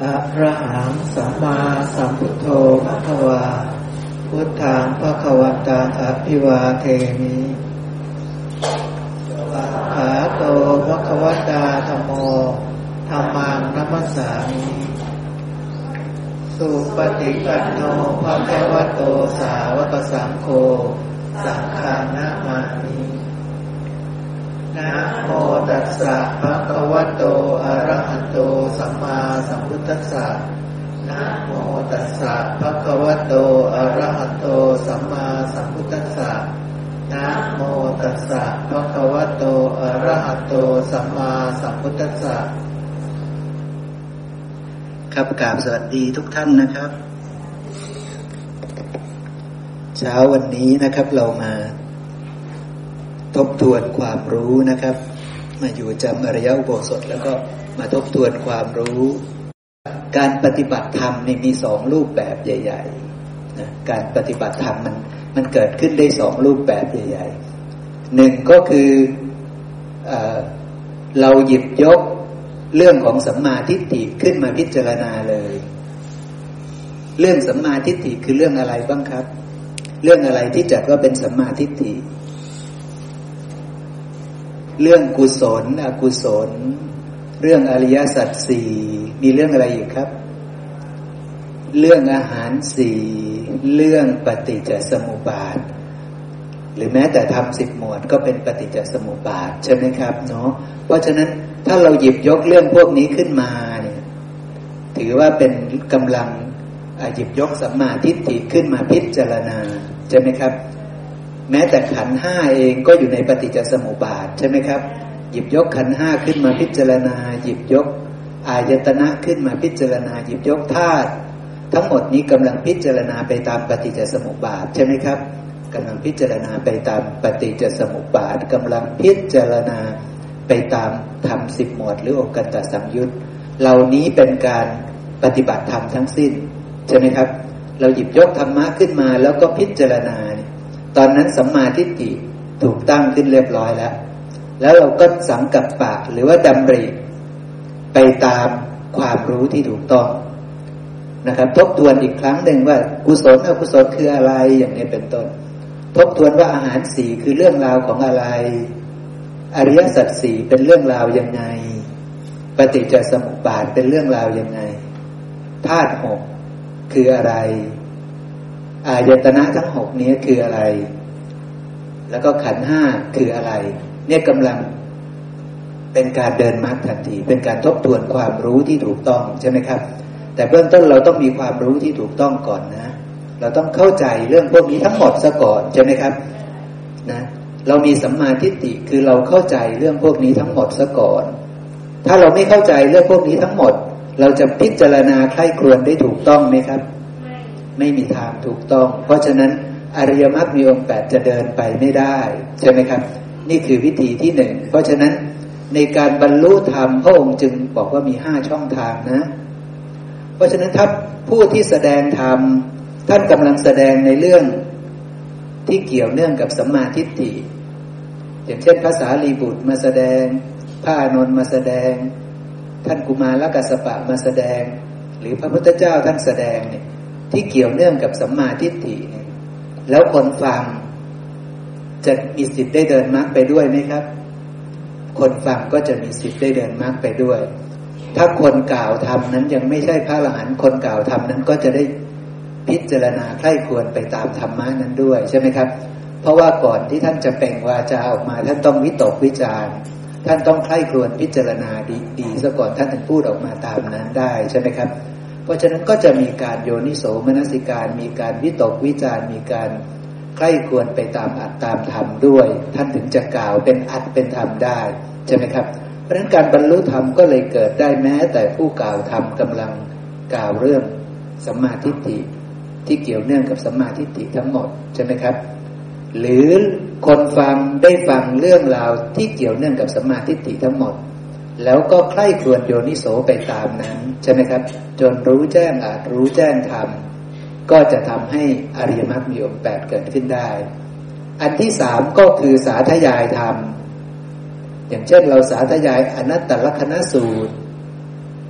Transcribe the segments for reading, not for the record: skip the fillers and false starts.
อะระหังสัมมาสัมพุทโธภควาพุทธังภควตังอภิวาเทมิขาโตภควตาธัมโมธัมมังนัมมัสสามิสุปฏิปันโนภควโตสาวกสังโฆสังฆังนะมามินะโมตัสสะภะคะวะโตอะระหะโตสัมมาสัมพุทธัสสะนะโมตัสสะภะคะวะโตอะระหะโตสัมมาสัมพุทธัสสะนะโมตัสสะภะคะวะโตอะระหะโตสัมมาสัมพุทธัสสะครับกราบสวัสดีทุกท่านนะครับเช้าวันนี้นะครับเรามาทบทวนความรู้นะครับมาอยู่จำอริยอุโบสถแล้วก็มาทบทวนความรู้การปฏิบัติธรรมนี่มีสองรูปแบบใหญ่ๆนะการปฏิบัติธรรมมันเกิดขึ้นได้สองรูปแบบใหญ่ๆหนึ่งก็คือเราหยิบยกเรื่องของสัมมาทิฏฐิขึ้นมาพิจารณาเลยเรื่องสัมมาทิฏฐิคือเรื่องอะไรบ้างครับเรื่องอะไรที่จัดว่าเป็นสัมมาทิฏฐิเรื่องกุศลอกุศลเรื่องอริยสัจสี่มีเรื่องอะไรอีกครับเรื่องอาหารสี่เรื่องปฏิจจสมุปบาทหรือแม้แต่ทำ10 หมวดก็เป็นปฏิจจสมุปบาทใช่ไหมครับเนาะเพราะฉะนั้นถ้าเราหยิบยกเรื่องพวกนี้ขึ้นมาเนี่ยถือว่าเป็นกำลังหยิบยกสัมมาทิฏฐิขึ้นมาพิจารณาใช่ไหมครับแม้แต่ขันธ์ห้าเองก็อยู่ในปฏิจจสมุปบาทใช่ไหมครับหยิบยกขันธ์ห้าขึ้นมาพิจารณาหยิบยกอายตนะขึ้นมาพิจารณาหยิบยกธาตุทั้งหมดนี้กำลังพิจารณาไปตามปฏิจจสมุปบาทใช่ไหมครับกำลังพิจารณาไปตามปฏิจจสมุปบาทกำลังพิจารณาไปตามธรรม10 หมวดหรือองค์กัตตสังยุตเหล่านี้เป็นการปฏิบัติธรรมทั้งสิ้นใช่ไหมครับเราหยิบยกธรรมะขึ้นมาแล้วก็พิจารณาตอนนั้นสัมมาทิฏฐิถูกตั้งขึ้นเรียบร้อยแล้วเราก็สังกัปปะหรือว่าดำริไปตามความรู้ที่ถูกต้องนะครับทบทวนอีกครั้งหนึ่งว่ากุศลอกุศลคืออะไรอย่างนี้เป็นต้นทบทวนว่าอาหารสี่คือเรื่องราวของอะไรอริยสัจสี่เป็นเรื่องราวยังไงปฏิจจสมุปบาทเป็นเรื่องราวยังไงธาตุหกคืออะไรอายตนะทั้ง6นี้คืออะไรแล้วก็ขันธ์ห้าคืออะไรเนี่ยกำลังเป็นการเดินมรรคทันทีเป็นการทบทวนความรู้ที่ถูกต้องใช่ไหมครับแต่เบื้องต้นเราต้องมีความรู้ที่ถูกต้องก่อนนะเราต้องเข้าใจเรื่องพวกนี้ทั้งหมดซะก่อนใช่ไหมครับนะเรามีสัมมาทิฏฐิคือเราเข้าใจเรื่องพวกนี้ทั้งหมดซะก่อนถ้าเราไม่เข้าใจเรื่องพวกนี้ทั้งหมดเราจะพิจารณาใคร่ครวญได้ถูกต้องไหมครับไม่มีทางถูกต้องเพราะฉะนั้นอริยมรรคมีองค์8จะเดินไปไม่ได้ใช่ไหมครับนี่คือวิธีที่1เพราะฉะนั้นในการบรรลุธรรมพระองค์จึงบอกว่ามี5ช่องทางนะเพราะฉะนั้นถ้าผู้ที่แสดงธรรมท่านกำลังแสดงในเรื่องที่เกี่ยวเนื่องกับสัมมาทิฏฐิอย่างเช่นพระสารีบุตรมาแสดงพระอานนท์มาแสดงท่านกุมารกัสสปะมาแสดงหรือพระพุทธเจ้าท่านแสดงเนี่ยที่เกี่ยวเนื่องกับสัมมาทิฏฐิเนี่ยแล้วคนฟังจะมีสิทธิ์ได้เดินมรรคไปด้วยไหมครับคนฟังก็จะมีสิทธิ์ได้เดินมรรคไปด้วยถ้าคนกล่าวธรรมนั้นยังไม่ใช่พระอรหันต์คนกล่าวธรรมนั้นก็จะได้พิจารณาใคร่ครวญไปตามธรรมะนั้นด้วยใช่ไหมครับเพราะว่าก่อนที่ท่านจะเปล่งวาจาออกมาท่านต้องวิตกวิจารณ์ท่านต้องใคร่ครวญพิจารณาดีๆซะก่อนท่านถึงพูดออกมาตามนั้นได้ใช่ไหมครับเพราะฉะนั้นก็จะมีการโยนิโสมนสิการมีการวิตกวิจารมีการใคร่ครวญไปตามอัตตามธรรมด้วยท่านถึงจะกล่าวเป็นอัตเป็นธรรมได้ใช่ไหมครับเพราะฉะนั้นการบรรลุธรรมก็เลยเกิดได้แม้แต่ผู้กล่าวธรรมกำลังกล่าวเรื่องสัมมาทิฏฐิที่เกี่ยวเนื่องกับสัมมาทิฏฐิทั้งหมดใช่ไหมครับหรือคนฟังได้ฟังเรื่องราวที่เกี่ยวเนื่องกับสัมมาทิฏฐิทั้งหมดแล้วก็ใคร่ครวญโยนิโสไปตามนั้นใช่ไหมครับจนรู้แจ้งอาจรู้แจ้งธรรมก็จะทำให้อริยมรรคมีองค์8เกิดขึ้นได้อันที่3ก็คือสาธยายธรรมอย่างเช่นเราสาธยายอนัตตลักขณสูตร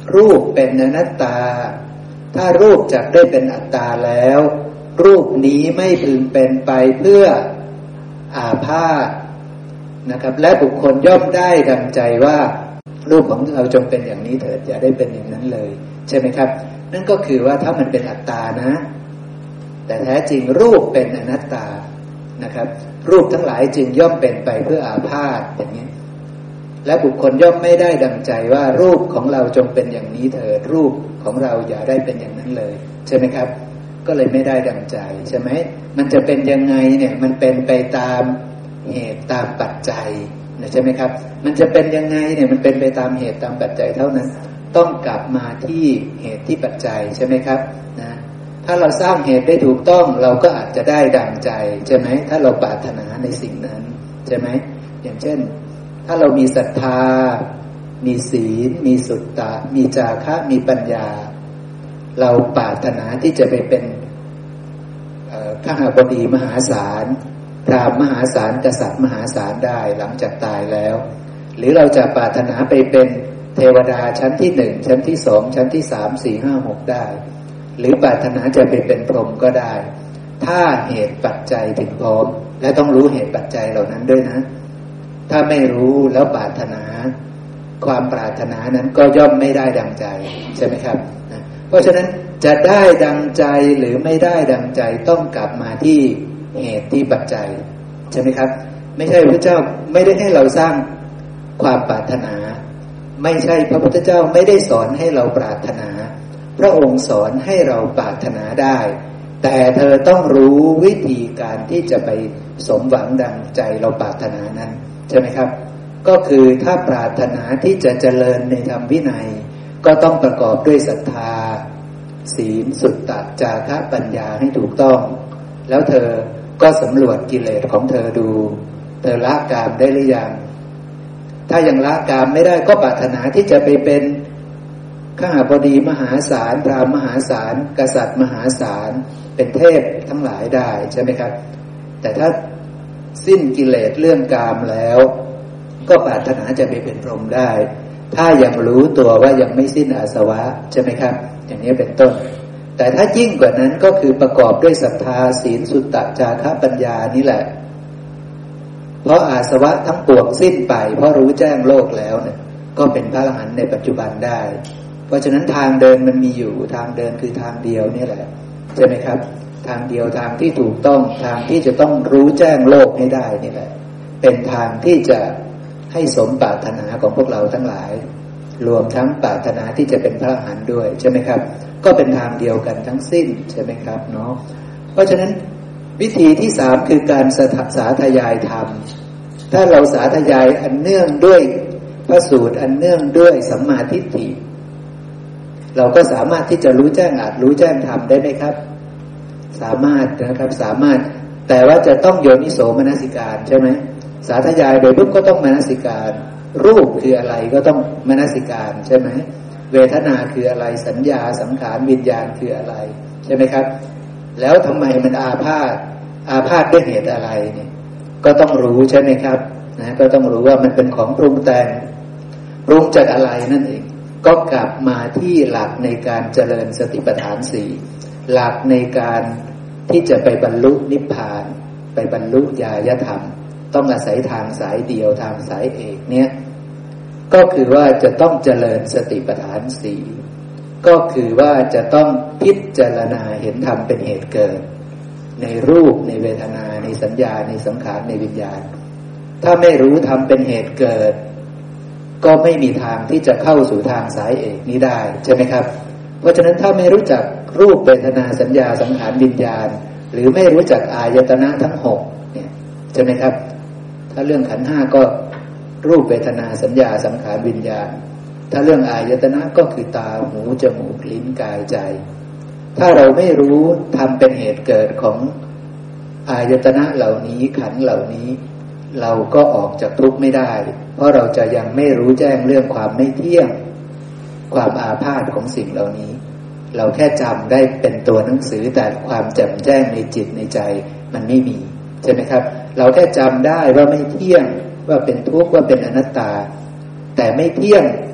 รูปเป็นอนัตตาถ้ารูปจักได้เป็นอัตตาแล้วรูปนี้ไม่พึงเป็นไปเพื่ออาพาธนะครับและบุคคลย่อมได้ดังใจว่ารูปของเราจงเป็นอย่างนี้เถิดอย่าได้เป็นอย่างนั้นเลยใช่ไหมครับนั่นก็คือว่าถ้ามันเป็นอัตตานะแต่แท้จริงรูปเป็นอนัตตานะครับรูปทั้งหลายจึงย่อมเป็นไปเพื่ออาพาธอย่างนี้และบุคคลย่อมไม่ได้ดังใจว่ารูปของเราจงเป็นอย่างนี้เถิดรูปของเราอย่าได้เป็นอย่างนั้นเลยใช่ไหมครับก็เลยไม่ได้ดังใจใช่ไหมมันจะเป็นยังไงเนี่ยมันเป็นไปตามเหตุตามปัจจัยใช่ไหมครับมันจะเป็นยังไงเนี่ยมันเป็นไปตามเหตุตามปัจจัยเท่านั้นต้องกลับมาที่เหตุที่ปัจจัยใช่ไหมครับนะถ้าเราสร้างเหตุได้ถูกต้องเราก็อาจจะได้ดังใจใช่ไหมถ้าเราปรารถนาในสิ่งนั้นใช่ไหมอย่างเช่นถ้าเรามีศรัทธามีศีลมีสุตตะมีจาคะมีปัญญาเราปรารถนาที่จะไปเป็นข้าบดีมหาศาลพราหมณ์มหาศาลกษัตริย์มหาศาลได้หลังจากตายแล้วหรือเราจะปรารถนาไปเป็นเทวดาชั้นที่หนึ่งชั้นที่สองชั้นที่สามสี่ห้าหกได้หรือปรารถนาจะไปเป็นพรหมก็ได้ถ้าเหตุปัจจัยถึงพร้อมและต้องรู้เหตุปัจจัยเหล่านั้นด้วยนะถ้าไม่รู้แล้วปรารถนาความปรารถนานั้นก็ย่อมไม่ได้ดังใจใช่ไหมครับเพราะฉะนั้นจะได้ดังใจหรือไม่ได้ดังใจต้องกลับมาที่เหตุที่ปัจจัยใช่ไหมครับไม่ใช่พระเจ้าไม่ได้ให้เราสร้างความปรารถนาไม่ใช่พระพุทธเจ้าไม่ได้สอนให้เราปรารถนาพระองค์สอนให้เราปรารถนาได้แต่เธอต้องรู้วิธีการที่จะไปสมหวังดังใจเราปรารถนานั้นใช่ไหมครับก็คือถ้าปรารถนาที่จะเจริญในธรรมวินัยก็ต้องประกอบด้วยศรัทธาศีลสุตตะจาคะปัญญาให้ถูกต้องแล้วเธอก็สำรวจกิเลสของเธอดูเธอละกามได้หรือยังถ้ายังละกามไม่ได้ก็ปรารถนาที่จะไปเป็นข้าบดีมหาศาลพราหมณ์มหาศาลกษัตริย์มหาศาลเป็นเทพทั้งหลายได้ใช่ไหมครับแต่ถ้าสิ้นกิเลสเรื่องกามแล้วก็ปรารถนาจะไปเป็นพรหมได้ถ้ายังรู้ตัวว่ายังไม่สิ้นอาสวะใช่ไหมครับอย่างนี้เป็นต้นแต่ถ้ายิ่งกว่านั้นก็คือประกอบด้วยศรัทธาศีลสุตตะจาคะปัญญานี่แหละเพราะอาสวะทั้งปวงสิ้นไปเพราะรู้แจ้งโลกแล้วเนี่ยก็เป็นพระอรหันต์ในปัจจุบันได้เพราะฉะนั้นทางเดินมันมีอยู่ทางเดินคือทางเดียวนี่แหละใช่ไหมครับทางเดียวทางที่ถูกต้องทางที่จะต้องรู้แจ้งโลกให้ได้นี่แหละเป็นทางที่จะให้สมปรารถนาของพวกเราทั้งหลายรวมทั้งปรารถนาที่จะเป็นพระอรหันต์ด้วยใช่ไหมครับก็เป็นทางเดียวกันทั้งสิ้นใช่ไหมครับเนาะเพราะฉะนั้นวิธีที่สามคือการสาธยายธรรมถ้าเราสาธยายอันเนื่องด้วยพระสูตรอันเนื่องด้วยสัมมาทิฏฐิเราก็สามารถที่จะรู้แจ้งอาจรู้แจ้งธรรมได้ไหมครับสามารถนะครับสามารถแต่ว่าจะต้องโยนิโสมนสิการใช่ไหมสาธยายโดยปุ๊บก็ต้องมนสิการรูปคืออะไรก็ต้องมนสิการใช่ไหมเวทนาคืออะไรสัญญาสังขารวิญญาณคืออะไรใช่ไหมครับแล้วทำไมมันอาพาธด้วยเหตุอะไรเนี่ยก็ต้องรู้ใช่ไหมครับนะก็ต้องรู้ว่ามันเป็นของปรุงแต่งปรุงจากอะไรนั่นเองก็กลับมาที่หลักในการเจริญสติปัฏฐานสี่หลักในการที่จะไปบรรลุนิพพานไปบรรลุญาณธรรมต้องอาศัยทางสายเดียวทางสายเอกเนี่ยก็คือว่าจะต้องเจริญสติปัฏฐานสี่ก็คือว่าจะต้องพิจารณาเห็นธรรมเป็นเหตุเกิดในรูปในเวทนาในสัญญาในสังขารในวิญญาณถ้าไม่รู้ธรรมเป็นเหตุเกิดก็ไม่มีทางที่จะเข้าสู่ทางสายเอกนี้ได้ใช่ไหมครับเพราะฉะนั้นถ้าไม่รู้จักรูปเวทนาสัญญาสังขารวิญญาณหรือไม่รู้จักอายตนะทั้งหกเนี่ยใช่ไหมครับถ้าเรื่องขันธ์ห้าก็รูปเวทนาสัญญาสังขารวิญญาณถ้าเรื่องอายตนะก็คือตาหูจมูกลิ้นกายใจถ้าเราไม่รู้ทำเป็นเหตุเกิดของอายตนะเหล่านี้ขันธ์เหล่านี้เราก็ออกจากทุกข์ไม่ได้เพราะเราจะยังไม่รู้แจ้งเรื่องความไม่เที่ยงความอาพาธของสิ่งเหล่านี้เราแค่จำได้เป็นตัวหนังสือแต่ความแจ่มแจ้งในจิตในใจมันไม่มีใช่ไหมครับเราแค่จำได้ว่าไม่เที่ยงว่าเป็นทุกข์ว่าเป็นอนัตตาแต่ไม่เที่ยง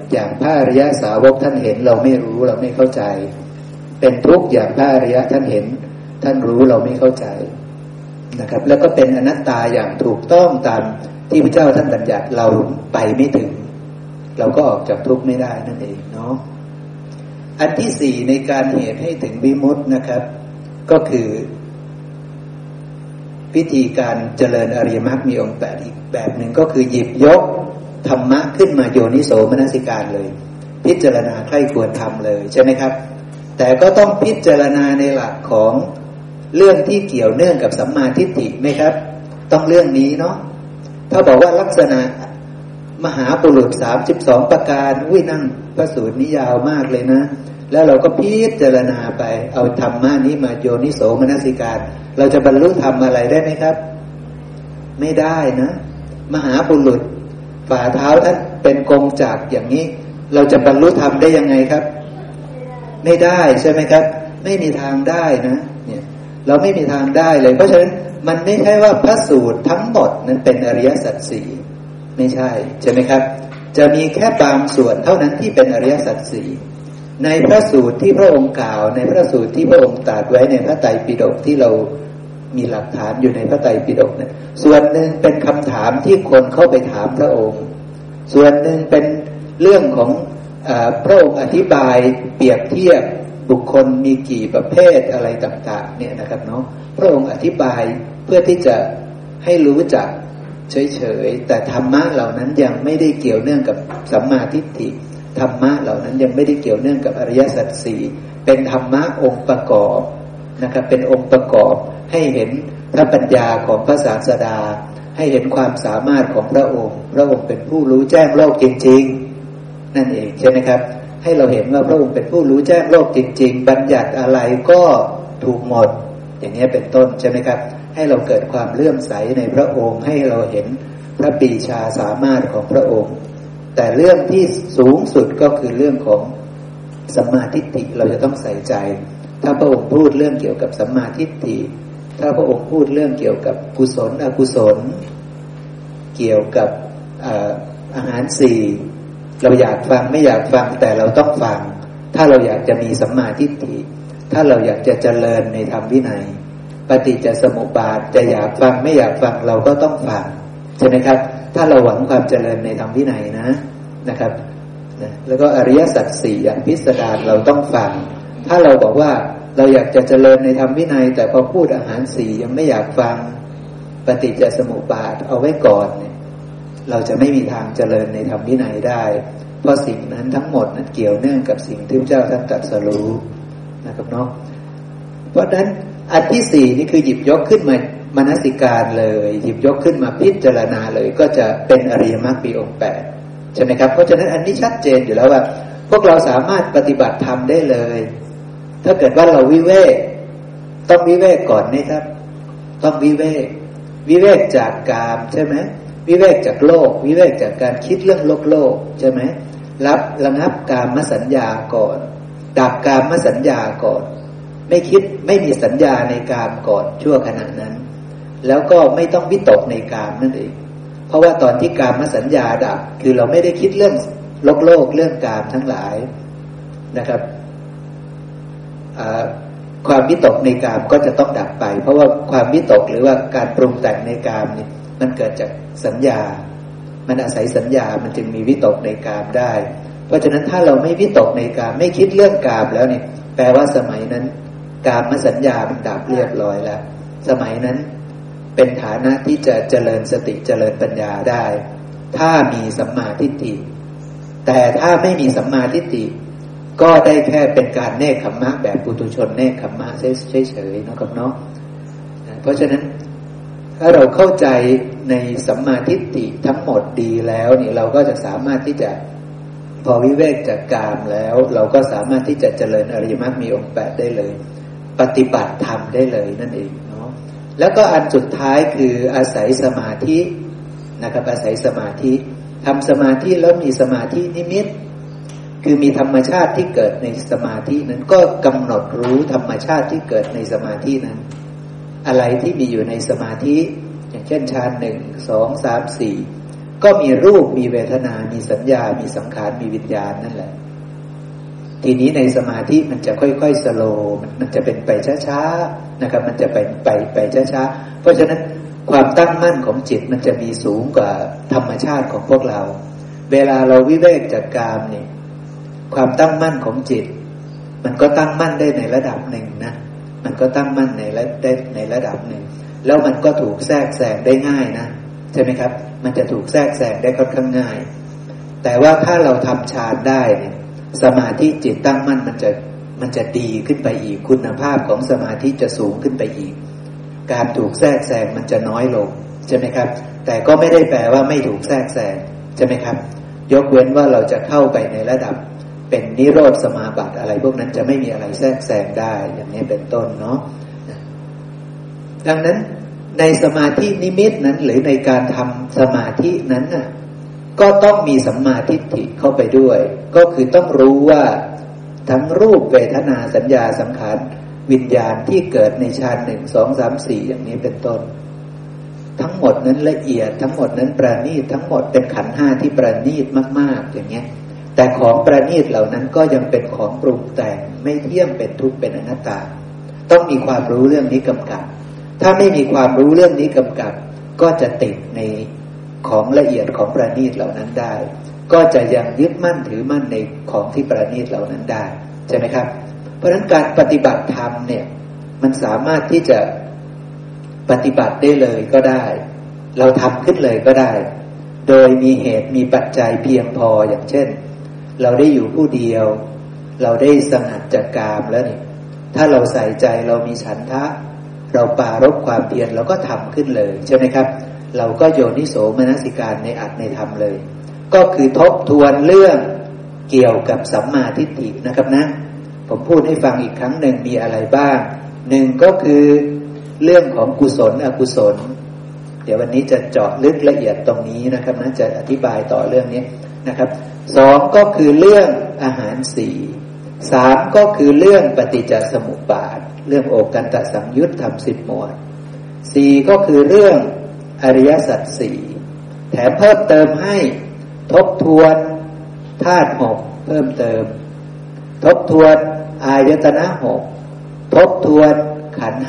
อย่างพระอริยสาวกท่านเห็นเราไม่รู้เราไม่เข้าใจเป็นทุกข์อย่างพระอริยท่านเห็นท่านรู้เราไม่เข้าใจนะครับแล้วก็เป็นอนัตตาอย่างถูกต้องตามที่พระเจ้าท่านบัญญัติเราไปไม่ถึงเราก็ออกจากทุกข์ไม่ได้นั่นเองเนาะอันที่สี่ในการเหตุให้ถึงวิมุตตินะครับก็คือวิธีการเจริญอริยมรรคมีองค์8อีกแบบหนึ่งก็คือหยิบยกธรรมะขึ้นมาโยนิโสมนสิการเลยพิจารณาใคร่ควรทำเลยใช่ไหมครับแต่ก็ต้องพิจารณาในหลักของเรื่องที่เกี่ยวเนื่องกับสัมมาทิฏฐิไหมครับต้องเรื่องนี้เนาะถ้าบอกว่าลักษณะมหาบุรุษ32ประการนั่งพระสูตรนี้ยาวมากเลยนะแล้วเราก็พิจารณาไปเอาธรรมะนี้มาโยนิโสมนสิการเราจะบรรลุธรรมอะไรได้ไหมครับไม่ได้นะมหาบุรุษฝ่าเท้าท่านเป็นกงจักรอย่างนี้เราจะบรรลุธรรมได้ยังไงครับไม่ได้ใช่ไหมครับไม่มีทางได้นะเนี่ยเราไม่มีทางได้เลยเพราะฉะนั้นมันไม่ใช่ว่าพระสูตรทั้งหมดนั้นเป็นอริยสัจสี่ไม่ใช่ใช่ไหมครับจะมีแค่บางส่วนเท่านั้นที่เป็นอริยสัจสี่ในพระสูตรที่พระองค์กล่าวในพระสูตรที่พระองค์ตรัสไว้ในพระไตรปิฎกที่เรามีหลักฐานอยู่ในพระไตรปิฎกเนี่ยส่วนหนึ่งเป็นคำถามที่คนเข้าไปถามพระองค์ส่วนหนึ่งเป็นเรื่องของพระองค์อธิบายเปรียบเทียบบุคคลมีกี่ประเภทอะไรต่างๆเนี่ยนะครับเนาะพระองค์อธิบายเพื่อที่จะให้รู้จักเฉยๆแต่ธรรมะเหล่านั้นยังไม่ได้เกี่ยวเนื่องกับสัมมาทิฏฐิธรรมะเหล่านั้นยังไม่ได้เกี่ยวเนื่องกับอริยสัจสี่เป็นธรรมะองค์ประกอบนะครับเป็นองค์ประกอบให้เห็นพระปัญญาของพระศาสดาให้เห็นความสามารถของพระองค์พระองค์เป็นผู้รู้แจ้งโลกจริงๆนั่นเองใช่ไหมครับให้เราเห็นว่าพระองค์เป็นผู้รู้แจ้งโลกจริงๆบัญญัติอะไรก็ถูกหมดอย่างนี้เป็นต้นใช่ไหมครับให้เราเกิดความเลื่อมใสในพระองค์ให้เราเห็นพระปรีชาสามารถของพระองค์แต่เรื่องที่สูงสุดก็คือเรื่องของสัมมาทิฏฐิเราจะต้องใส่ใจถ้าพระองค์พูดเรื่องเกี่ยวกับสัมมาทิฏฐิถ้าพระองค์พูดเรื่องเกี่ยวกับกุศลอกุศลเกี่ยวกับอาหารสี่เราอยากฟังไม่อยากฟังแต่เราต้องฟังถ้าเราอยากจะมีสัมมาทิฏฐิถ้าเราอยากจะเจริญในธรรมวินัยปฏิจจสมุปบาทจะอยากฟังไม่อยากฟังเราก็ต้องฟังใช่ไหมครับถ้าเราหวังความเจริญในธรรมวินัยนะครับแล้วก็อริยสัจสี่อย่างพิสดารเราต้องฟังถ้าเราบอกว่าเราอยากจะเจริญในธรรมวินัยแต่พอพูดอาหารสี่ยังไม่อยากฟังปฏิจจสมุปบาทเอาไว้ก่อนเนี่ยเราจะไม่มีทางเจริญในธรรมวินัยได้เพราะสิ่งนั้นทั้งหมดนั้นเกี่ยวเนื่องกับสิ่งที่พระเจ้าท่านตรัสรู้นะครับเนาะเพราะฉะนั้นอันที่สี่นี่คือหยิบยกขึ้นมามนสิการเลยหยิบยกขึ้นมาพิจารณาเลยก็จะเป็นอริยมรรคมีองค์8ใช่ไหมครับเพราะฉะนั้นอันนี้ชัดเจนอยู่แล้วว่าพวกเราสามารถปฏิบัติธรรมได้เลยถ้าเกิดว่าเราวิเวกต้องวิเวกก่อนนะครับต้องวิเวกจากกามใช่ไหมวิเวกจากโลกวิเวกจากการคิดเรื่องโลกใช่ไหมระงับกามสัญญาก่อนดับกามสัญญาก่อนไม่คิดไม่มีสัญญาในกามก่อนชั่วขณะนั้นแล้วก็ไม่ต้องวิตกในกามนั่นเองเพราะว่าตอนที่กามสัญญาดับคือเราไม่ได้คิดเรื่องโลกเรื่องกามทั้งหลายนะครับความวิตกในกามก็จะต้องดับไปเพราะว่าความวิตกหรือว่าการปรุงแต่งในกามนี่มันเกิดจากสัญญามันอาศัยสัญญามันจึงมีวิตกในกามได้เพราะฉะนั้นถ้าเราไม่วิตกในกามไม่คิดเรื่องกามแล้วนี่แปลว่าสมัยนั้นกามสัญญามันดับเรียบร้อยแล้วสมัยนั้นเป็นฐานะที่จะเจริญสติเจริญปัญญาได้ถ้ามีสัมมาทิฏฐิแต่ถ้าไม่มีสัมมาทิฏฐิก็ได้แค่เป็นการเนกขัมมะแบบปุถุชนเนกขัมมะเฉยๆนะครับเนาะเพราะฉะนั้นถ้าเราเข้าใจในสัมมาทิฏฐิทั้งหมดดีแล้วนี่เราก็จะสามารถที่จะพอวิเวกจากกามแล้วเราก็สามารถที่จะเจริญอริยมรรคมีองค์8ได้เลยปฏิบัติธรรมได้เลยนั่นเองเนาะแล้วก็อันสุดท้ายคืออาศัยสมาธินะครับอาศัยสมาธิทำสมาธิแล้วมีสมาธินิมิตคือมีธรรมชาติที่เกิดในสมาธินั้นก็กำหนดรู้ธรรมชาติที่เกิดในสมาธินั้นอะไรที่มีอยู่ในสมาธิอย่างเช่นฌาน1 2 3 4 ก็มีรูปมีเวทนามีสัญญามีสังขารมีวิญญาณนั่นแหละทีนี้ในสมาธิมันจะค่อยๆสโลว์มันจะเป็นไปช้าๆนะครับมันจะไปช้าๆเพราะฉะนั้นความตั้งมั่นของจิตมันจะมีสูงกว่าธรรมชาติของพวกเราเวลาเราวิเวกจากกามเนี่ยความตั้งมั่นของจิตมันก็ตั้งมั่นได้ในระดับหนึ่งนะมันก็ตั้งมั่นในระดับหนึ่งแล้วมันก็ถูกแทรกแซงได้ง่ายนะใช่ไหมครับมันจะถูกแทรกแซงได้ค่อนข้างง่ายแต่ว่าถ้าเราทำฌานได้เนี่ยสมาธิจิตตั้งมั่นมันจะดีขึ้นไปอีกคุณภาพของสมาธิจะสูงขึ้นไปอีกการถูกแทรกแซงมันจะน้อยลงใช่ไหมครับแต่ก็ไม่ได้แปลว่าไม่ถูกแทรกแซงใช่ไหมครับยกเว้นว่าเราจะเข้าไปในระดับเป็นนิโรธสมาบัติอะไรพวกนั้นจะไม่มีอะไรแทรกแซงได้อย่างนี้เป็นต้นเนาะดังนั้นในสมาธินิมิตนั้นหรือในการทำสมาธินั้นน่ะก็ต้องมีสัมมาทิฏฐิเข้าไปด้วยก็คือต้องรู้ว่าทั้งรูปเวทนาสัญญาสังขารวิญญาณที่เกิดในฌาน1 2 3 4อย่างนี้เป็นต้นทั้งหมดนั้นละเอียดทั้งหมดนั้นประณีตทั้งหมดเป็นขันธ์ห้าที่ประณีตมากๆอย่างเงี้ยแต่ของประณีตเหล่านั้นก็ยังเป็นของปรุงแต่งไม่เที่ยงเป็นทุกข์เป็นอนัตตาต้องมีความรู้เรื่องนี้กำกับถ้าไม่มีความรู้เรื่องนี้กำกับก็จะติดในของละเอียดของประณีตเหล่านั้นได้ก็จะยังยึดมั่นถือมั่นในของที่ประณีตเหล่านั้นได้ใช่ไหมครับเพราะฉะนั้นการปฏิบัติธรรมเนี่ยมันสามารถที่จะปฏิบัติได้เลยก็ได้เราทำขึ้นเลยก็ได้โดยมีเหตุมีปัจจัยเพียงพออย่างเช่นเราได้อยู่ผู้เดียวเราได้สงัดจากกามแล้วนี่ถ้าเราใส่ใจเรามีฉันทะเราปรารภความเพียรเราก็ทำขึ้นเลยใช่ไหมครับเราก็โยนิโสมนสิการในอัตในธรรมเลยก็คือทบทวนเรื่องเกี่ยวกับสัมมาทิฏฐินะครับนะผมพูดให้ฟังอีกครั้งหนึ่งมีอะไรบ้างหนึ่งก็คือเรื่องของกุศลอกุศลเดี๋ยววันนี้จะเจาะลึกละเอียดตรงนี้นะครับนะจะอธิบายต่อเรื่องนี้นะครับสองก็คือเรื่องอาหารสี่สามก็คือเรื่องปฏิจจสมุปบาทเรื่องโอกันตสังยุตธรรม10 หมวดสี่ก็คือเรื่องอริยสัจสี่แถมเพิ่มเติมให้ทบทวนธาตุ6เพิ่มเติมทบทวนอายตนะ6ทบทวนขันธ์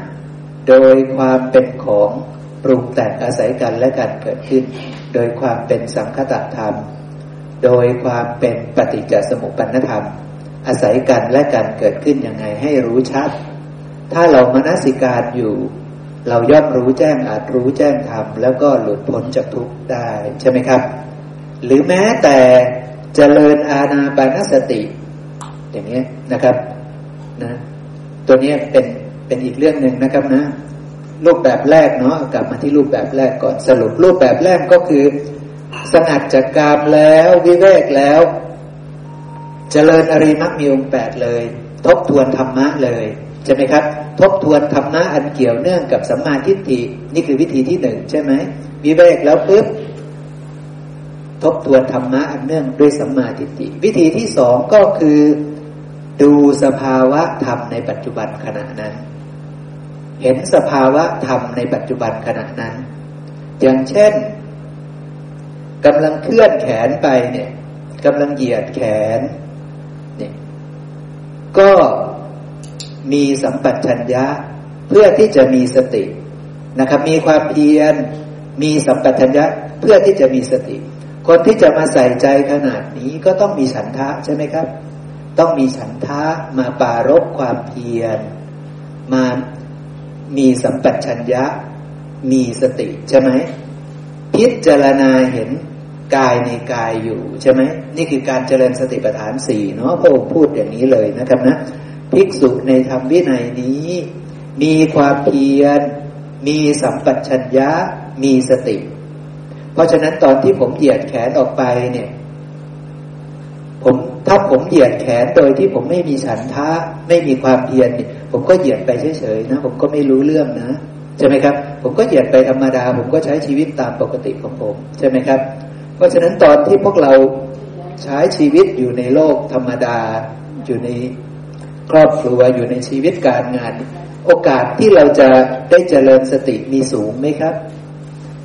5โดยความเป็นของปรุงแต่งอาศัยกันและกันเกิดขึ้นโดยความเป็นสังคตธรรมโดยความเป็นปฏิจจสมุปปนธรรมอาศัยกันและกันเกิดขึ้นยังไงให้รู้ชัดถ้าเรามนสิการอยู่เราย่อมรู้แจ้งอาจรู้แจ้งธรรมแล้วก็หลุดพ้นจากทุกข์ได้ใช่ไหมครับหรือแม้แต่เจริญอานาปานสติอย่างนี้นะครับนะตัวนี้เป็นอีกเรื่องหนึ่งนะครับนะรูปแบบแรกเนาะกลับมาที่รูปแบบแรกก่อนสรุปรูปแบบแรกก็คือสงัดจากกามแล้ววิเวกแล้วเจริญอริยมรรคมีองค์8เลยทบทวนธรรมะเลยใช่ไหมครับทบทวนธรรมะอันเกี่ยวเนื่องกับสัมมาทิฏฐินี่คือวิธีที่1ใช่ไหมวิเวกแล้วปุ๊บทบทวนธรรมะอันเนื่องด้วยสัมมาทิฏฐิวิธีที่2ก็คือดูสภาวะธรรมในปัจจุบันขณะนั้นเห็นสภาวะธรรมในปัจจุบันขณะนั้นอย่างเช่นกำลังเคลื่อนแขนไปเนี่ยกำลังเหยียดแขนเนี่ยก็มีสัมปชัญญะเพื่อที่จะมีสตินะครับมีความเพียรมีสัมปชัญญะเพื่อที่จะมีสติคนที่จะมาใส่ใจขนาดนี้ก็ต้องมีฉันทะใช่ไหมครับต้องมีฉันทะมาปรารภความเพียรมามีสัมปชัญญะมีสติใช่ไหมพิจารณาเห็นกายในกายอยู่ใช่ไหมนี่คือการเจริญสติปัฏฐาน4เนาะพระองค์พูดอย่างนี้เลยนะครับนะภิกษุในธรรมวินัยนี้มีความเพียรมีสัมปชัญญะมีสติเพราะฉะนั้นตอนที่ผมเหยียดแขนออกไปเนี่ยถ้าผมเหยียดแขนโดยที่ผมไม่มีฉันทะไม่มีความเพียรเนี่ยผมก็เหยียดไปเฉยๆนะผมก็ไม่รู้เรื่องนะใช่ไหมครับผมก็เหยียดไปธรรมดาผมก็ใช้ชีวิตตามปกติของผมใช่ไหมครับเพราะฉะนั้นตอนที่พวกเราใช้ชีวิตอยู่ในโลกธรรมดาอยู่ในครอบครัวอยู่ในชีวิตการงานโอกาสที่เราจะได้เจริญสติมีสูงไหมครับ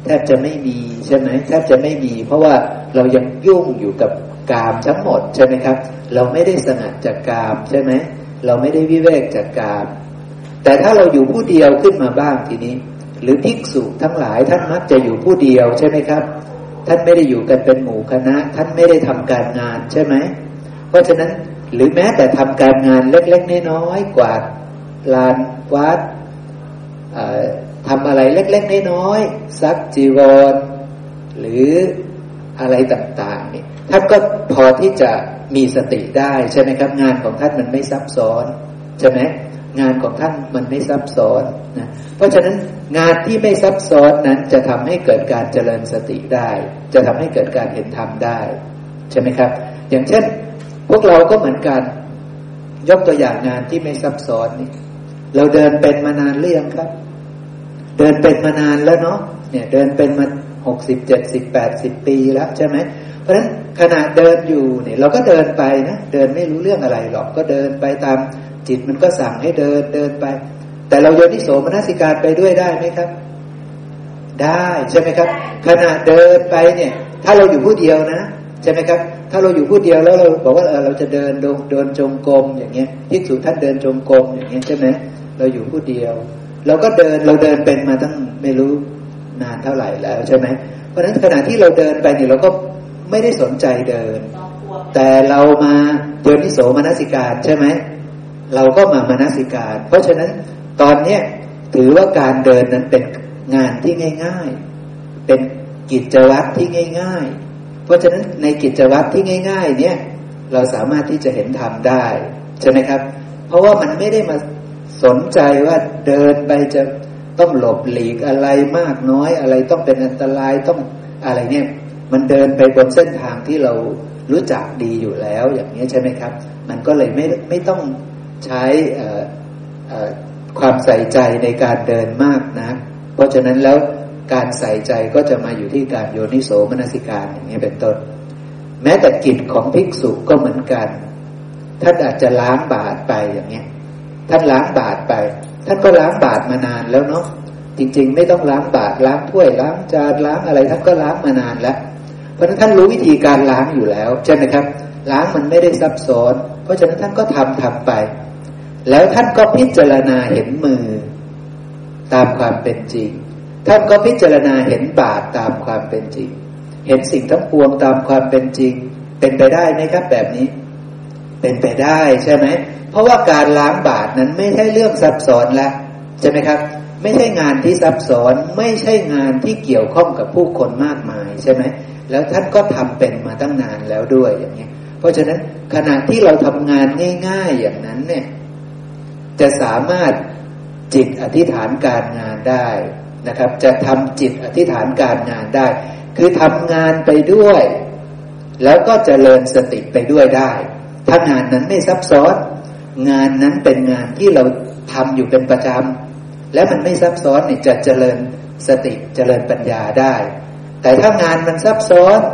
แทบจะไม่มีใช่ไหมแทบจะไม่มีเพราะว่าเรายังยุ่งอยู่กับกามทั้งหมดใช่ไหมครับเราไม่ได้สงัดจากกามใช่ไหมเราไม่ได้วิเวกจากกามแต่ถ้าเราอยู่ผู้เดียวขึ้นมาบ้างทีนี้หรือภิกษุทั้งหลายท่านมักจะอยู่ผู้เดียวใช่ไหมครับท่านไม่ได้อยู่กันเป็นหมู่คณะท่านไม่ได้ทำการงานใช่ไหมเพราะฉะนั้นหรือแม้แต่ทำการงานเล็กๆน้อยๆกวาดลานวัดทำอะไรเล็กๆน้อยๆซักจีวรหรืออะไรต่างๆนี่ท่านก็พอที่จะมีสติได้ใช่ไหมครับงานของท่านมันไม่ซับซ้อนใช่ไหมงานของท่านมันไม่ซับซ้อนนะเพราะฉะนั้นงานที่ไม่ซับซ้อนนั้นจะทำให้เกิดการเจริญสติได้จะทำให้เกิดการเห็นธรรมได้ใช่ไหมครับอย่างเช่นพวกเราก็เหมือนกันยกตัวอย่างงานที่ไม่ซับซ้อนนี่เราเดินเป็นมานานหรือยังครับเดินเป็นมานานแล้วเนาะเนี่ยเดินเป็นมา60 70 80 ปีแล้วใช่ไหมเพราะฉะนั้นขณะเดินอยู่เนี่ยเราก็เดินไปนะเดินไม่รู้เรื่องอะไรหรอกก็เดินไปตามจิตมันก็สั่งให้เดินไปแต่เราโยนิโสมนสิการไปด้วยได้ไหมครับได้ใช่ไหมครับขณะเดินไปเนี่ยถ้าเราอยู่ผู้เดียวนะใช่ไหมครับถ้าเราอยู่ผู้เดียวแล้วเราบอกว่าเราจะเดินจงกรมอย่างเงี้ยภิกษุท่านเดินจงกรมอย่างเงี้ยใช่ไหมเราอยู่ผู้เดียวเราก็เราเดินเป็นมาตั้งไม่รู้นานเท่าไหร่แล้วใช่ไหมเพราะฉะนั้นขณะที่เราเดินไปเนี่ยเราก็ไม่ได้สนใจเดินแต่เรามาโยนิโสมนสิการใช่ไหมเราก็มามนสิการเพราะฉะนั้นตอนเนี้ยถือว่าการเดินนั้นเป็นงานที่ง่ายๆเป็นกิจวัตรที่ง่ายๆเพราะฉะนั้นในกิจวัตรที่ง่ายๆเนี่ยเราสามารถที่จะเห็นธรรมได้ใช่ไหมครับเพราะว่ามันไม่ได้มาสนใจว่าเดินไปจะต้องหลบหลีกอะไรมากน้อยอะไรต้องเป็นอันตรายต้องอะไรเนี่ยมันเดินไปบนเส้นทางที่เรารู้จักดีอยู่แล้วอย่างนี้ใช่ไหมครับมันก็เลยไม่ต้องใช้ความใส่ใจในการเดินมากนะเพราะฉะนั้นแล้วการใส่ใจก็จะมาอยู่ที่การโยนิโสมนสิการอย่างนี้เป็นต้นแม้แต่กิจของภิกษุก็เหมือนกันท่านอาจจะล้างบาตรไปอย่างนี้ท่านล้างบาตรไปท่านก็ล้างบาตรมานานแล้วเนาะจริงๆไม่ต้องล้างบาตรล้างถ้วยล้างจานล้างอะไรท่านก็ล้างมานานแล้วเพราะฉะนั้นท่านรู้วิธีการล้างอยู่แล้วใช่ไหมครับล้างมันไม่ได้ซับซ้อนเพราะฉะนั้นท่านก็ทำไปแล้วท่านก็พิจารณาเห็นมือตามความเป็นจริงท่านก็พิจารณาเห็นบาตรตามความเป็นจริงเห็นสิ่งทั้งปวงตามความเป็นจริงเป็นไปได้ไหมครับแบบนี้เป็นไปได้ใช่ไหมเพราะว่าการล้างบาตรนั้นไม่ใช่เรื่องซับซ้อนแล้วใช่ไหมครับไม่ใช่งานที่ซับซ้อนไม่ใช่งานที่เกี่ยวข้องกับผู้คนมากมายใช่ไหมแล้วท่านก็ทำเป็นมาตั้งนานแล้วด้วยอย่างนี้เพราะฉะนั้นขณะที่เราทำงานง่ายๆอย่างนั้นเนี่ยจะสามารถจิตอธิษฐานการงานได้นะครับจะทำจิตอธิษฐานการงานได้คือทำงานไปด้วยแล้วก็เจริญสติไปด้วยได้ถ้างานนั้นไม่ซับซ้อนงานนั้นเป็นงานที่เราทำอยู่เป็นประจำและมันไม่ซับซ้อนเนี่ยจะเจริญสติเจริญปัญญาได้แต่ถ้างานมันซับซ้อน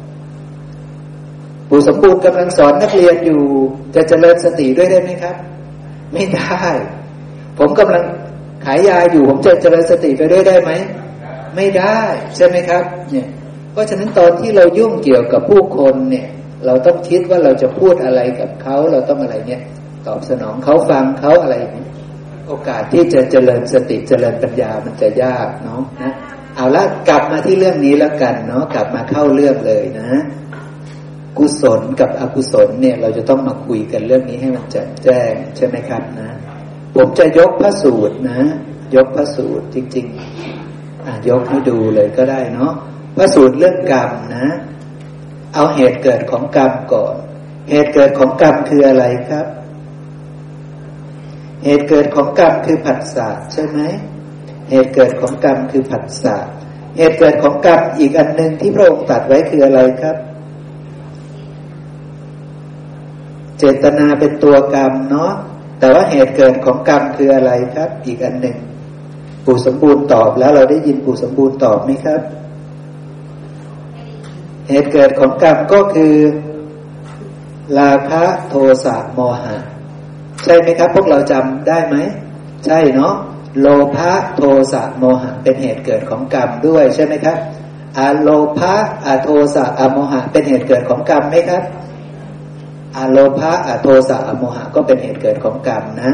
ปู่สมบูรณ์กำลังสอนนักเรียนอยู่จะเจริญสติด้วยได้ไหมครับไม่ได้ผมกำลังขายยาอยู่ผมจะเจริญสติไปด้วยได้ไหมไม่ได้ใช่ไหมครับเนี่ยเพราะฉะนั้นตอนที่เรายุ่งเกี่ยวกับผู้คนเนี่ยเราต้องคิดว่าเราจะพูดอะไรกับเขาเราต้องอะไรเนี่ยตอบสนองเขาฟังเขาอะไรโอกาสที่จะเจริญสติเจริญปัญญามันจะยากเนาะนะเอาละกลับมาที่เรื่องนี้แล้วกันเนาะกลับมาเข้าเรื่องเลยนะกุศลกับอกุศลเนี่ยเราจะต้องมาคุยกันเรื่องนี้ให้มันแจ่มแจ้งใช่ไหมครับนะผมจะยกพระสูตรนะยกพระสูตรจริงๆยกให้ดูเลยก็ได้เนาะพระสูตรเรื่องกรรมนะเอาเหตุเกิดของกรรมก่อนเหตุเกิดของกรรมคืออะไรครับเหตุเกิดของกรรมคือผัสสะใช่ไหมเหตุเกิดของกรรมคือผัสสะเหตุเกิดของกรรมอีกอันนึงที่พระองค์ตรัสไว้คืออะไรครับเจตนาเป็นตัวกรรมเนาะแต่ว่าเหตุเกิดของกรรมคืออะไรครับอีกอันหนึ่งปู่สมบูรณ์ตอบแล้วเราได้ยินปู่สมบูรณ์ตอบไหมครับเหตุเกิดของกรรมก็คือราคะโทสะโมหะใช่ไหมครับพวกเราจำได้ไหมใช่เนาะโลภะโทสะโมหะเป็นเหตุเกิดของกรรมด้วยใช่ไหมครับอโลภะอโทสะอโมหะเป็นเหตุเกิดของกรรมไหมครับอโลภะอโทสะอโมหะก็เป็นเหตุเกิดของกรรมนะ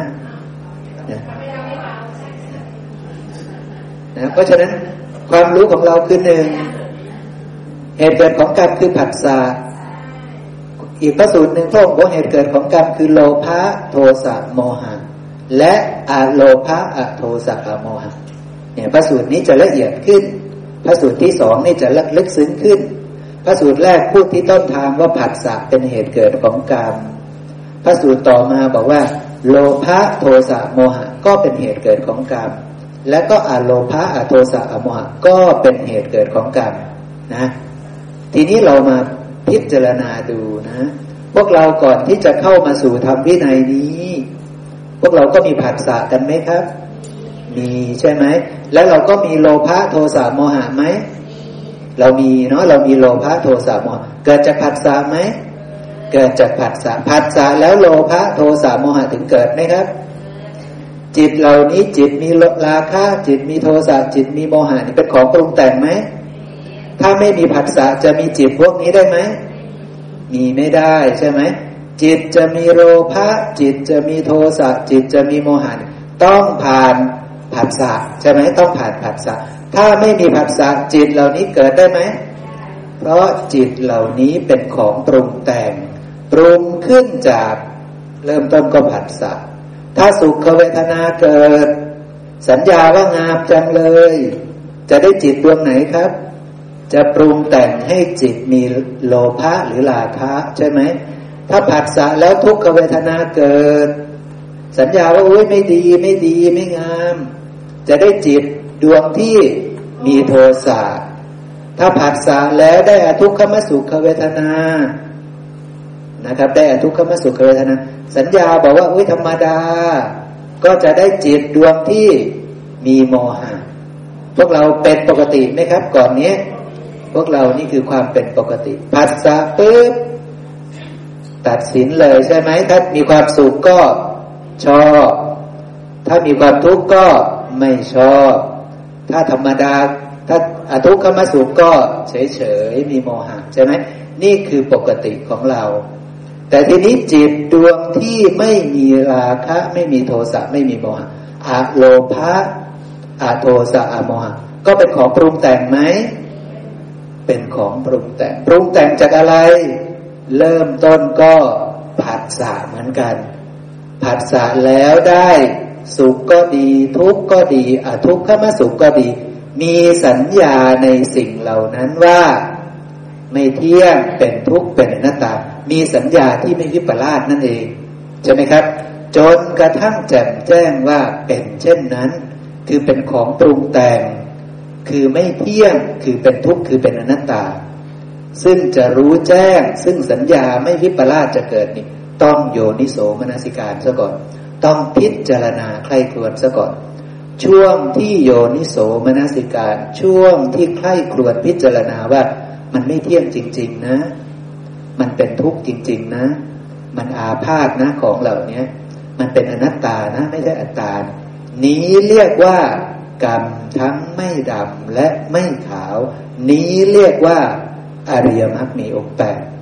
เพราะฉะนั้นความรู้ของเราคือหนึ่งเหตุเกิดของกรรมคือผัสสะอีกพระสูตรหนึ่งพระองค์บอกเหตุเกิดของกรรมคือโลภะโทสะโมหะและอโลภะอโทสะอโมหะเนี่ยพระสูตรนี้จะละเอียดขึ้นพระสูตรที่สองนี่จะลึกซึ้งขึ้นพระสูตรแรกพูดที่ต้นทางว่าผัสสะเป็นเหตุเกิดของกรรมพระสูตรต่อมาบอกว่าโลภะโทสะโมหะก็เป็นเหตุเกิดของกรรมและก็อโลภะอโทสะอโมหะก็เป็นเหตุเกิดของกรรมนะทีนี้เรามาพิจารณาดูนะพวกเราก่อนที่จะเข้ามาสู่ธรรมวินัยนี้พวกเราก็มีผัสสะกันไหมครับมีใช่ไหมแล้วเราก็มีโลภะโทสะโมหะไหมเรามีเนาะเรามีโลภะโทสะโมหะเกิดจากผัสสะไหมเกิดจากผัสสะผัสสะแล้วโลภะโทสะโมหะถึงเกิดไหมครับจิตเหล่านี้จิตมีราคะจิตมีโทสะจิตมีโมหะนี่เป็นของปรุงแต่งไหมถ้าไม่มีผัสสะจะมีจิตพวกนี้ได้ไหมมีไม่ได้ใช่ไหมจิตจะมีโลภะจิตจะมีโทสะจิตจะมีโมหะต้องผ่านผัสสะใช่ไหมต้องผ่านผัสสะถ้าไม่มีผัสสะจิตเหล่านี้เกิดได้ไหมเพราะจิตเหล่านี้เป็นของปรุงแต่งปรุงขึ้นจากเริ่มต้นก็ผัสสะถ้าสุขเวทนาเกิดสัญญาว่างามจังเลยจะได้จิตดวงไหนครับจะปรุงแต่งให้จิตมีโลภะหรือราคะใช่ไหมถ้าผัสสะแล้วทุกขเวทนาเกิดสัญญาว่าโอ๊ยไม่ดีไม่ดีไม่งามจะได้จิตดวงที่มีโทสะถ้าผัสสะแล้วได้อทุกขมสุขเวทนานะครับได้อทุกขมสุขเวทนาสัญญาบอกว่าอุ๊ยธรรมดาก็จะได้จิตดวงที่มีโมหะพวกเราเป็นปกติไหมครับก่อนนี้พวกเรานี่คือความเป็นปกติผัสสะปุ๊บตัดสินเลยใช่ไหมถ้ามีความสุขก็ชอบถ้ามีความทุกข์ก็ไม่ชอบถ้าธรรมดาถ้าอทุกขมสุขก็เฉยๆมีโมหะใช่ไหมนี่คือปกติของเราแต่ทีนี้จิตดวงที่ไม่มีราคะไม่มีโทสะไม่มีโมหะอโลภะอโทสะอโมหะก็เป็นของปรุงแต่งไหมเป็นของปรุงแต่งปรุงแต่งจากอะไรเริ่มต้นก็ผัสสะเหมือนกันผัสสะแล้วได้สุขก็ดีทุกข์ก็ดีอทุกขมสุขก็ดีมีสัญญาในสิ่งเหล่านั้นว่าไม่เที่ยงเป็นทุกข์เป็นอนัตตามีสัญญาที่ไม่วิปลาสนั่นเองใช่ไหมครับจนกระทั่งแจ่มแจ้งว่าเป็นเช่นนั้นคือเป็นของปรุงแต่งคือไม่เที่ยงคือเป็นทุกข์คือเป็นอนัตตาซึ่งจะรู้แจ้งซึ่งสัญญาไม่วิปลาสจะเกิดนี่ต้องโยนิโสมนสิการซะก่อนต้องพิจารณาใคร่ครวญซะก่อนช่วงที่โยนิโสมนสิการช่วงที่ใคร่ครวญพิจารณาว่ามันไม่เที่ยงจริงๆนะมันเป็นทุกข์จริงๆนะมันอาพาธนะของเหล่านี้มันเป็นอนัตตานะไม่ใช่อัตตานี้เรียกว่ากรรมทั้งไม่ดำและไม่ขาวนี้เรียกว่าอริยมรรคมีองค์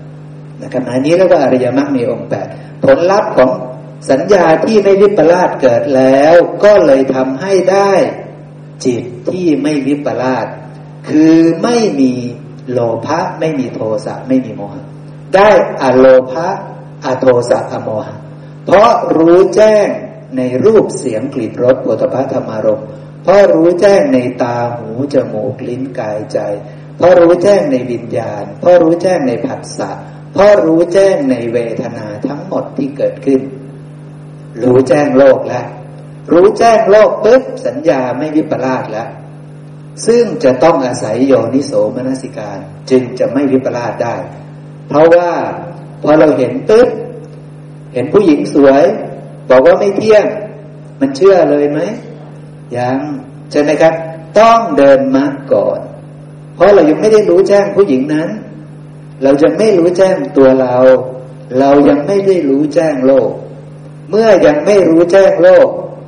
8นะครับอันนี้เรียกว่าอริยมรรคมีองค์8ผลลัพธ์ของสัญญาที่ไม่วิปลาสเกิดแล้วก็เลยทำให้ได้จิตที่ไม่วิปลาสคือไม่มีโลภะไม่มีโทสะไม่มีโมหะได้อโลภะอโทสะอโมหะเพราะรู้แจ้งในรูปเสียงกลิ่นรสโผฏฐัพพะธรรมารมณ์เพราะรู้แจ้งในตาหูจมูกลิ้นกายใจเพราะรู้แจ้งในวิญญาณเพราะรู้แจ้งในผัสสะเพราะรู้แจ้งในเวทนาทั้งหมดที่เกิดขึ้นรู้แจ้งโลกแล้วรู้แจ้งโลกปุ๊บสัญญาไม่วิปลาสแล้วซึ่งจะต้องอาศัยโยนิโสมนสิการจึงจะไม่วิปลาสได้เพราะว่าพอเราเห็นปุ๊บเห็นผู้หญิงสวยบอกว่าไม่เที่ยงมันเชื่อเลยไหมยังใช่ไหมครับต้องเดินมรรคก่อนเพราะเรายังไม่ได้รู้แจ้งผู้หญิงนั้นเรายังไม่รู้แจ้งตัวเรายังไม่ได้รู้แจ้งโลกเมื่อยังไม่รู้แจ้งโลก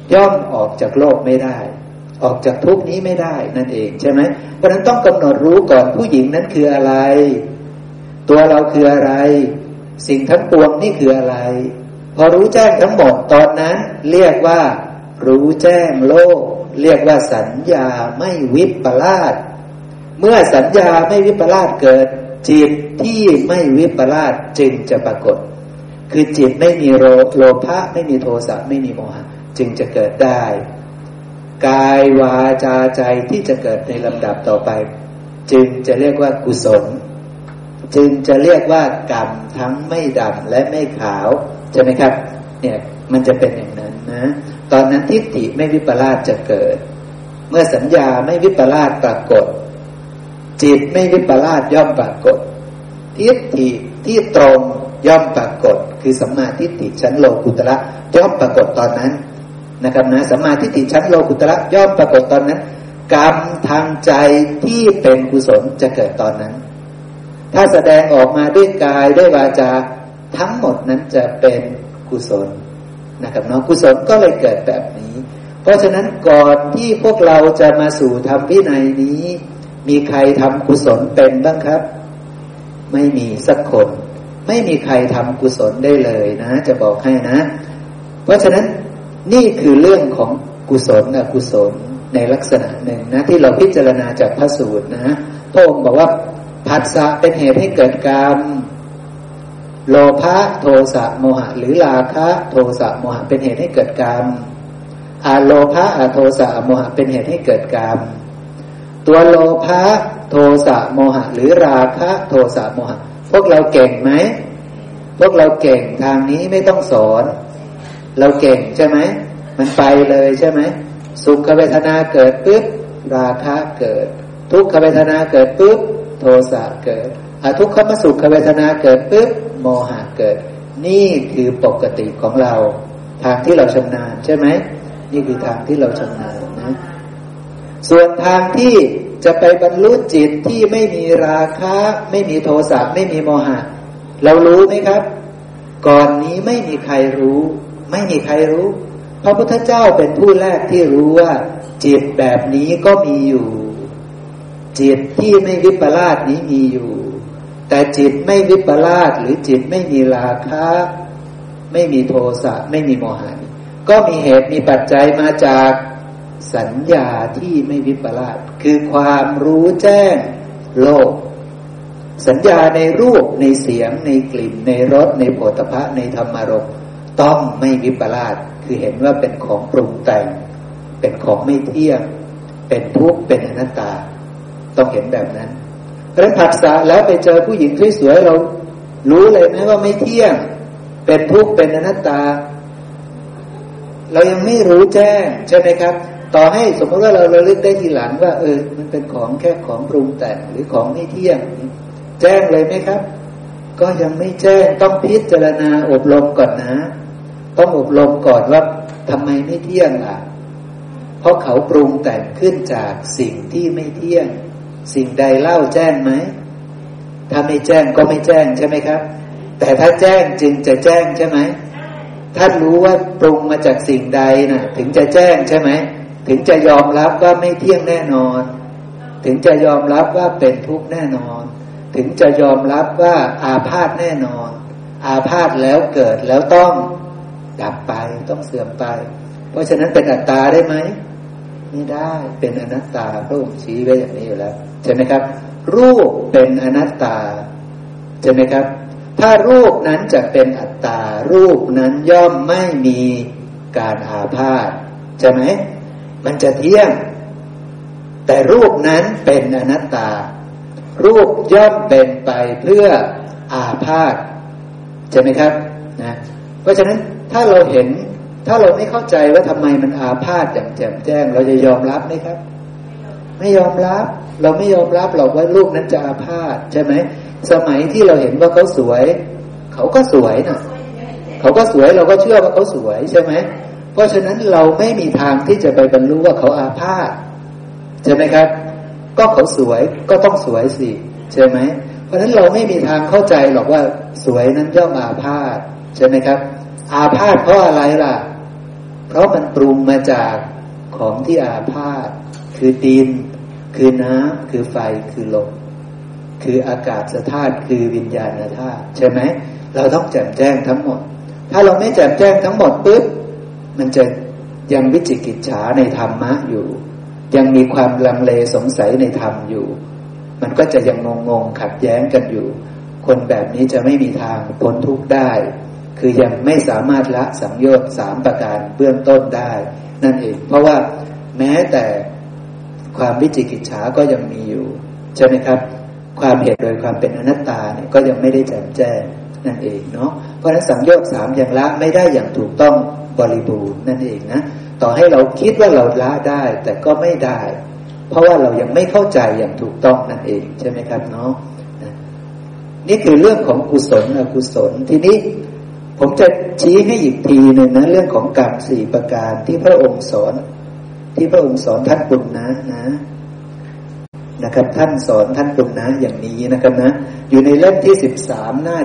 ย่อมออกจากโลกไม่ได้ออกจากทุกข์นี้ไม่ได้นั่นเองใช่ไหมเพราะฉะนั้นต้องกำหนดรู้ก่อนผู้หญิงนั้นคืออะไรตัวเราคืออะไรสิ่งทั้งปวงนี่คืออะไรพอรู้แจ้งทั้งหมดตอนนั้นเรียกว่ารู้แจ้งโลกเรียกว่าสัญญาไม่วิปลาสเมื่อสัญญาไม่วิปลาสเกิดจิตที่ไม่วิปลาสจึงจะปรากฏคือจิตไม่มีโลภะไม่มีโทสะไม่มีโมหะจึงจะเกิดได้กายวาจาใจที่จะเกิดในลำดับต่อไปจึงจะเรียกว่ากุศลจึงจะเรียกว่ากรรมทั้งไม่ดำและไม่ขาวใช่ไหมครับเนี่ยมันจะเป็นอย่างนั้นนะตอนนั้นทิฏฐิไม่วิปลาสจะเกิดเมื่อสัญญาไม่วิปลาสปรากฏจิตไม่วิปลาสย่อมปรากฏทิฏฐิที่ตรงย่อมปรากฏคือสัมมาทิฏฐิชั้นโลกุตระย่อมปรากฏตอนนั้นนะครับนะสัมมาทิฏฐิชั้นโลกุตระย่อมปรากฏตอนนั้นกรรมทางใจที่เป็นกุศลจะเกิดตอนนั้นถ้าแสดงออกมาด้วยกายด้วยวาจาทั้งหมดนั้นจะเป็นกุศลนะครับเนาะกุศลก็เลยเกิดแบบนี้เพราะฉะนั้นก่อนที่พวกเราจะมาสู่ธรรมวินัยนี้มีใครทำกุศลเป็นบ้างครับไม่มีสักคนไม่มีใครทำกุศลได้เลยนะจะบอกให้นะเพราะฉะนั้นนี่คือเรื่องของกุศลอกุศลในลักษณะหนึ่งนะที่เราพิจารณาจากพระสูตรนะพระองค์บอกว่าผัสสะเป็นเหตุให้เกิดกรรมโลภะโทสะโมหะหรือราคะโทสะโมหะเป็นเหตุให้เกิดกรรมอโลภะอโทสะโมหะเป็นเหตุให้เกิดกรรมตัวโลภะโทสะโมหะหรือราคะโทสะโมหะพวกเราเก่งไหมพวกเราเก่งทางนี้ไม่ต้องสอนเราเก่งใช่ไหมมันไปเลยใช่ไหมสุขเวทนาเกิดปุ๊บราคะเกิดทุกขเวทนาเกิดปุ๊บโทสะเกิดอทุกขมสุขเวทนาเกิดปุ๊บโมหะเกิดนี่คือปกติของเราทางที่เราชำนาญใช่ไหมนี่คือทางที่เราชำนาญนะส่วนทางที่จะไปบรรลุจิตที่ไม่มีราคะไม่มีโทสะไม่มีโมหะเรารู้ไหมครับก่อนนี้ไม่มีใครรู้ไม่มีใครรู้พระพุทธเจ้าเป็นผู้แรกที่รู้ว่าจิตแบบนี้ก็มีอยู่จิตที่ไม่วิปลาสนี้มีอยู่แต่จิตไม่วิปลาสหรือจิตไม่มีราคะไม่มีโทสะไม่มีโมหะก็มีเหตุมีปัจจัยมาจากสัญญาที่ไม่วิปลาสคือความรู้แจ้งโลกสัญญาในรูปในเสียงในกลิ่นในรสในโผฏฐัพพะในธรรมารมณ์ต้องไม่วิปลาสคือเห็นว่าเป็นของปรุงแต่งเป็นของไม่เที่ยงเป็นทุกข์เป็นอนัตตาต้องเห็นแบบนั้นเพราะฉะนั้นผัสสะแล้วไปเจอผู้หญิงสวยๆเรารู้เลยไหมว่าไม่เที่ยงเป็นทุกข์เป็นอนัตตาเรายังไม่รู้แจ้งใช่ไหมครับต่อให้สมมติว่าเราระลึกได้ทีหลังว่ามันเป็นของแค่ของปรุงแต่งหรือของไม่เที่ยงแจ้งเลยไหมครับก็ยังไม่แจ้งต้องพิจารณาอบรมก่อนนะต้องอบรมก่อนว่าทำไมไม่เที่ยงล่ะเพราะเขาปรุงแต่งขึ้นจากสิ่งที่ไม่เที่ยงสิ่งใดเล่าแจ้งไหมถ้าไม่แจ้งก็ไม่แจ้งใช่ไหมครับแต่ถ้าแจ้งจึงจะแจ้งใช่ไหมถ้ารู้ว่าปรุงมาจากสิ่งใดน่ะถึงจะแจ้งใช่ไหมถึงจะยอมรับว่าไม่เที่ยงแน่นอนถึงจะยอมรับว่าเป็นทุกข์แน่นอนถึงจะยอมรับว่าอาพาธแน่นอนอาพาธแล้วเกิดแล้วต้องดับไปต้องเสื่อมไปเพราะฉะนั้นเป็นอัตตาได้ไหมไม่ได้เป็นอนัตตาพระองค์ชี้ไว้อย่างนี้อยู่แล้วใช่ไหมครับรูปเป็นอนัตตาใช่ไหมครับถ้ารูปนั้นจะเป็นอัตตารูปนั้นย่อมไม่มีการอาพาธใช่ไหมมันจะเที่ยงแต่รูปนั้นเป็นอนัตตารูปย่อมเป็นไปเพื่ออาพาธใช่ไหมครับนะเพราะฉะนั้นถ้าเราเห็นถ้าเราไม่เข้าใจว่าทำไมมันอาพาธอย่างแจ่มแจ้งเราจะยอมรับไหมครับไม่ยอมรับเราไม่ยอมรับหรอกว่ารูปนั้นจะอาพาธใช่ไหมสมัยที่เราเห็นว่าเขาสวยเขาก็สวยนะเขาก็สวยเราก็เชื่อว่าเขาสวยใช่ไหมเพราะฉะนั้นเราไม่มีทางที่จะไปบรรลุว่าเขาอาพาธใช่ไหมครับก็เขาสวยก็ต้องสวยสิใช่ไหมเพราะฉะนั้นเราไม่มีทางเข้าใจหรอกว่าสวยนั้นย่อมอาพาธใช่ไหมครับอาพาธเพราะอะไรล่ะเพราะมันปรุงมาจากของที่อาพาธคือดินคือน้ำคือไฟคือลมคืออากาศธาตุคือวิญญาณธาตุใช่ไหมเราต้องแจ่มแจ้งทั้งหมดถ้าเราไม่แจ่มแจ้งทั้งหมดปุ๊บมันจะยังวิจิกิจฉาในธรรมะอยู่ยังมีความลังเลสงสัยในธรรมอยู่มันก็จะยังงงขัดแย้งกันอยู่คนแบบนี้จะไม่มีทางพ้นทุกข์ได้คือยังไม่สามารถละสังโยชน์3ประการเบื้องต้นได้นั่นเองเพราะว่าแม้แต่ความวิจิกิจฉาก็ยังมีอยู่ใช่ไหมครับความเห็นโดยความเป็นอนัตตาเนี่ยก็ยังไม่ได้แจ่มแจ้งนั่นเองเนาะเพราะฉะนั้นสังโยชน์3ยังละไม่ได้อย่างถูกต้องบริบูรณ์นั่นเองนะต่อให้เราคิดว่าเราละได้แต่ก็ไม่ได้เพราะว่าเรายังไม่เข้าใจอย่างถูกต้องนั่นเองใช่ไหมครับเนาะนี่คือเรื่องของกุศลอกุศลทีนี้ผมจะชี้ให้อีกทีหนึ่งนะเรื่องของกรรม4ประการที่พระองค์สอนท่านปุณณะนะครับท่านสอนท่านปุณณะอย่างนี้นะครับนะอยู่ในเล่มที่13หน้า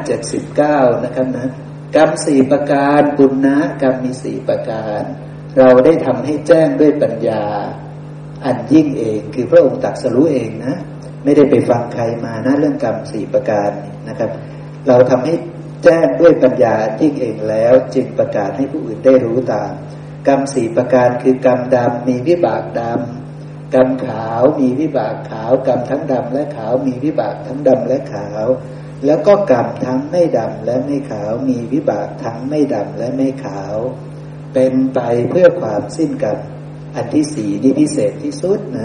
79นะครับนะกรรม4ประการปุณณะกรรมมี4ประการเราได้ทำให้แจ้งด้วยปัญญาอันยิ่งเองคือพระองค์ตรัสรู้เองนะไม่ได้ไปฟังใครมานะเรื่องกรรม4ประการนะครับเราทำให้แจ้งด้วยปัญญายิ่งเองแล้วจึงประกาศให้ผู้อื่นได้รู้ตามกรรม4ประการคือกรรมดำมีวิบากดำกรรมขาวมีวิบากขาวกรรมทั้งดำและขาวมีวิบากทั้งดำและขาวแล้วก็กรรมทั้งไม่ดำและไม่ขาวมีวิบากทั้งไม่ดำและไม่ขาวเป็นไปเพื่อความสิ้นกรรมอันที่4นี่พิเศษที่สุดนะ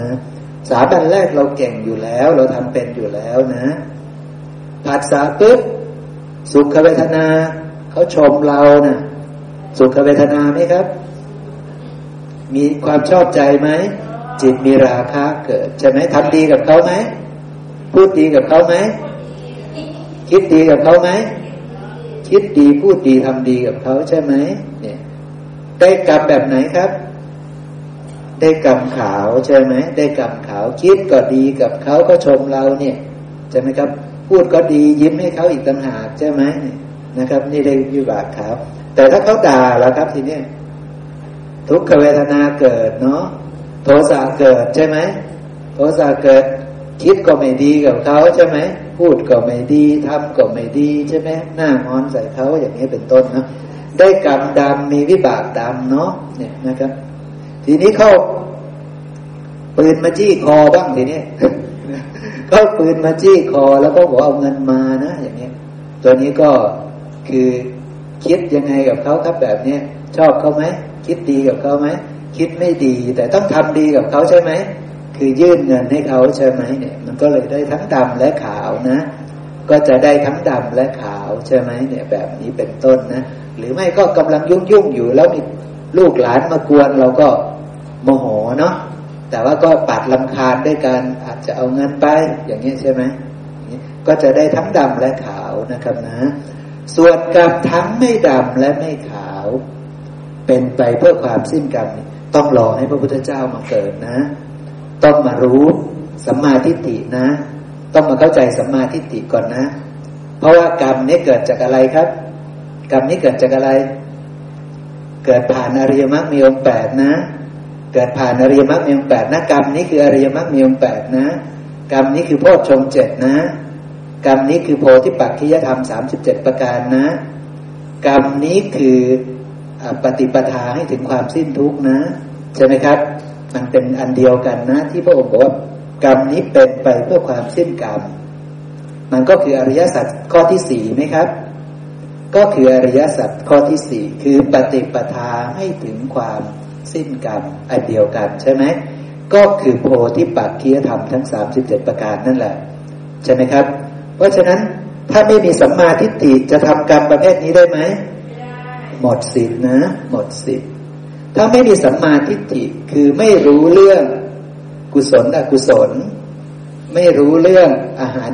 3อันแรกเราเก่งอยู่แล้วเราทำเป็นอยู่แล้วนะผัสสะปุ๊บสุขเวทนาเขาชมเรานะสุขเวทนาไหมครับมีความชอบใจไหมจิตมีราคะเกิดใช่ไหมทำดีกับเขาไหมพูดดีกับเขาไหมคิดดีกับเขาไหมคิดดีพูดดีทำดีกับเขาใช่ไหมเนี่ยได้กรรมแบบไหนครับได้กรรมขาวใช่ไหมได้กรรมขาวคิดก็ดีกับเขาก็ชมเราเนี่ยใช่ไหมครับพูดก็ดียิ้มให้เขาอีกต่างหากใช่ไหมนะครับนี่ได้วิบากขาวแต่ถ้าเขาด่าแล้วครับทีนี้ทุกขเวทนาเกิดเนาะโทสะเกิดใช่ไหมโทสะเกิดคิดก็ไม่ดีกับเขาใช่ไหมพูดก็ไม่ดีทำก็ไม่ดีใช่ไหมหน้างอนใส่เขาอย่างนี้เป็นต้นนะได้กรรมดำมีวิบากดำเนาะเนี่ยนะครับทีนี้เข้าปืนมาจี้คอบ้างทีนี้เข้าปืนมาจี้คอแล้วก็บอกเอาเงินมานะอย่างนี้ตัวนี้ก็คือคิดยังไงกับเขาครับแบบนี้ชอบเขาไหมคิดดีกับเขาไหมคิดไม่ดีแต่ต้องทำดีกับเขาใช่ไหมคือยื่นเงินให้เขาใช่ไหมเนี่ยมันก็เลยได้ทั้งดำและขาวนะก็จะได้ทั้งดำและขาวใช่ไหมเนี่ยแบบนี้เป็นต้นนะหรือไม่ก็กำลังยุ่งอยู่แล้วมีลูกหลานมากวนเราก็โมโหเนาะแต่ว่าก็ปัดรำคาญด้วยกันอาจจะเอาเงินไปอย่างนี้ใช่ไหมก็จะได้ทั้งดำและขาวนะครับนะส่วนกรรมทั้งไม่ดำและไม่ขาวเป็นไปเพื่อความสิ้นกรรมต้องรอให้พระพุทธเจ้ามาเกิดนะต้องมารู้สัมมาทิฏฐินะต้องมาเข้าใจสัมมาทิฏฐิก่อนนะเพราะว่ากรรมนี้เกิดจากอะไรครับกรรมนี้เกิดจากอะไรเกิดผ่านอริยมรรคมีองค์8นะเกิดผ่านอริยมรรคมีองค์8นะกรรมนี้คืออริยมรรคมีองค์8นะกรรมนี้คือโพชฌงค์7นะกรรมนี้คือโพธิปักขิยธรรม37ประการนะกรรมนี้คือปฏิปทาให้ถึงความสิ้นทุกข์นะใช่ไหมครับมันเป็นอันเดียวกันนะที่พระองค์บอกว่ากรรมนี้เป็นไปเพื่อความสิ้นกรรมมันก็คืออริยสัจข้อที่4ไหมครับก็คืออริยสัจข้อที่4คือปฏิปทาให้ถึงความสิ้นกรรมอันเดียวกันใช่ไหมก็คือโพธิปักขิยธรรมทั้ง37ประการนั่นแหละใช่ไหมครับเพราะฉะนั้นถ้าไม่มีสัมมาทิฏฐิจะทำกรรมประเภทนี้ได้ไหมหมดสิทธินะหมดสิทธิถ้าไม่มีสัมมาทิฏฐิคือไม่รู้เรื่องกุศลอกุศลไม่รู้เรื่องอาหาร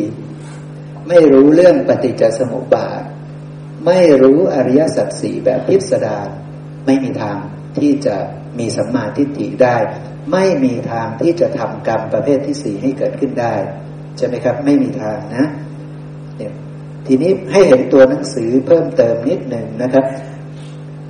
4ไม่รู้เรื่องปฏิจจสมุปบาทไม่รู้อริยสัจ4แบบพิสดารไม่มีทางที่จะมีสัมมาทิฏฐิได้ไม่มีทางที่จะทำกรรมประเภทที่4ให้เกิดขึ้นได้ใช่ไหมครับไม่มีทางนะทีนี้ให้เห็นตัวหนังสือเพิ่มเติมนิดหนึ่งนะครับ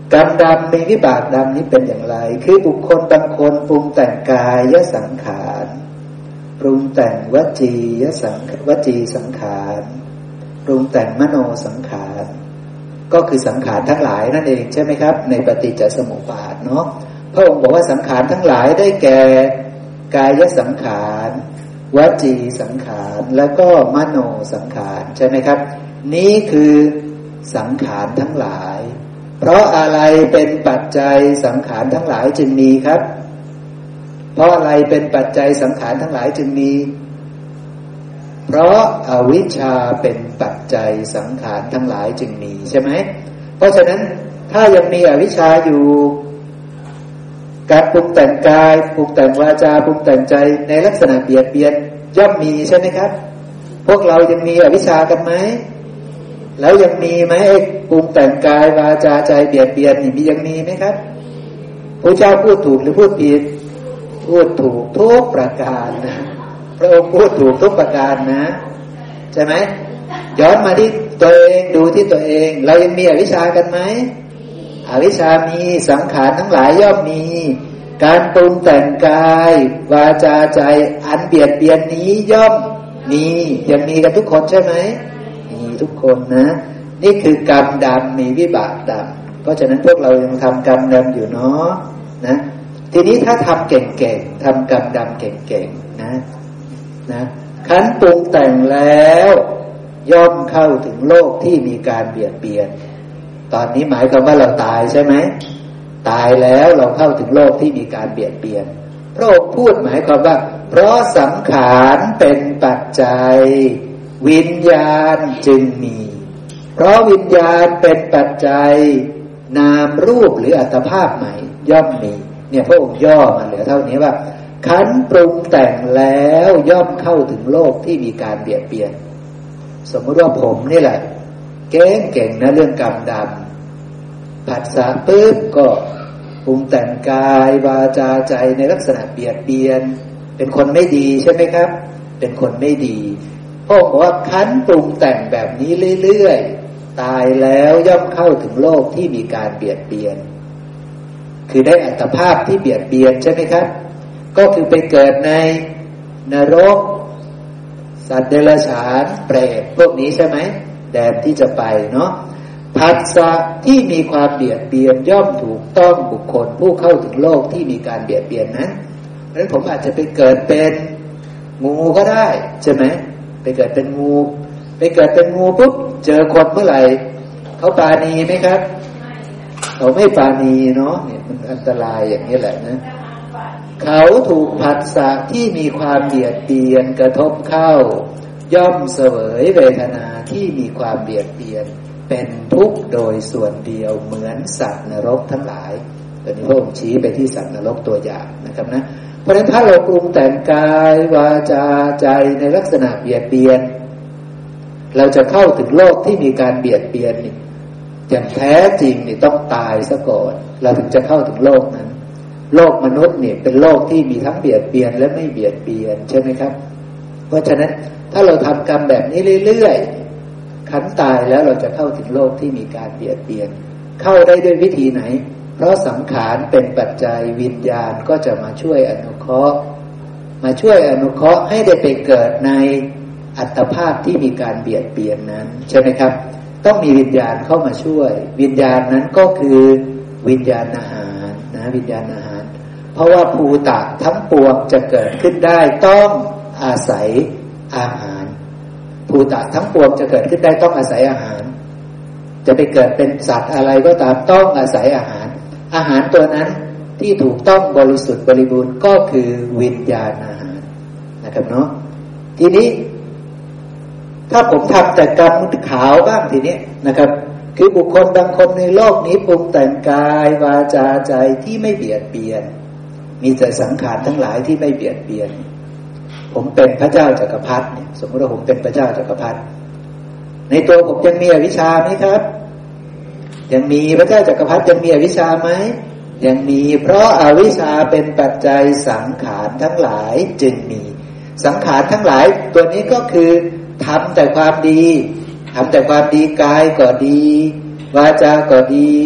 กรรมดำมีวิบากดำนี้เป็นอย่างไรคือบุคคลบางคนปรุงแต่งกายสังขารปรุงแต่งวจีสังขารปรุงแต่งมโนสังขารก็คือสังขารทั้งหลายนั่นเองใช่ไหมครับในปฏิจจสมุปบาทเนาะพระองค์บอกว่าสังขารทั้งหลายได้แก่กายสังขารวจีสังขารแล้วก็มโนสังขารใช่ไหมครับนี่คือสังขารทั้งหลายเพราะอะไรเป็นปัจจัยสังขารทั้งหลายจึงมีครับเพราะอะไรเป็นปัจจัยสังขารทั้งหลายจึงมีเพราะอวิชชาเป็นปัจจัยสังขารทั้งหลายจึงมีใช่ไหมเพราะฉะนั้นถ้ายังมีอวิชชาอยู่การปรุงแต่งกายปรุงแต่งวาจาปรุงแต่งใจในลักษณะเบียดเบียนย่อมมีใช่ไหมครับพวกเรายังมีอวิชชากันไหมแล้วยังมีไหมไอ้ปรุงแต่งกายวาจาใจเบียดเบียนนี่มียังมีไหมครับพระเจ้าพูดถูกหรือพูดผิดพูดถูกทุกประการนะพระองค์พูดถูกทุกประการนะใช่ไหมย้อนมาที่ตัวเองดูที่ตัวเองเรายังมีอวิชชากันไหมอวิชชามีสังขารทั้งหลายย่อมมีการปรุงแต่งกายวาจาใจอันเบียดเบียนนี้ย่อมมียังมีกันทุกคนใช่ไหมมีทุกคนนะนี่คือกรรมดำมีวิบากดำเพราะฉะนั้นพวกเรายังทำกรรมดำอยู่เนาะนะทีนี้ถ้าทำเก่งๆทำกรรมดำเก่งๆนะขันปรุงแต่งแล้วย่อมเข้าถึงโลกที่มีการเบียดเบียนตอนนี้หมายความว่าเราตายใช่ไหมตายแล้วเราเข้าถึงโลกที่มีการเบียดเบียนพระองค์พูดหมายความว่าเพราะสังขารเป็นปัจจัยวิญญาณจึงมีเพราะวิญญาณเป็นปัจจัยนามรูปหรืออัตภาพใหม่ย่อมมีเนี่ยพระองค์ย่อมาเหลือเท่านี้ว่าขันปรุงแต่งแล้วย่อมเข้าถึงโลกที่มีการเบียดเบียนสมมติว่าผมนี่แหละเก่งนะเรื่องกรรมดำผัสสะปุ๊บก็ปรุงแต่งกายวาจาใจในลักษณะเบียดเบียนเป็นคนไม่ดีใช่ไหมครับเป็นคนไม่ดีพระองค์บอกว่าขันปรุงแต่งแบบนี้เรื่อยๆตายแล้วย่อมเข้าถึงโลกที่มีการเบียดเบียนคือได้อัตภาพที่เบียดเบียนใช่ไหมครับก็คือไปเกิดในนรกสัตว์เดรัจฉานเปรตพวกนี้ใช่ไหมแดนที่จะไปเนาะผัสสะที่มีความเบียดเบียนย่อมถูกต้องบุคคลผู้เข้าถึงโลกที่มีการเบียดเบียนนั้นเพราะฉะนั้นผมอาจจะไปเกิดเป็นงูก็ได้ใช่ไหมไปเกิดเป็นงูปุ๊บเจอคนเมื่อไหร่เขาปราณีไหมครับเขาไม่ปราณีเนาะเนี่ยมันอันตรายอย่างนี้แหละนะเขาถูกผัสสะที่มีความเบียดเบียนกระทบเข้าย่อมเสวยเวทนาที่มีความเบียดเบียนเป็นทุกข์โดยส่วนเดียวเหมือนสัตว์นรกทั้งหลายตอนนี้พระองค์ชี้ไปที่สัตว์นรกตัวอย่างนะครับนะเพราะฉะนั้นถ้าเราปรุงแต่งกายวาจาใจในลักษณะเบียดเบียนเราจะเข้าถึงโลกที่มีการเบียดเบียนนี่อย่างแท้จริงนี่ต้องตายซะก่อนเราถึงจะเข้าถึงโลกนั้นโลกมนุษย์เนี่ยเป็นโลกที่มีทั้งเบียดเบียนและไม่เบียดเบียนใช่ไหมครับเพราะฉะนั้นถ้าเราทำกรรมแบบนี้เรื่อยๆขันตายแล้วเราจะเข้าถึงโลกที่มีการเบียดเบียนเข้าได้ด้วยวิธีไหนเพราะสังขารเป็นปัจจัยวิญญาณก็จะมาช่วยอนุเคราะห์ให้ได้ไปเกิดในอัตภาพที่มีการเบียดเบียนนั้นใช่ไหมครับต้องมีวิญญาณเข้ามาช่วยวิญญาณนั้นก็คือวิญญาณอาหารนะวิญญาณอาหารเพราะว่าภูตะทั้งปวงจะเกิดขึ้นได้ต้องอาศัยอาหารภูตะทั้งปวงจะเกิดขึ้นได้ต้องอาศัยอาหารจะไปเกิดเป็นสัตว์อะไรก็ตามต้องอาศัยอาหารตัวนั้นที่ถูกต้องบริสุทธิ์บริบูรณ์ก็คือวิญญาณอาหารนะครับเนาะทีนี้ถ้าผมทำแต่กรรมขาวบ้างทีนี้นะครับคือบุคคลบางคนในโลกนี้ปรุงแต่งกายวาจาใจที่ไม่เบียดเบียนมีแต่สังขารทั้งหลายที่ไม่เบียดเบียนผมเป็นพระเจ้าจักรพรรดิเนี่ยสมมติว่าผมเป็นพระเจ้าจักรพรรดิในตัวผมยังมีอวิชชาไหมครับยังมีพระเจ้าจักรพรรดิยังมีอวิชชาไหมยังมีเพราะอวิชชาเป็นปัจจัยสังขารทั้งหลายจึงมีสังขารทั้งหลายตัวนี้ก็คือทำแต่ความดีกายก็ดีวาจาก็ดี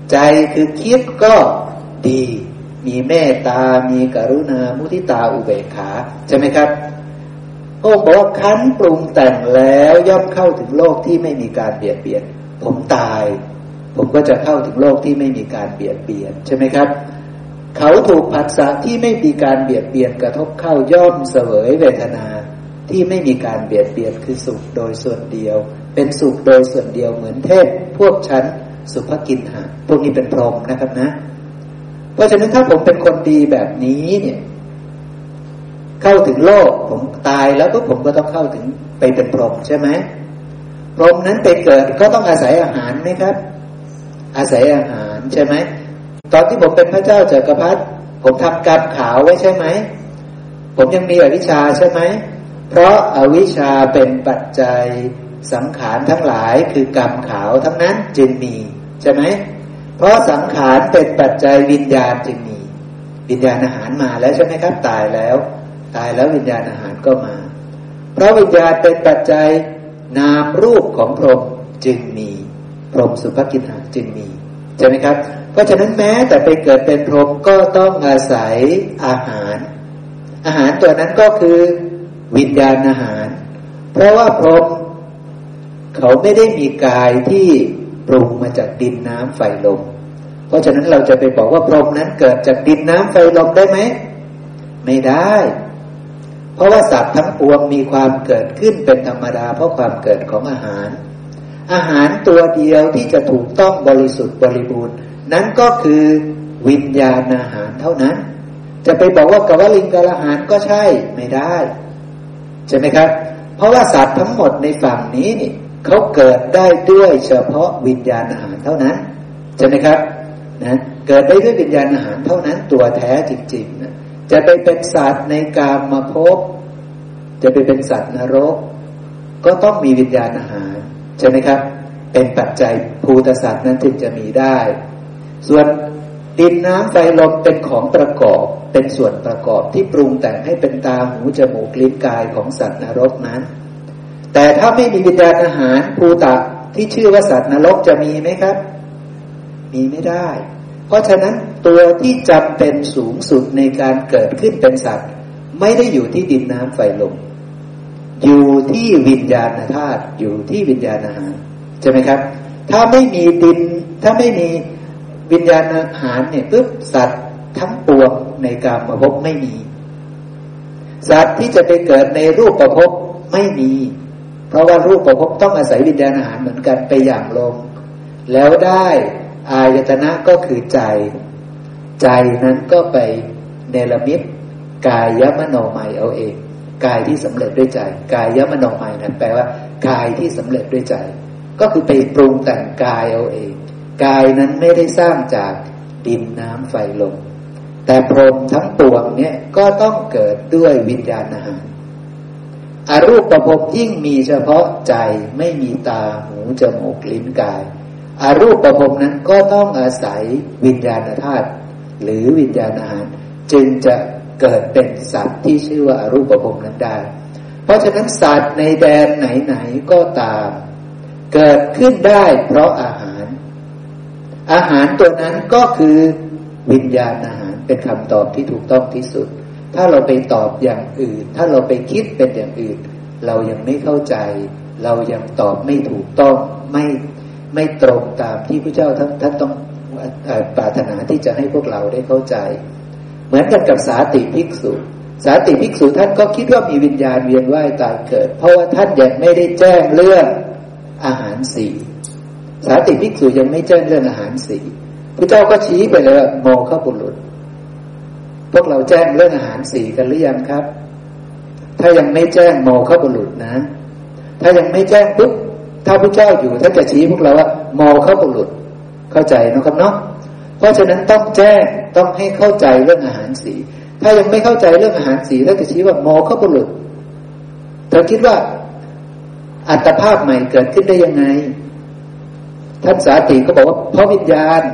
ใจคือคิดก็ดีมีเมตตามีกรุณามุทิตาอุเบกขาใช่ไหมครับพระองค์บอกว่าคั้นปรุงแต่งแล้วย่อมเข้าถึงโลกที่ไม่มีการเบียดเบียนผมตายผมก็จะเข้าถึงโลกที่ไม่มีการเบียดเบียนใช่ไหมครับเขาถูกผัสสะที่ไม่มีการเบียดเบียนกระทบเข้าย่อมเสวยเวทนาที่ไม่มีการเบียดเบียนคือสุขโดยส่วนเดียวเป็นสุขโดยส่วนเดียวเหมือนเทพพวกชั้นสุภกินหาพวกนี้เป็นพรหมนะครับนะเพราะฉะนั้นถ้าผมเป็นคนดีแบบนี้เนี่ยเข้าถึงโลกผมตายแล้วก็ผมก็ต้องเข้าถึงไปเป็นพรหมใช่ไหมพรหมนั้นไปเกิดก็ต้องอาศัยอาหารไหมครับอาศัยอาหารใช่ไหมตอนที่ผมเป็นพระเจ้าจักรพรรดิผมทำกรรมขาวไว้ใช่ไหมผมยังมีอวิชชาใช่ไหมเพราะอวิชชาเป็นปัจจัยสังขารทั้งหลายคือกรรมขาวทั้งนั้นจึงมีใช่ไหมเพราะสังขารเป็นปัจจัยวิญญาณจึงมีวิญญาณอาหารมาแล้วใช่ไหมครับตายแล้ววิญญาณอาหารก็มาเพราะวิญญาณเป็นปัจจัยนามรูปของพรหมจึงมีพรหมสุภกินหาจึงมีใช่ไหมครับเพราะฉะนั้นแม้แต่ไปเกิดเป็นพรหมก็ต้องอาศัยอาหารตัวนั้นก็คือวิญญาณอาหารเพราะว่าพรหมเขาไม่ได้มีกายที่ปรุงมาจากดินน้ำไฟลมเพราะฉะนั้นเราจะไปบอกว่าพรหมนั้นเกิดจากดินน้ำไฟลมได้ไหมไม่ได้เพราะว่าสัตว์ทั้งปวงมีความเกิดขึ้นเป็นธรรมดาเพราะความเกิดของอาหารตัวเดียวที่จะถูกต้องบริสุทธิ์บริบูรณ์นั้นก็คือวิญญาณอาหารเท่านั้นจะไปบอกว่ากวลิงกาลอาหารก็ใช่ไม่ได้ใช่ไหมครับเพราะว่าสัตว์ทั้งหมดในฝั่งนี้นี่เขาเกิดได้ด้วยเฉพาะวิญญาณอาหารเท่านั้นใช่ไหมครับนะเกิดได้ด้วยวิญญาณอาหารเท่านั้นตัวแท้จริงๆนะจะไปเป็นสัตว์ในกามภพจะไปเป็นสัตว์นรกก็ต้องมีวิญญาณอาหารใช่ไหมครับเป็นปัจจัยภูตสัตว์นั้นถึงจะมีได้ส่วนดินน้ำไฟลมเป็นของประกอบเป็นส่วนประกอบที่ปรุงแต่งให้เป็นตาหูจมูกลิ้นกายของสัตว์นรกนั้นแต่ถ้าไม่มีวิญญาณอาหารภูตะที่ชื่อว่าสัตว์นรกจะมีไหมครับมีไม่ได้เพราะฉะนั้นตัวที่จำเป็นสูงสุดในการเกิดขึ้นเป็นสัตว์ไม่ได้อยู่ที่ดินน้ำไฟลมอยู่ที่วิญญาณธาตุอยู่ที่วิญญาณอาหารใช่ไหมครับถ้าไม่มีดินถ้าไม่มีวิญญาณอาหารเนี่ยปุ๊บสัตว์ทั้งปวงในกามภพไม่มีสัตว์ที่จะไปเกิดในรูปภพไม่มีเพราะว่ารูปภพต้องอาศัยวิญญาณอาหารเหมือนกันไปอย่างลงแล้วได้อายตนะก็คือใจนั้นก็ไปเนรมิตกายมโนมัยเอาเองกายที่สำเร็จด้วยใจกายมโนมัยนั้นแปลว่ากายที่สำเร็จด้วยใจก็คือไปปรุงแต่งกายเอาเองกายนั้นไม่ได้สร้างจากดินน้ำไฟลมแต่พรหมทั้งปวงเนี่ยก็ต้องเกิดด้วยวิญญาณอาหารอรูปภพยิ่งมีเฉพาะใจไม่มีตาหูจมูกลิ้นกายอรูปภพนั้นก็ต้องอาศัยวิญญาณธาตุหรือวิญญาณอาหารจึงจะเกิดเป็นสัตว์ที่ชื่อว่าอรูปภพนั้นได้เพราะฉะนั้นสัตว์ในแดนไหนๆก็ตามเกิดขึ้นได้เพราะอาหารตัวนั้นก็คือวิญญาณอาหารเป็นคำตอบที่ถูกต้องที่สุดถ้าเราไปตอบอย่างอื่นถ้าเราไปคิดเป็นอย่างอื่นเรายังไม่เข้าใจเรายังตอบไม่ถูกต้องไม่ตรงตามที่พระเจ้าท่านต้องปรารถนาที่จะให้พวกเราได้เข้าใจเหมือนกันกับสาติภิกษุท่านก็คิดว่ามีวิญญาณเวียนว่ายตายเกิดเพราะว่าท่านยังไม่ได้แจ้งเรื่องอาหารสี่สาติภิกษุยังไม่แจ้งเรื่องอาหารสี่พระเจ้าก็ชี้ไปเลยว่าโมฆะบุรุษพวกเราแจ้งเรื่องอาหารสี่กันหรือยังครับถ้ายังไม่แจ้งโมฆะบุรุษนะถ้ายังไม่แจ้งปุ๊บถ้าพระเจ้าอยู่ท่านจะชี้พวกเราว่าโมฆะบุรุษเข้าใจนะครับเนาะเพราะฉะนั้นต้องแจ้งต้องให้เข้าใจเรื่องอาหารสี่ถ้ายังไม่เข้าใจเรื่องอาหารสี่ท่านจะชี้ว่าโมฆะบุรุษเธอคิดว่าอัตภาพใหม่เกิดขึ้นได้ยังไงท่านสาติก็บอกว่าเพราะวิญญาณ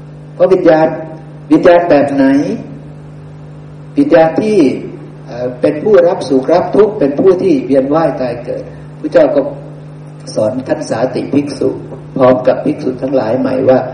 แบบไหนวิญญาณที่เป็นผู้รับสุขรับทุกข์เป็นผู้ที่เวียนว่ายตายเกิดพระเจ้าก็สอนท่านสาติภิกษุพร้อมกับภิกษุทั้งหลายใหม่ว่าพ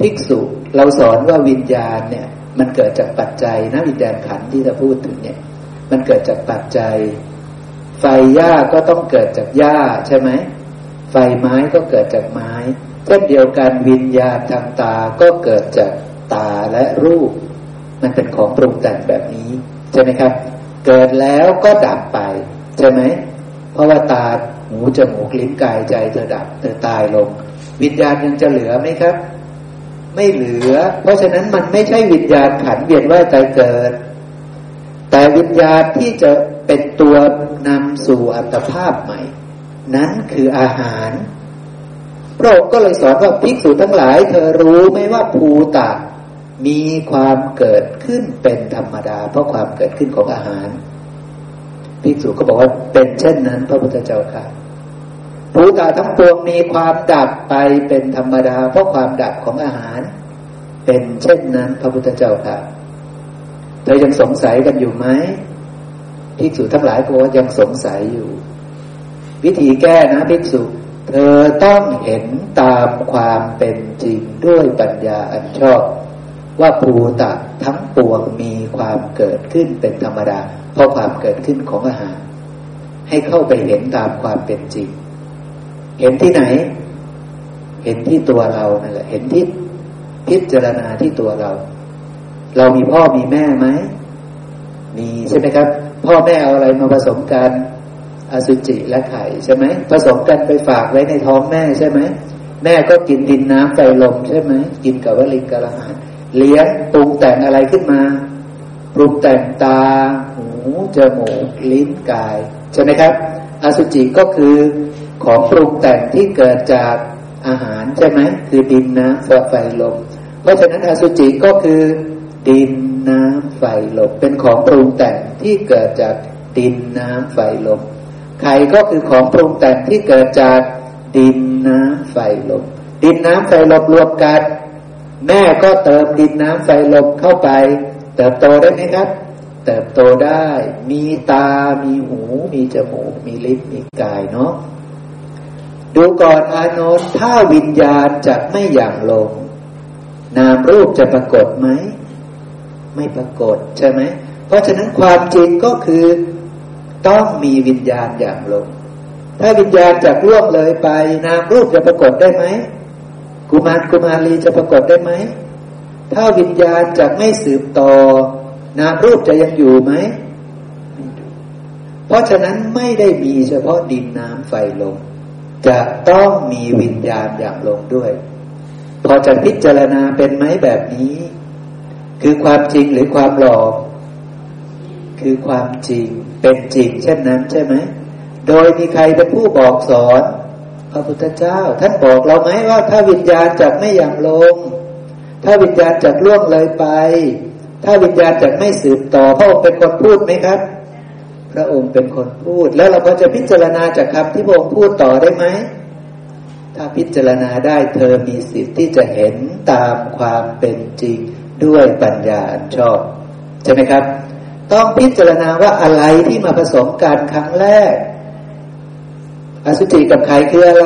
ภิกษุเราสอนว่าวิญญาณเนี่ยมันเกิดจากปัจจัยนะวิญญาณขันธ์ที่เราพูดถึงเนี่ยมันเกิดจากปัจจัยไฟหญ้าก็ต้องเกิดจากหญ้าใช่ไหมไฟไม้ก็เกิดจากไม้เช่นเดียวกันวิญญาณทางตาก็เกิดจากตาและรูปมันเป็นของปรุงแต่งแบบนี้ใช่ไหมครับเกิดแล้วก็ดับไปใช่ไหมเพราะว่าตาหูจมูกลิ้นกายใจเธอดับเธอตายลงวิญญาณยังจะเหลือไหมครับไม่เหลือเพราะฉะนั้นมันไม่ใช่วิญญาณขันธ์เวียนว่ายตายเกิดแต่วิญญาณที่จะเป็นตัวนำสู่อัตภาพใหม่นั้นคืออาหารพระองค์ก็เลยสอนว่าภิกษุทั้งหลายเธอรู้ไหมว่าภูตะมีความเกิดขึ้นเป็นธรรมดาเพราะความเกิดขึ้นของอาหารภิกษุก็บอกว่าเป็นเช่นนั้นพระพุทธเจ้าค่ะภูตะทั้งปวงมีความดับไปเป็นธรรมดาเพราะความดับของอาหารเป็นเช่นนั้นพระพุทธเจ้าค่ะเธอยังสงสัยกันอยู่ไหมภิกษุทั้งหลายก็ว่ายังสงสัยอยู่วิธีแก้นะภิกษุเธอต้องเห็นตามความเป็นจริงด้วยปัญญาอันชอบว่าภูตะทั้งปวงมีความเกิดขึ้นเป็นธรรมดาเพราะความเกิดขึ้นของอาหารให้เข้าไปเห็นตามความเป็นจริงเห็นที่ไหนเห็นที่ตัวเรานั่นแหละเห็นที่พิจารณาที่ตัวเราเรามีพ่อมีแม่ไหมมีใช่ไหมครับพ่อแม่เอาอะไรมาผสมกันอสุจิและไข่ใช่ไหมผสมกันไปฝากไว้ในท้องแม่ใช่ไหมแม่ก็กินดินน้ำไฟลมใช่ไหมกินกับวลิงกะละหารเลี้ยงปรุงแต่งอะไรขึ้นมาปรุงแต่งตาหูจมูกลิ้นกายใช่ไหมครับอสุจิก็คือของปรุงแต่งที่เกิดจากอาหารใช่ไหมคือดินน้ำไฟลมเพราะฉะนั้นอสุจิก็คือดินน้ำไฟลมเป็นของปรุงแต่งที่เกิดจากดินน้ำไฟลมไข่ก็คือของปรุงแต่งที่เกิดจากดินน้ำไฟลมดินน้ำไฟลมรวมกันแม่ก็เติมดินน้ำไฟลมเข้าไปเติบโตได้ไหมครับเติบโตได้มีตามีหูมีจมูกมีลิ้นมีกายเนาะดูก่อนอานนท์ถ้าวิญญาณจะไม่หยั่งลงนามรูปจะปรากฏไหมไม่ปรากฏใช่ไหมเพราะฉะนั้นความจริงก็คือต้องมีวิญญาณหยั่งลงถ้าวิญญาณจะล่วงเลยไปนามรูปจะปรากฏได้ไหมกุมารกุมารีจะปรากฏได้ไหมถ้าวิญญาณจะไม่สืบต่อนามรูปจะยังอยู่ไหมเพราะฉะนั้นไม่ได้มีเฉพาะดินน้ำไฟลมจะต้องมีวิญญาณอย่างลงด้วยพอจะพิจารณาเป็นไหมแบบนี้คือความจริงหรือความหลอกคือความจริงเป็นจริงเช่นนั้นใช่ไหมโดยมีใครเป็นผู้บอกสอนพระพุทธเจ้าท่านบอกเราไหมว่าถ้าวิญญาณจะไม่อย่างลงถ้าวิญญาณจะล่วงเลยไปถ้าวิญญาณจะไม่สืบต่อพระองค์เป็นคนพูดไหมครับพระองค์เป็นคนพูดแล้วเราก็จะพิจารณาจากคำที่พระองค์พูดต่อได้ไหมถ้าพิจารณาได้เธอมีสิทธิ์ที่จะเห็นตามความเป็นจริงด้วยปัญญาอันชอบใช่ไหมครับต้องพิจารณาว่าอะไรที่มาผสมกันครั้งแรกอสุจิกับไข่คืออะไร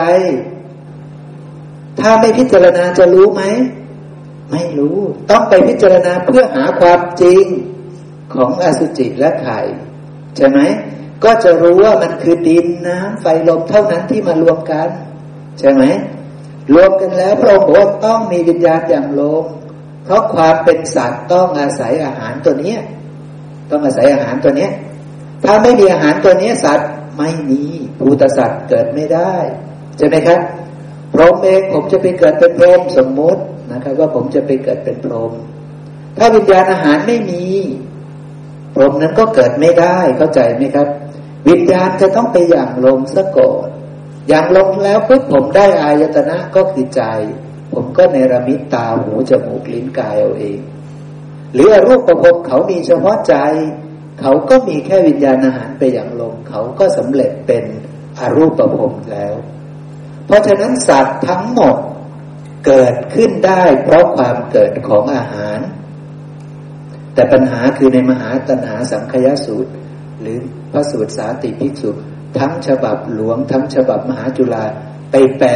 ถ้าไม่พิจารณาจะรู้ไหมไม่รู้ต้องไปพิจารณาเพื่อหาความจริงของอสุจิและไข่ใช่ไหมก็จะรู้ว่ามันคือดินน้ำไฟลมเท่านั้นที่มารวมกันใช่ไหมรวมกันแล้วพระองค์บอกว่าต้องมีวิญญาณอย่างลงเพราะความเป็นสัตว์ต้องอาศัยอาหารตัวนี้ต้องอาศัยอาหารตัวนี้ถ้าไม่มีอาหารตัวนี้สัตว์ไม่มีภูตสัตว์เกิดไม่ได้ใช่ไหมครับพรหมเองผมจะไปเกิดเป็นพรหมสมมตินะครับว่าผมจะไปเกิดเป็นพรหมถ้าวิญญาณอาหารไม่มีพรหมนั้นก็เกิดไม่ได้เข้าใจไหมครับวิญญาณจะต้องไปอย่างลงซะก่อนอย่างลงแล้วปุ๊บผมได้อายตนะก็คือใจผมก็เนรมิตตาหูจมูกลิ้นกายเอาเองหรืออรูปภพเขามีเฉพาะใจเขาก็มีแค่วิญญาณอาหารไปอย่างลงเขาก็สำเร็จเป็นอรูปภพแล้วเพราะฉะนั้นสัตว์ทั้งหมดเกิดขึ้นได้เพราะความเกิดของอาหารแต่ปัญหาคือในมหาตัณหาสังคยสูตรหรือพระสูตรสาติภิกษุทั้งฉบับหลวงทั้งฉบับมหาจุฬาไปแปล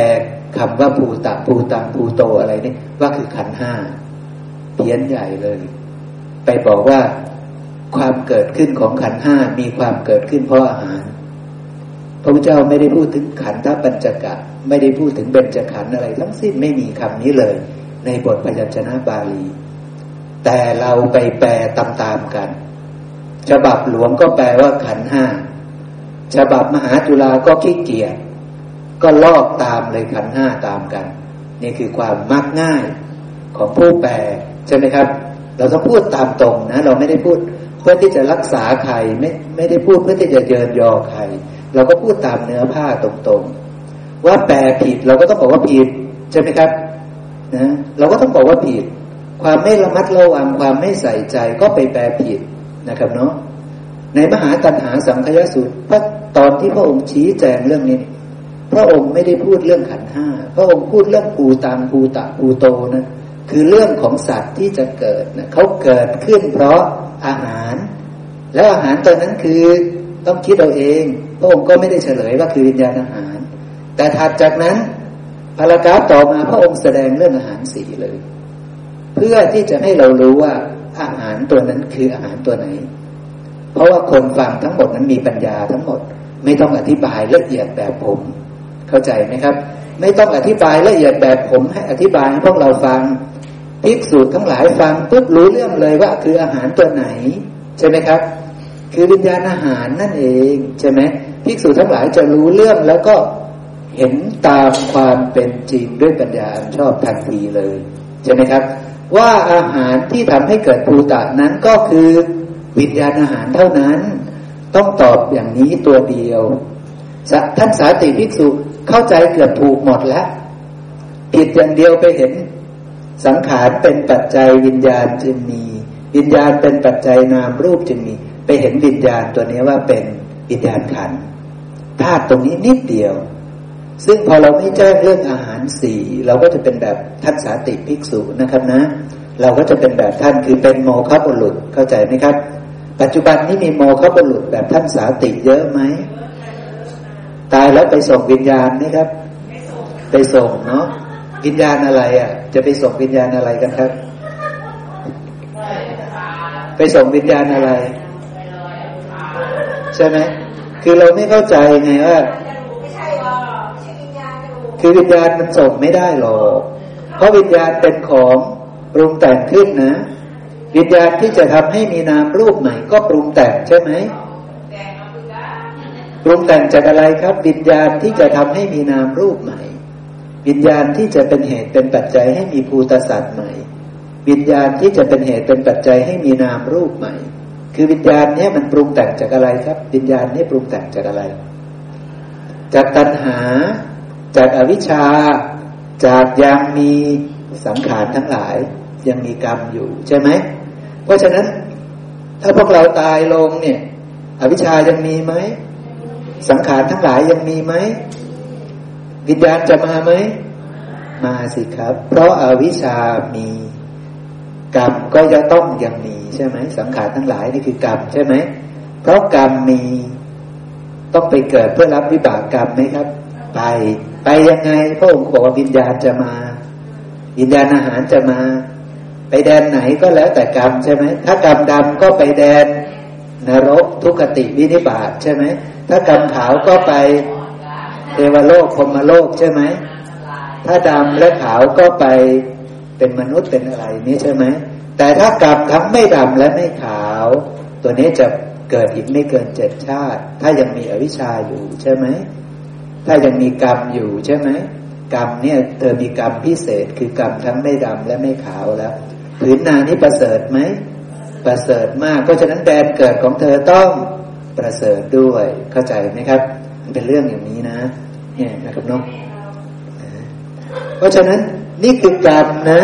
คำว่าภูตะภูตังภูโตอะไรนี่ว่าคือขันธ์ห้าเพี้ยนใหญ่เลยไปบอกว่าความเกิดขึ้นของขันธ์ห้ามีความเกิดขึ้นเพราะอาหารพระพุทธเจ้าไม่ได้พูดถึงขันธปัญจกะไม่ได้พูดถึงเบญจขันธ์อะไรทั้งสิ้นไม่มีคำนี้เลยในบทพยัญชนะบาลีแต่เราไปแปลตามๆกันฉบับหลวงก็แปลว่าขันธ์ห้าฉบับมหาจุฬาก็ขี้เกียจก็ลอกตามเลยขันธ์ห้าตามกันนี่คือความมักง่ายของผู้แปลใช่ไหมครับเราต้องพูดตามตรงนะเราไม่ได้พูดเพื่อที่จะรักษาใครไม่ได้พูดเพื่อที่จะเยินยอใครเราก็พูดตามเนื้อผ้าตรงๆว่าแปลผิดเราก็ต้องบอกว่าผิดใช่ไหมครับนะเราก็ต้องบอกว่าผิดความไม่ระมัดระวังความไม่ใส่ใจก็ไปแปลผิดนะครับเนาะในมหาตัณหาสังคยสูตรพระตอนที่พระองค์ชี้แจงเรื่องนี้พระองค์ไม่ได้พูดเรื่องขันธ์ห้าพระองค์พูดเรื่องภูตังภูตะภูโตนะคือเรื่องของสัตว์ที่จะเกิดนะเขาเกิดขึ้นเพราะอาหารแล้วอาหารตัวนั้นคือต้องคิดเอาเองพระองค์ก็ไม่ได้เฉลยว่าคือวิญญาณอาหารแต่ถัดจากนั้นพารากราฟต่อมาพระองค์แสดงเรื่องอาหารสี่เลยเพื่อที่จะให้เรารู้ว่าอาหารตัวนั้นคืออาหารตัวไหนเพราะว่าคนฟังทั้งหมดนั้นมีปัญญาทั้งหมดไม่ต้องอธิบายละเอียดแบบผมเข้าใจไหมครับไม่ต้องอธิบายละเอียดแบบผมให้อธิบายให้พวกเราฟังภิกษุทั้งหลายฟังปุ๊บรู้เรื่องเลยว่าคืออาหารตัวไหนใช่ไหมครับคือวิญญาณอาหารนั่นเองใช่ไหมภิกษุทั้งหลายจะรู้เรื่องแล้วก็เห็นตามความเป็นจริงด้วยปัญญาอันชอบทันทีเลยใช่ไหมครับว่าอาหารที่ทำให้เกิดภูตะนั้นก็คือวิญญาณอาหารเท่านั้นต้องตอบอย่างนี้ตัวเดียวท่านสาติภิกษุเข้าใจเกือบถูกหมดแล้วผิดอย่างเดียวไปเห็นสังขารเป็นปัจจัยวิญญาณจึงมีวิญญาณเป็นปัจจัยนามรูปจึงมีไปเห็นวิญญาณตัวนี้ว่าเป็นวิญญาณขันธ์พลาดตรงนี้นิดเดียวซึ่งพอเราไม่แจ้งเรื่องอาหารสี่เราก็จะเป็นแบบท่านสาติภิกษุนะครับนะเราก็จะเป็นแบบท่านคือเป็นโมฆะบุรุษเข้าใจไหมครับปัจจุบันนี้มีโมฆะบุรุษแบบท่านสาติเยอะไหมตายแล้วไปส่งวิญญาณไหมครับไปส่งเนาะวิญญาณอะไรอ่ะจะไปส่งวิญญาณอะไรกันครับไปส่งวิญญาณอะไรใช่ไหมคือเราไม่เข้าใจไงว่าคือวิญญาณมันส่งไม่ได้หรอกเพราะวิญญาณเป็นของปรุงแต่งขึ้นนะวิญญาณที่จะทำให้มีนามรูปใหม่ก็ปรุงแต่งใช่ไหมปรุงแต่งจากอะไรครับวิญญาณที่จะทำให้มีนามรูปใหม่วิญญาณที่จะเป็นเหตุเป็นปัจจัยให้มีภูตสัตว์ใหม่วิญญาณที่จะเป็นเหตุเป็นปัจจัยให้มีนามรูปใหม่คือวิญญาณนี้มันปรุงแต่งจากอะไรครับวิญญาณนี้ปรุงแต่งจากอะไรจากตัณหาจากอวิชชาจากยังมีสังขารทั้งหลายยังมีกรรมอยู่ใช่ไหมเพราะฉะนั้นถ้าพวกเราตายลงเนี่ยอวิชชายังมีไหมสังขารทั้งหลายยังมีไหมวิญญาณจะมาไหมมาสิครับเพราะอวิชชามีกรรมก็จะต้องยังมีใช่ไหมสังขารทั้งหลายนี่คือกรรมใช่ไหมเพราะกรรมมีต้องไปเกิดเพื่อรับวิบากกรรมไหมครับไปยังไงพระองค์บอกว่าวิญญาณจะมาวิญญาณอาหารจะมาไปแดนไหนก็แล้วแต่กรรมใช่ไหมถ้ากรรมดำก็ไปแดนนรกทุกขติวินิบาตใช่ไหมถ้ากรรมขาวก็ไปเทวโลกพรหมโลกใช่ไหมถ้าดำและขาวก็ไปเป็นมนุษย์เป็นอะไรนี้ใช่ไหมแต่ถ้ากรรมทั้งไม่ดำและไม่ขาวตัวนี้จะเกิดอีกไม่เกิน7 ชาติถ้ายังมีอวิชชาอยู่ใช่ไหมถ้ายังมีกรรมอยู่ใช่ไหมกรรมเนี่ยมีกรรมพิเศษคือกรรมทั้งไม่ดำและไม่ขาวแล้วผืนนานี้ประเสริฐไหมประเสริฐมากเพราะฉะนั้นแดนเกิดของเธอต้องประเสริฐด้วยเข้าใจไหมครับมันเป็นเรื่องอย่างนี้นะเนี่ยนะครับน้องเพราะฉะนั้นนี่คือกรรมนะ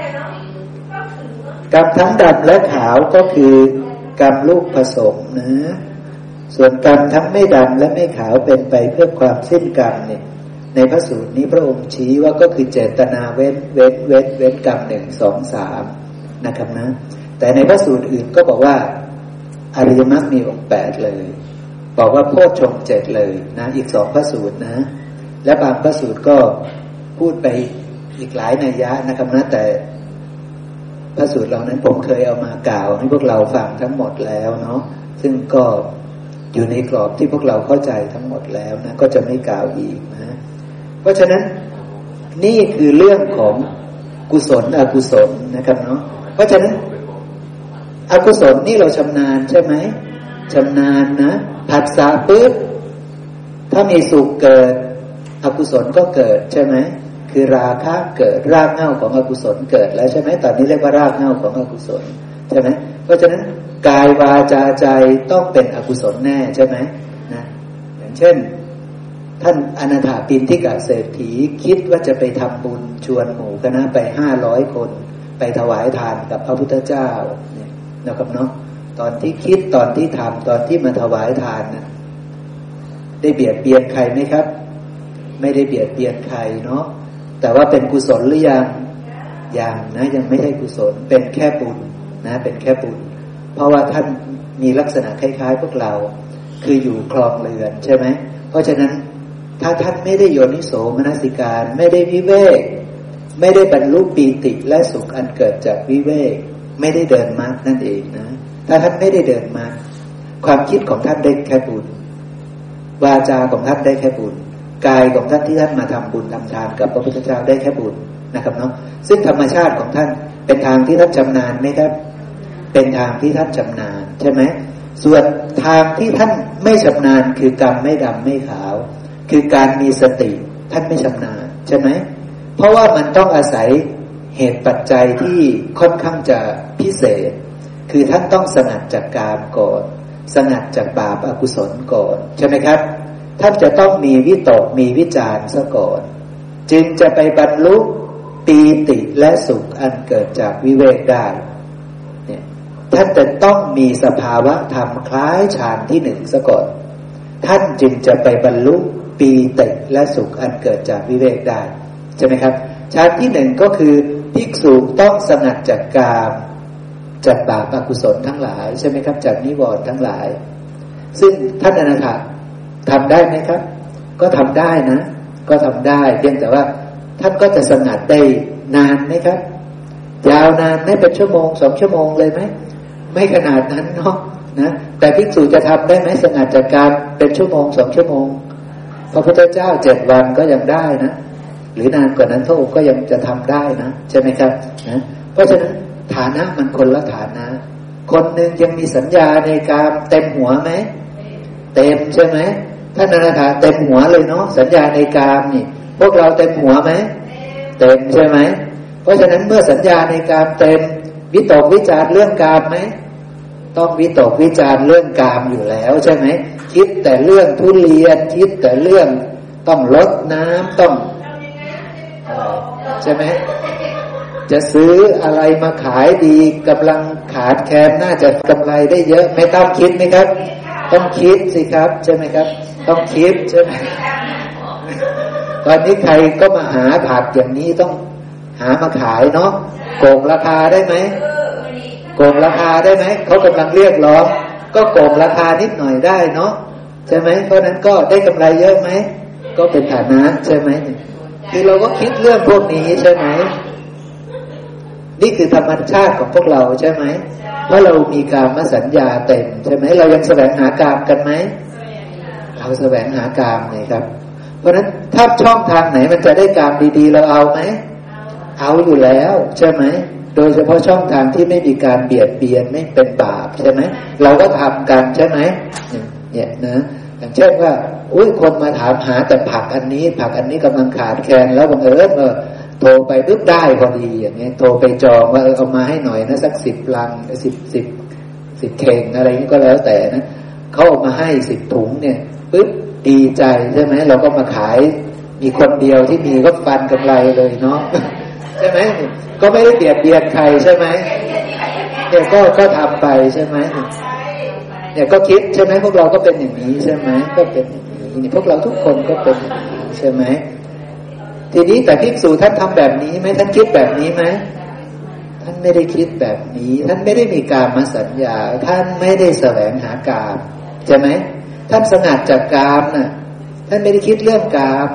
กรรมทั้งดำและขาวก็คือกรรมลูกผสมนะส่วนกรรมทั้งไม่ดำและไม่ขาวเป็นไปเพื่อความสิ้นกรรมเนี่ยในพระสูตรนี้พระองค์ชี้ว่าก็คือเจตนาเว้นกรรม1 2 3นะครับนะแต่ในพระสูตรอื่นก็บอกว่าอริยมรรคมีองค์8เลยบอกว่าโพชฌงค์7เลยนะอีก2พระสูตรนะและบางพระสูตรก็พูดไปอีกหลายนัยยะนะครับนะแต่พระสูตรเหล่านั้นผมเคยเอามากล่าวให้พวกเราฟังทั้งหมดแล้วเนาะซึ่งก็อยู่ในกรอบที่พวกเราเข้าใจทั้งหมดแล้วนะก็จะไม่กล่าวอีกนะเพราะฉะนั้นนี่คือเรื่องของกุศลอกุศลนะครับเนาะเพราะฉะนั้นอกุศลนี่เราชำนาญใช่ไหมชำนาญนะผัสสะปุ๊บถ้ามีสุขเกิดอกุศลก็เกิดใช่ไหมคือราคะเกิดรากเหง้าของอกุศลเกิดแล้วใช่ไหมตอนนี้เรียกว่ารากเหง้าของอกุศลใช่ไหมเพราะฉะนั้นกายวาจาใจต้องเป็นอกุศลแน่ใช่ไหมนะอย่างเช่นท่านอนาถปิณฑิกเศรษฐีคิดว่าจะไปทำบุญชวนหมู่คณะไป500 คนไปถวายทานกับพระพุทธเจ้าเนี่ยนะครับเนาะตอนที่คิดตอนที่ทำตอนที่มาถวายทานนะได้เบียดเบียนใครไหมครับไม่ได้เบียดเบียนใครเนาะแต่ว่าเป็นกุศลหรือยังยังนะยังไม่ใช่กุศลเป็นแค่บุญนะเป็นแค่บุญเพราะว่าท่านมีลักษณะคล้ายๆพวกเราคืออยู่ครองเรือนใช่ไหมเพราะฉะนั้นถ้าท่านไม่ได้โยนิโสมนสิการไม่ได้วิเวกไม่ได้บรรลุปีติและสุขอันเกิดจากวิเวกไม่ได้เดินมรรคนั่นเองนะถ้าท่านไม่ได้เดินมรรคความคิดของท่านได้แค่บุญวาจาของท่านได้แค่บุญกายของท่านที่ท่านมาทำบุญทำทานกับพระพุทธเจ้าได้แค่บุญนะครับเนาะซึ่งธรรมชาติของท่านเป็นทางที่ท่านชำนาญไหมครับเป็นทางที่ท่านชำนาญใช่ไหมส่วนทางที่ท่านไม่ชำนาญคือกรรมไม่ดำไม่ขาวคือการมีสติท่านไม่ชำนาญใช่ไหมเพราะว่ามันต้องอาศัยเหตุปัจจัยที่ค่อนข้างจะพิเศษคือท่านต้องสงัดจากกามก่อนสงัดจากบาปอกุศลก่อนใช่ไหมครับท่านจะต้องมีวิตกมีวิจารซะก่อนจึงจะไปบรรลุปีติและสุขอันเกิดจากวิเวกได้เนี่ยท่านจะต้องมีสภาวะธรรมคล้ายฌานที่1ซะก่อนท่านจึงจะไปบรรลุปีติและสุขอันเกิดจากวิเวกได้ใช่ไหมครับฌานที่1ก็คือภิกษุต้องสงัดจากกามจากบาปอกุศลทั้งหลายใช่ไหมครับจากนิวรณ์ทั้งหลายซึ่งท่านอนาถาทำได้ไหมครับก็ทำได้นะก็ทำได้เพียงแต่ว่าท่านก็จะสงัดได้นานไหมครับยาวนานไม่เป็นชั่วโมง2 ชั่วโมงเลยไหมไม่ขนาดนั้นเนาะนะแต่ภิกษุจะทำได้ไหมสงัดจากการเป็นชั่วโมง2 ชั่วโมงพระพุทธเจ้า7 วันก็ยังได้นะหรือนานกว่านั้นพระองค์ก็ยังจะทำได้นะใช่ไหมครับนะเพราะฉะนั้นฐานะมันคนละฐานะคนหนึ่งยังมีสัญญาในการเต็มหัวไหมเต็มใช่ไหมท่านอนาถาเต็มหัวเลยเนาะสัญญาในกามนี่พวกเราเต็มหัวไหมเต็มใช่ไหมเพราะฉะนั้นเมื่อสัญญาในกามเต็มวิตกวิจารเรื่องกามไหมต้องวิตกวิจารเรื่องกามอยู่แล้วใช่ไหมคิดแต่เรื่องทุเรียนคิดแต่เรื่องต้องลดน้ำต้องใช่ไหมจะซื้ออะไรมาขายดีกำลังขาดแคลนน่าจะกำไรได้เยอะไม่ต้องคิดไหมครับต้องคิดสิครับใช่ไหมครับต้องคิดใช่ไหมตอนนี้ใครก็มาหาผักอย่างนี้ต้องหามาขายเนาะโกงราคาได้ไหมโกงราคาได้ไหมเขากำลังเรียกร้องก็โกงราคานิดหน่อยได้เนาะใช่ไหมเพราะนั้นก็ได้กำไรเยอะไหมก็เป็นฐานะใช่ไหมคือเราก็คิดเรื่องพวกนี้ใช่ไหมนี่คือธรรมชาติของพวกเราใช่ไหมเพราะเรามีกามสัญญาเต็มใช่ไหมเรายังแสวงหากามกันไหมเราแสวงหากามไงครับเพราะฉะนั้นถ้าช่องทางไหนมันจะได้กามดีๆเราเอาไหมเอาอยู่แล้วใช่ไหมโดยเฉพาะช่องทางที่ไม่มีการเบียดเบียนไม่เป็นบาปใช่ไหมเราก็ทำกันใช่ไหมเนี่ยนะอย่างเช่นว่าอุ้ยคนมาถามหาแต่ผักอันนี้กำลังขาดแคลนแล้วบังเอิญโทรไปปึ๊บได้พอดีอย่างเงี้ยโทรไปจองว่าเอามาให้หน่อยนะสัก10 ลัง10เข่งอะไรนี้ก็แล้วแต่นะเขาเอามาให้10 ถุงเนี่ยปึ๊บดีใจใช่ไหมเราก็มาขายมีคนเดียวที่มีก็ฟันกำไรเลยเนาะใช่ไหมก็ไม่ได้เบียดเบียนใครใช่ไหมเนี่ยก็ทำไปใช่ไหมเนี่ยก็คิดใช่ไหมพวกเราก็เป็นอย่างนี้ใช่ไหมก็เป็นอย่างนี้พวกเราทุกคนก็เป็นอย่างนี้ใช่ไหมทีนี้แต่ภิกษุท่านทำแบบนี้ไหมท่านคิดแบบนี้ไหมท่านไม่ได้คิดแบบนี้ท่านไม่ได้มีกามสัญญาท่านไม่ได้แสวงหากามใช่ไหมท่านสงัดจากกามน่ะท่านไม่ได้คิดเรื่องกาม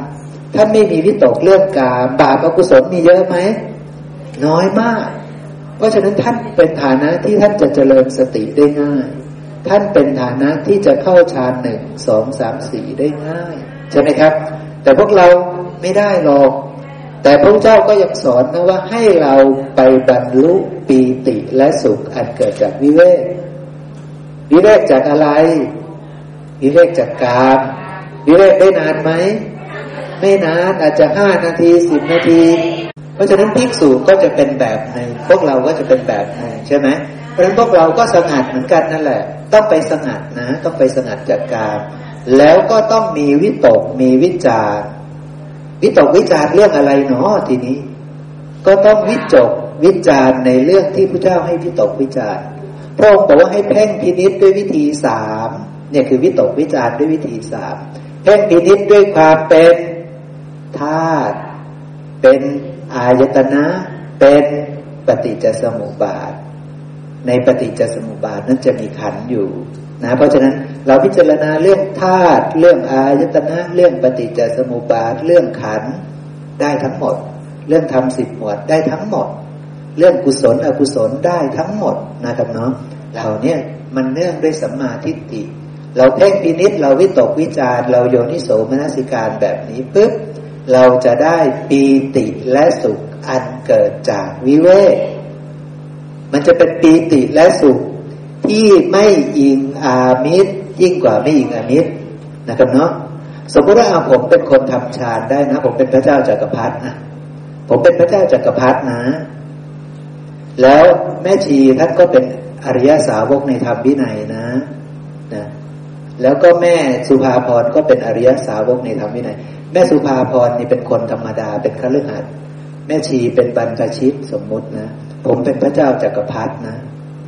ท่านไม่มีวิตกเรื่องกามบาปอกุศลมีเยอะไหมน้อยมากเพราะฉะนั้นท่านเป็นฐานะที่ท่านจะเจริญสติได้ง่ายท่านเป็นฐานะที่จะเข้าฌาน1 2 3 4ได้ง่ายใช่ไหมครับแต่พวกเราไม่ได้หรอกแต่พระเจ้าก็ยังสอนนะว่าให้เราไปบรรลุปีติและสุขอันเกิดจากวิเวกวิเวกจากอะไรวิเวกจากกามวิเวกได้นานไหมไม่นานอาจจะ5 นาที10 นาทีเพราะฉะนั้นภิกษุก็จะเป็นแบบหนึ่งพวกเราก็จะเป็นแบบหนึ่งใช่ไหมเพราะฉะนั้นพวกเราก็สงัดเหมือนกันนั่นแหละต้องไปสงัดนะต้องไปสงัดจากกามแล้วก็ต้องมีวิตกมีวิจารวิตกวิจารเรื่องอะไรเนาะทีนี้ก็ต้องวิจกวิจารในเรื่องที่พระเจ้าให้วิตกวิจารพระองค์บอกว่าให้เพ่งพินิจด้วยวิธี3เนี่ยคือวิตกวิจารด้วยวิธี3เพ่งพินิจด้วยความเป็นธาตุเป็นอายตนะเป็นปฏิจจสมุปบาทในปฏิจจสมุปบาทนั้นจะมีขันธ์อยู่นะเพราะฉะนั้นเราพิจารณาเรื่องธาตุเรื่องอายตนะเรื่องปฏิจจสมุปบาทเรื่องขันธ์ได้ทั้งหมดเรื่องธรรม10 หมวดได้ทั้งหมดเรื่องกุศลอกุศลได้ทั้งหมดนะครับเนาะเราเนี่ยมันเนื่องด้วยสัมมาทิฏฐิเราเพ่งพินิจเราวิตกวิจารเราโยนิโสมนสิการแบบนี้ปึ๊บเราจะได้ปีติและสุขอันเกิดจากวิเวกมันจะเป็นปีติและสุขที่ไม่อิงอามิตรยิ่งกว่าไม่อิงอามิตรนะครับเนาะสมมติว่าผมเป็นคนทำฌานได้นะผมเป็นพระเจ้าจักรพรรดินะผมเป็นพระเจ้าจักรพรรดินะแล้วแม่ชีท่านก็เป็นอริยสาวกในธรรมวินัยนะแล้วก็แม่สุภาพรก็เป็นอริยสาวกในธรรมวินัยแม่สุภาพรนี่เป็นคนธรรมดาเป็นคฤหัสถ์แม่ชีเป็นบรรพชิตสมมุตินะผมเป็นพระเจ้าจักรพรรดินะ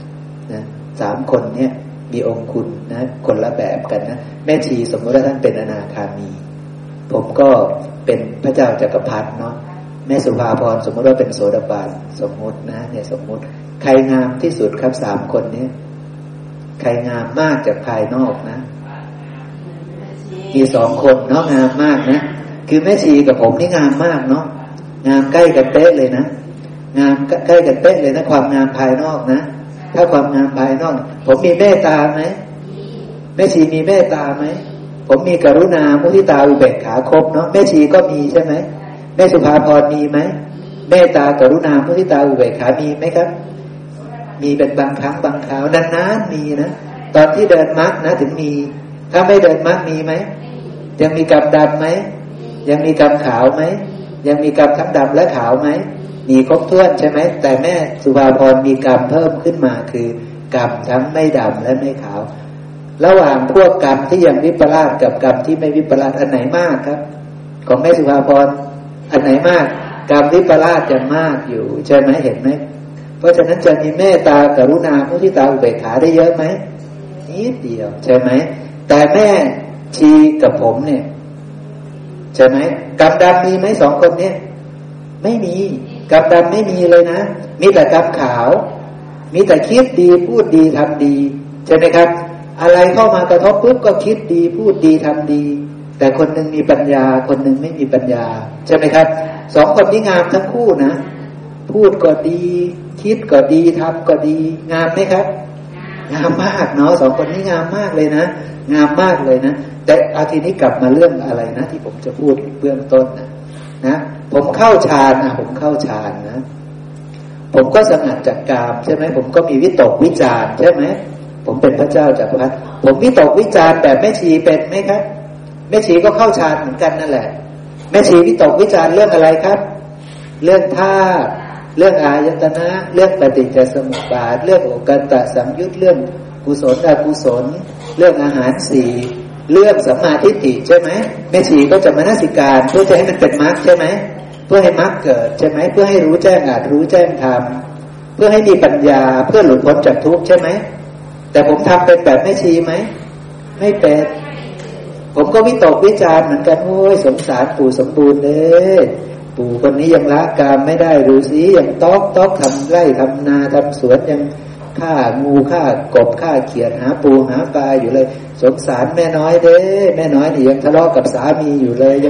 3 คนเนี่ยมีองค์คุณนะคนละแบบกันนะแม่ชีสมมติว่าท่านเป็นอนาคามีผมก็เป็นพระเจ้าจักรพรรดิเนาะแม่สุภาพรสมมติว่าเป็นโสดาบันสมมตินะเนี่ยสมมติใครงามที่สุดครับ3 คนนี้ใครงามมากจากภายนอกนะมี2 คนเนาะงามมากนะคือแม่ชีกับผมนี่งามมากเนาะงามใกล้กันเป๊ะเลยนะงามใกล้กันเป๊ะเลยนะความงามภายนอกนะถ้าความงามภายนอกผมมีเมตตาไหมแม่ชีมีเมตตาไหมผมมีกรุณามุทิตาอุเบกขาครบเนาะแม่ชีก็มีใช่ไหมแม่สุภาพรมีไหมเมตตากรุณามุทิตาอุเบกขามีไหมครับมีเป็นบางครั้งบางคราวนานๆมีนะตอนที่เดินมรรคนะถึงมีถ้าไม่เดินมรรคมีไหมยังมีกรรมดำไหมยังมีกรรมขาวไหมยังมีกรรมทั้งดำและขาวไหมมีครบถ้วนใช่ไหมแต่แม่สุภาพรมีกรรมเพิ่มขึ้นมาคือกรรมทั้งไม่ดำและไม่ขาวระหว่างพวกกรรมที่ยังวิปลาสกับกรรมที่ไม่วิปลาสอันไหนมากครับของแม่สุภาพรอันไหนมากกรรมวิปลาสยังมากอยู่ใช่ไหมเห็นไหมเพราะฉะนั้นจะมีเมตตากรุณามุทิตาอุเบกขาได้เยอะไหมนิดเดียวใช่ไหมแต่แม่ชีกับผมเนี่ยใช่ไหมกรรมดำมีไหม2 คนเนี่ยไม่มีกรรมดำไม่มีเลยนะมีแต่กรรมขาวมีแต่คิดดีพูดดีทำดีใช่ไหมครับอะไรเข้ามากระทบปุ๊บก็คิดดีพูดดีทำดีแต่คนหนึ่งมีปัญญาคนหนึ่งไม่มีปัญญาใช่ไหมครับ2 คนนี้งามทั้งคู่นะพูดก็ดีคิดก็ดีทำก็ดีงามไหมครับงามมากเนาะ2 คนนี้งามมากเลยนะงามมากเลยนะแต่อาทีนี้กลับมาเรื่องอะไรนะที่ผมจะพูดเบื้องต้นนะผมเข้าฌานนะผมเข้าฌานนะผมก็สงัดจากกามใช่ไหมผมก็มีวิตกวิจารใช่ไหมผมเป็นพระเจ้าจักรพรรดิผมวิตกวิจารแบบแม่ชีเป็นไหมครับแม่ชีก็เข้าฌานเหมือนกันนั่นแหละแม่ชีวิตกวิจารเรื่องอะไรครับเรื่องธาตุเรื่องอายตนะเรื่องปฏิจจสมุปบาทเรื่องโอกันตสังยุตเรื่องกุศลอกุศลเรื่องอาหาร4เรื่องสัมมาทิฏฐิใช่ไหมแม่ชีก็จะมนสิการเพื่อจะให้มันเป็นมรรคใช่ไหมเพื่อให้มรรคเกิดใช่ไหมเพื่อให้รู้แจ้งอาจรู้แจ้งธรรมเพื่อให้มีปัญญาเพื่อหลุดพ้นจากทุกข์ใช่ไหมแต่ผมทำเป็นแบบแม่ชีไหมไม่เป็นผมก็วิตกวิจารเหมือนกันโอ้ยสงสารปู่สมบูรณ์เลยปู่คนนี้ยังละกามไม่ได้ดูสิยังต๊อกทำไร่ทำนาทำสวนยังฆ่างูฆ่ากบฆ่าเขียดหาปูหาปลาอยู่เลยสงสารแม่น้อยเด้แม่น้อยนี่ยังทะเลาะกับสามีอยู่เลยยัง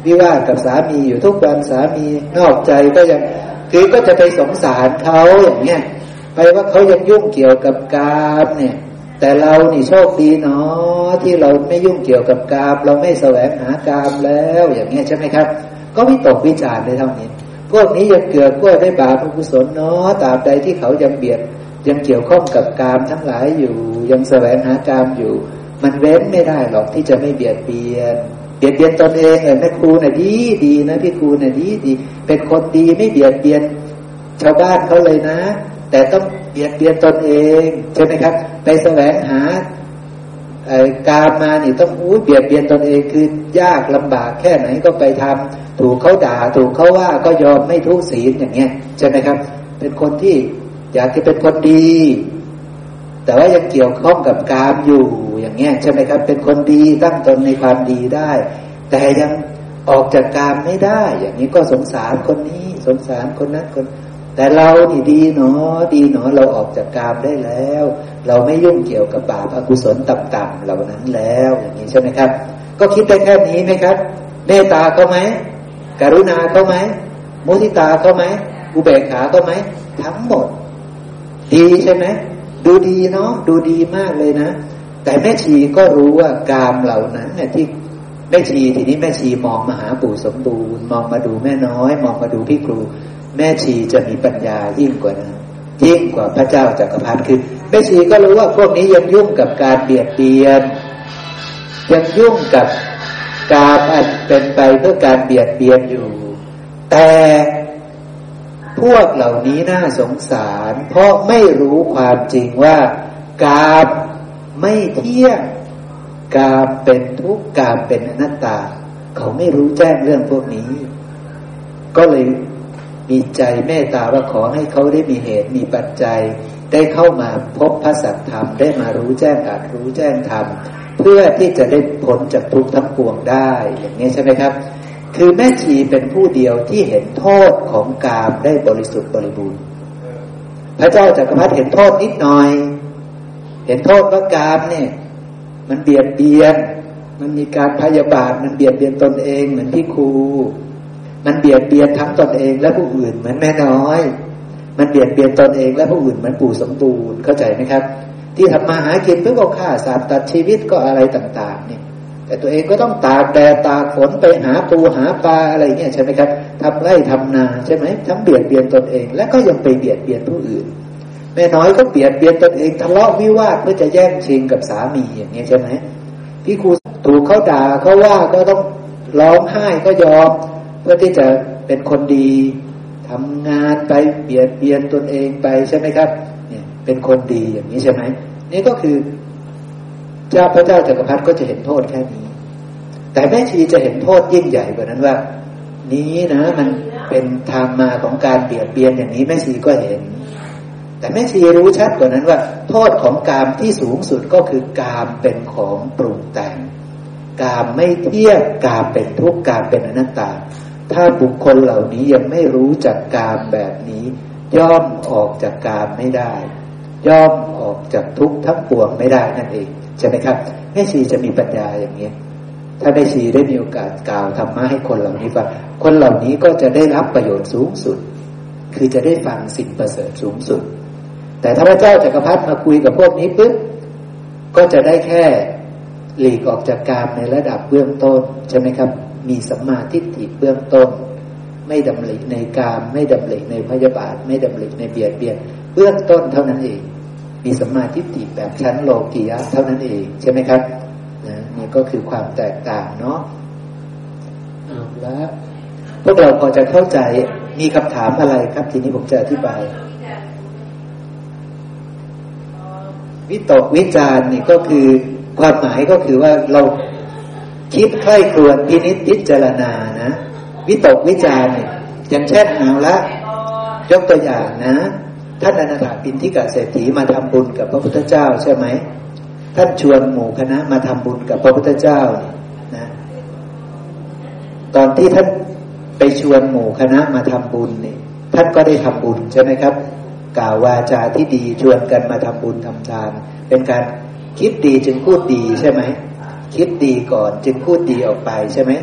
วิวาทกับสามีอยู่ทุกวันสามีนอกใจก็ยังคือก็จะไปสงสารเขาอย่างเงี้ยไปว่าเขายังยุ่งเกี่ยวกับกามเนี่ยแต่เรานี่โชคดีเนาะที่เราไม่ยุ่งเกี่ยวกับกามเราไม่แสวงหากามแล้วอย่างเงี้ยใช่ไหมครับก็วิตกวิจารณ์ได้เท่านี้พวกนี้ยังเกือกล้วยได้บาปอกุศลเนาะตราบใดที่เขายังเบียดยังเกี่ยวข้องกับกามทั้งหลายอยู่ยังแสวงหากามอยู่มันเว้นไม่ได้หรอกที่จะไม่เบียดเบียนตนเองแม่ครูน่ะดีนะพี่ครูน่ะดีเป็นคนดีไม่เบียดเบียนชาวบ้านเขาเลยนะแต่ต้องเบียดเบียนตนเองใช่ไหมครับไปแสวงหากามมานี่ต้องเบียดเบียนตนเองคือยากลำบากแค่ไหนก็ไปทำถูกเขาด่าถูกเขาว่าก็ยอมไม่ทุศีลอย่างเงี้ยใช่ไหมครับเป็นคนที่อยากจะเป็นคนดีแต่ว่ายังเกี่ยวข้องกับกามอยู่อย่างเงี้ยใช่ไหมครับเป็นคนดีตั้งตนในความดีได้แต่ยังออกจากกามไม่ได้อย่างนี้ก็สงสารคนนี้สงสารคนนั้นคนแต่เรานี่ดีเนาะเราออกจากกามได้แล้วเราไม่ยุ่งเกี่ยวกับบาปอกุศลต่ำๆเหล่านั้นแล้วอย่างนี้ใช่ไหมครับก็คิดได้แค่นี้ไหมครับเมตตาเขาไหมกรุณาเขาไหมมุทิตาเขาไหมอุเบกขาเขาไหมทั้งหมดดีใช่ไหมดูดีเนาะดูดีมากเลยนะแต่แม่ชีก็รู้ว่ากามเหล่านั้นเนี่ยที่แม่ชีทีนี้แม่ชีมองมาหาปู่สมบูรณ์มองมาดูแม่น้อยมองมาดูพี่ครูแม่ชีจะมีปัญญายิ่งกว่านั้นยิ่งกว่าพระเจ้าจักรพรรดิคือแม่ชีก็รู้ว่าพวกนี้ยังยุ่งกับการเบียดเบียนยังยุ่งกับการอันเป็นไปเพื่อการเบียดเบียนอยู่แต่พวกเหล่านี้น่าสงสารเพราะไม่รู้ความจริงว่ากามไม่เที่ยงกามเป็นทุกข์กามเป็นอนัตตาเขาไม่รู้แจ้งเรื่องพวกนี้ก็เลยมีใจเมตตาว่าขอให้เขาได้มีเหตุมีปัจจัยได้เข้ามาพบพระสัทธรรมได้มารู้แจ้งอาจรู้แจ้งธรรมเพื่อที่จะได้พ้นจากทุกข์ทั้งปวงได้อย่างนี้ใช่ไหมครับคือแม่ชีเป็นผู้เดียวที่เห็นโทษของกามได้บริสุทธิ์บริบูรณ์พระเจ้าจักรพรรดิเห็นโทษนิดหน่อยเห็นโทษว่ากามเนี่ยมันเบียดเบียนมันมีการพยาบาทมันเบียดเบียนตนเองเหมือนพี่ครูมันเบียดเบียนทั้งตนเองและผู้อื่นเหมือนแม่น้อยมันเบียดเบียนตนเองและผู้อื่นเหมือนปู่สมบูรณ์เข้าใจไหมครับที่ทำมาหากินเพื่อเอาฆ่าสัตว์ตัดชีวิตก็อะไรต่างๆนี่แต่ตัวเองก็ต้องตากแดดตากฝนไปหาปูหาปลาอะไรเงี้ยใช่ไหมครับทำไร่ทำนาใช่ไหมทั้งเบียดเบียนตนเองและก็ยังไปเบียดเบียนผู้อื่นแม่น้อยก็เบียดเบียนตนเองทะเลาะวิวาทเพื่อจะแย่งชิงกับสามีอย่างเงี้ยใช่ไหมพี่ครูถูกเขาด่าเขาว่าก็ต้องร้องไห้ก็ยอมเพื่อที่จะเป็นคนดีทำงานไปเบียดเบียนตนเองไปใช่ไหมครับเนี่ยเป็นคนดีอย่างนี้ใช่ไหมนี่ก็คือพระเจ้าจักรพรรดิก็จะเห็นโทษแค่นี้แต่แม่ชีจะเห็นโทษยิ่งใหญ่กว่านั้นว่านี้นะมันเป็นทางมาของการเบียดเบียนอย่างนี้แม่ชีก็เห็นแต่แม่ชีรู้ชัดกว่านั้นว่าโทษของกามที่สูงสุดก็คือกามเป็นของปรุงแต่งกามไม่เที่ยงกามเป็นทุกข์กามเป็นอนัตตาถ้าบุคคลเหล่านี้ยังไม่รู้จักกามแบบนี้ย่อมออกจากกามไม่ได้ย่อมออกจากทุกข์ทั้งปวงไม่ได้นั่นเองใช่ไหมครับแม่ชีจะมีปัญญาอย่างนี้ถ้าแม่ชีได้มีโอกาสกล่าวธรรมะให้คนเหล่านี้ฟังคนเหล่านี้ก็จะได้รับประโยชน์สูงสุดคือจะได้ฟังสิ่งประเสริฐสูงสุดแต่ถ้าพระเจ้าจักรพรรดิมาคุยกับพวกนี้ปุ๊บก็จะได้แค่หลีกออกจากกามในระดับเบื้องต้นใช่ไหมครับมีสัมมาทิฏฐิเบื้องต้นไม่ดำริในกามไม่ดำริในพยาบาทไม่ดำริในเบียดเบียนเบื้องต้นเท่านั้นเองมีสัมมาทิฏฐิแบบชั้นโลกียะเท่านั้นเองใช่ไหมครับนี่ก็คือความแตกต่างเนาะแล้วพวกเราพอจะเข้าใจมีคำถามอะไรครับทีนี้ผมจะอธิบายวิตกวิจารณ์นี่ก็คือความหมายก็คือว่าเราคิดใคร่ครวญพินิจพิจารณานะวิตกวิจารณ์เนี่ยอย่างเช่นเอาละยกตัวอย่างนะท่านอนาถปิณฑิกเศรษฐีมาทำบุญกับพระพุทธเจ้าใช่ไหมท่านชวนหมู่คณะมาทำบุญกับพระพุทธเจ้านะตอนที่ท่านไปชวนหมู่คณะมาทำบุญเนี่ยท่านก็ได้ทำบุญใช่ไหมครับกล่าววาจาที่ดีชวนกันมาทำบุญทำทานเป็นการคิดดีจึงพูดดีใช่ไหมคิดดีก่อนจึงพูดดีออกไปใช่ไหม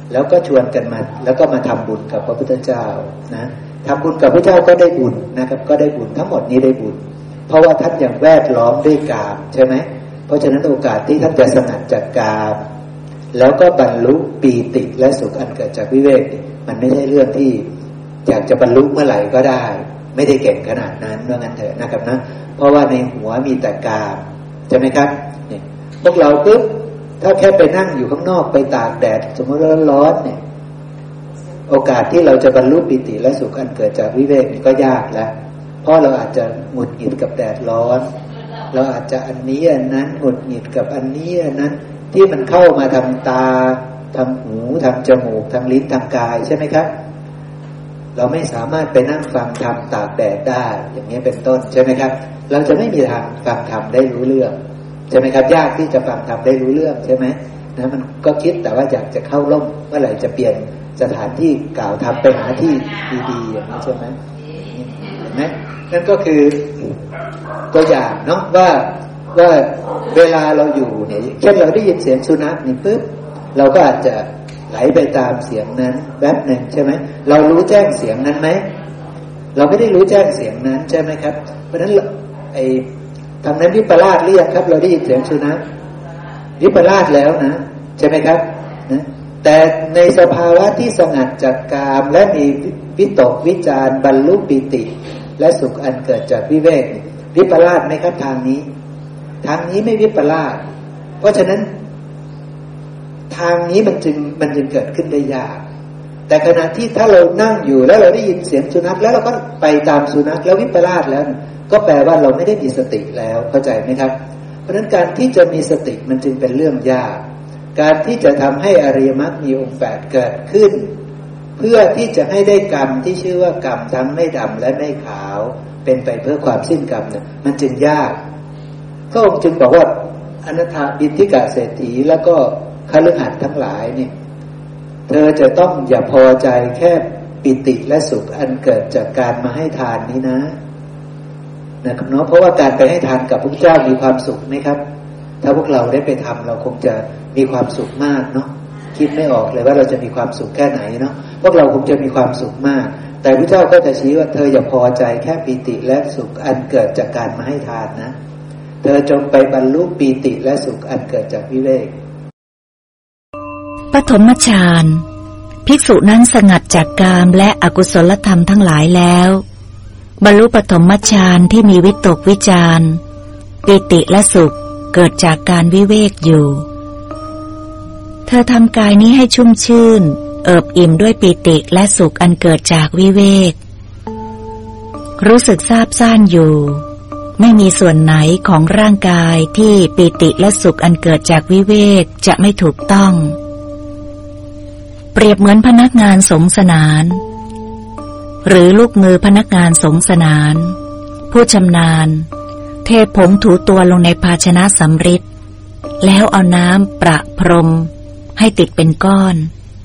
แล้วก็ชวนกันมาแล้วก็มาทำบุญกับพระพุทธเจ้านะทำบุญกับพระเจ้าก็ได้บุญนะครับก็ได้บุญทั้งหมดนี้ได้บุญเพราะว่าท่านยังแวดล้อมด้วยกามใช่ไหมเพราะฉะนั้นโอกาสที่ท่านจะสงัดจากกามแล้วก็บรรลุปีติและสุขอันเกิดจากวิเวกมันไม่ใช่เรื่องที่อยากจะบรรลุเมื่อไหร่ก็ได้ไม่ได้เก่งขนาดนั้นว่างั้นเถอะนะครับนะเพราะว่าในหัวมีแต่กามใช่ไหมครับเนี่ยพวกเราปุ๊บถ้าแค่ไปนั่งอยู่ข้างนอกไปตากแดดสมมติร้อนเนี่ยโอกาสที่เราจะบรรลุปิติและสุขอันเกิดจากวิเวกก็ยากแล้วเพราะเราอาจจะหงุดหงิดกับแดดร้อนเราอาจจะอันนี้อันนั้นหงุดหงิดกับอันนี้อันนั้นที่มันเข้ามาทางตาทางหูทางจมูกทางลิ้นทางกายใช่ไหมครับเราไม่สามารถไปนั่งฟังธรรมตากแดดได้อย่างนี้เป็นต้นใช่ไหมครับเราจะไม่มีทางฟังธรรมได้รู้เรื่องใช่ไหมครับยากที่จะฟังธรรมได้รู้เรื่องใช่ไหมนะมันก็คิดแต่ว่าอยากจะเข้าร่มเมื่อไหร่จะเปลี่ยนสถานที่กล่าวธรรมไปหาที่ดีๆอย่างนี้ใช่ไหมเห็นไหมนั่นก็คือตัวอย่างเนาะว่าเวลาเราอยู่เนี่ยเช่นเราได้ยินเสียงสุนัขนี่ปุ๊บเราก็อาจจะไหลไปตามเสียงนั้นแวบหนึ่งใช่ไหมเรารู้แจ้งเสียงนั้นไหมเราไม่ได้รู้แจ้งเสียงนั้นใช่ไหมครับเพราะฉะนั้นไอ้ทางนั้นวิปลาสเรียกครับเราได้ยินเสียงสุนัขวิปลาสแล้วนะใช่ไหมครับนะแต่ในสภาวะที่สงัดจากกามและมีวิตกวิจารบรรลุปิติและสุขอันเกิดจากวิเวกวิปลาสไหมครับทางนี้ไม่วิปลาสเพราะฉะนั้นทางนี้มันจึงเกิดขึ้นได้ยากแต่ขณะที่ถ้าเรานั่งอยู่แล้วเราได้ยินเสียงสุนัขแล้วเราก็ไปตามสุนัขแล้ววิปลาสแล้วก็แปลว่าเราไม่ได้มีสติแล้วเข้าใจไหมครับเพราะฉะนั้นการที่จะมีสติมันจึงเป็นเรื่องยากการที่จะทำให้อริยมรรคมีองค์8เกิดขึ้นเพื่อที่จะให้ได้กรรมที่ชื่อว่ากรรมทั้งไม่ดำและไม่ขาวเป็นไปเพื่อความสิ้นกรรมเนี่ยมันจึงยากพระองค์จึงบอกว่าอนัตถบิณฑิกะเศรษฐีแล้วก็คฤหัสถ์ทั้งหลายเนี่ยเธอจะต้องอย่าพอใจแค่ปิติและสุขอันเกิดจากการมาให้ทานนี้นะครับเนาะเพราะว่าการไปให้ทานกับพระเจ้ามีความสุขไหมครับถ้าพวกเราได้ไปทำเราคงจะมีความสุขมากเนาะคิดไม่ออกเลยว่าเราจะมีความสุขแค่ไหนเนาะพวกเราคงจะมีความสุขมากแต่พระเจ้าก็จะชี้ว่าเธออย่าพอใจแค่ปิติและสุขอันเกิดจากการมาให้ทานนะเธอจงไปบรรลุปีติและสุขอันเกิดจากวิเวกปฐมฌานภิกษุนั้นสงัดจากกามและอกุศลธรรมทั้งหลายแล้วบรรลุปฐมฌานที่มีวิตกวิจารปิติและสุขเกิดจากการวิเวกอยู่เธอทำกายนี้ให้ชุ่มชื่นเอิบอิ่มด้วยปิติและสุขอันเกิดจากวิเวกรู้สึกซาบซ่านอยู่ไม่มีส่วนไหนของร่างกายที่ปิติและสุขอันเกิดจากวิเวกจะไม่ถูกต้องเปรียบเหมือนพนักงานสงสนานหรือลูกมือพนักงานสงสนานผู้ชำนาญเทผงถูตัวลงในภาชนะสำริดแล้วเอาน้ำประพรมให้ติดเป็นก้อน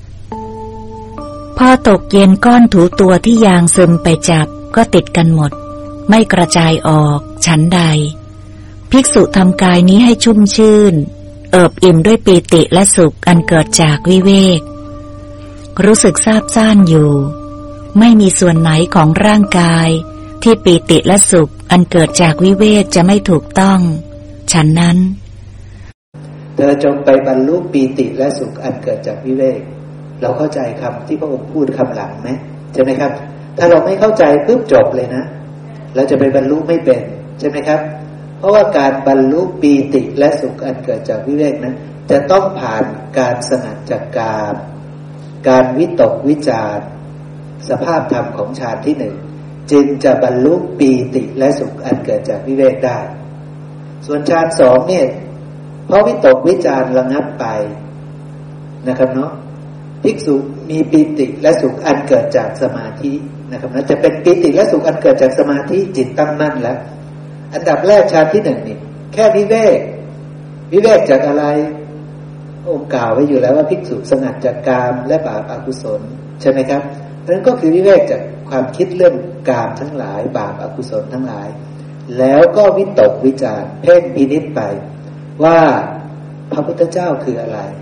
พอตกเย็นก้อนถูตัวที่ยางซึมไปจับก็ติดกันหมดไม่กระจายออกฉันใดภิกษุทำกายนี้ให้ชุ่มชื่นเอิบอิ่มด้วยปีติและสุขอันเกิดจากวิเวกรู้สึกซาบซ่านอยู่ไม่มีส่วนไหนของร่างกายที่ปีติและสุขอันเกิดจากวิเวกจะไม่ถูกต้องฉันนั้นเธอจงไปบรรลุปีติและสุขอันเกิดจากวิเวกเราเข้าใจคำที่พระองค์พูดคำหลังไหมใช่ไหมครับถ้าเราไม่เข้าใจปุ๊บจบเลยนะเราจะไปบรรลุไม่เป็นใช่ไหมครับเพราะว่าการบรรลุปีติและสุขอันเกิดจากวิเวกนั้นจะต้องผ่านการสงัดจากการวิตกวิจารสภาพธรรมของฌานที่หนึ่งจึงจะบรรลุปีติและสุขอันเกิดจากวิเวกได้ส่วนฌานสองเนี่ยเพราะวิตกวิจารระงับไปนะครับเนาะภิกษุมีปีติและสุขอันเกิดจากสมาธินะครับนะจะเป็นปีติและสุขอันเกิดจากสมาธิจิตตั้งมั่นแล้วอันดับแรกฌานที่หนึ่งนี่แค่วิเวกจากอะไรองค์กล่าวไว้อยู่แล้วว่าภิกษุสงัดจากกามและบาปอกุศลใช่ไหมครับเพราะนั้นก็คือวิเวกจากความคิดเรื่องกามทั้งหลายบาปอกุศลทั้งหลายแล้วก็วิตกวิจารเพ่งพินิจไปว่าพระพุทธเจ้าคืออะไร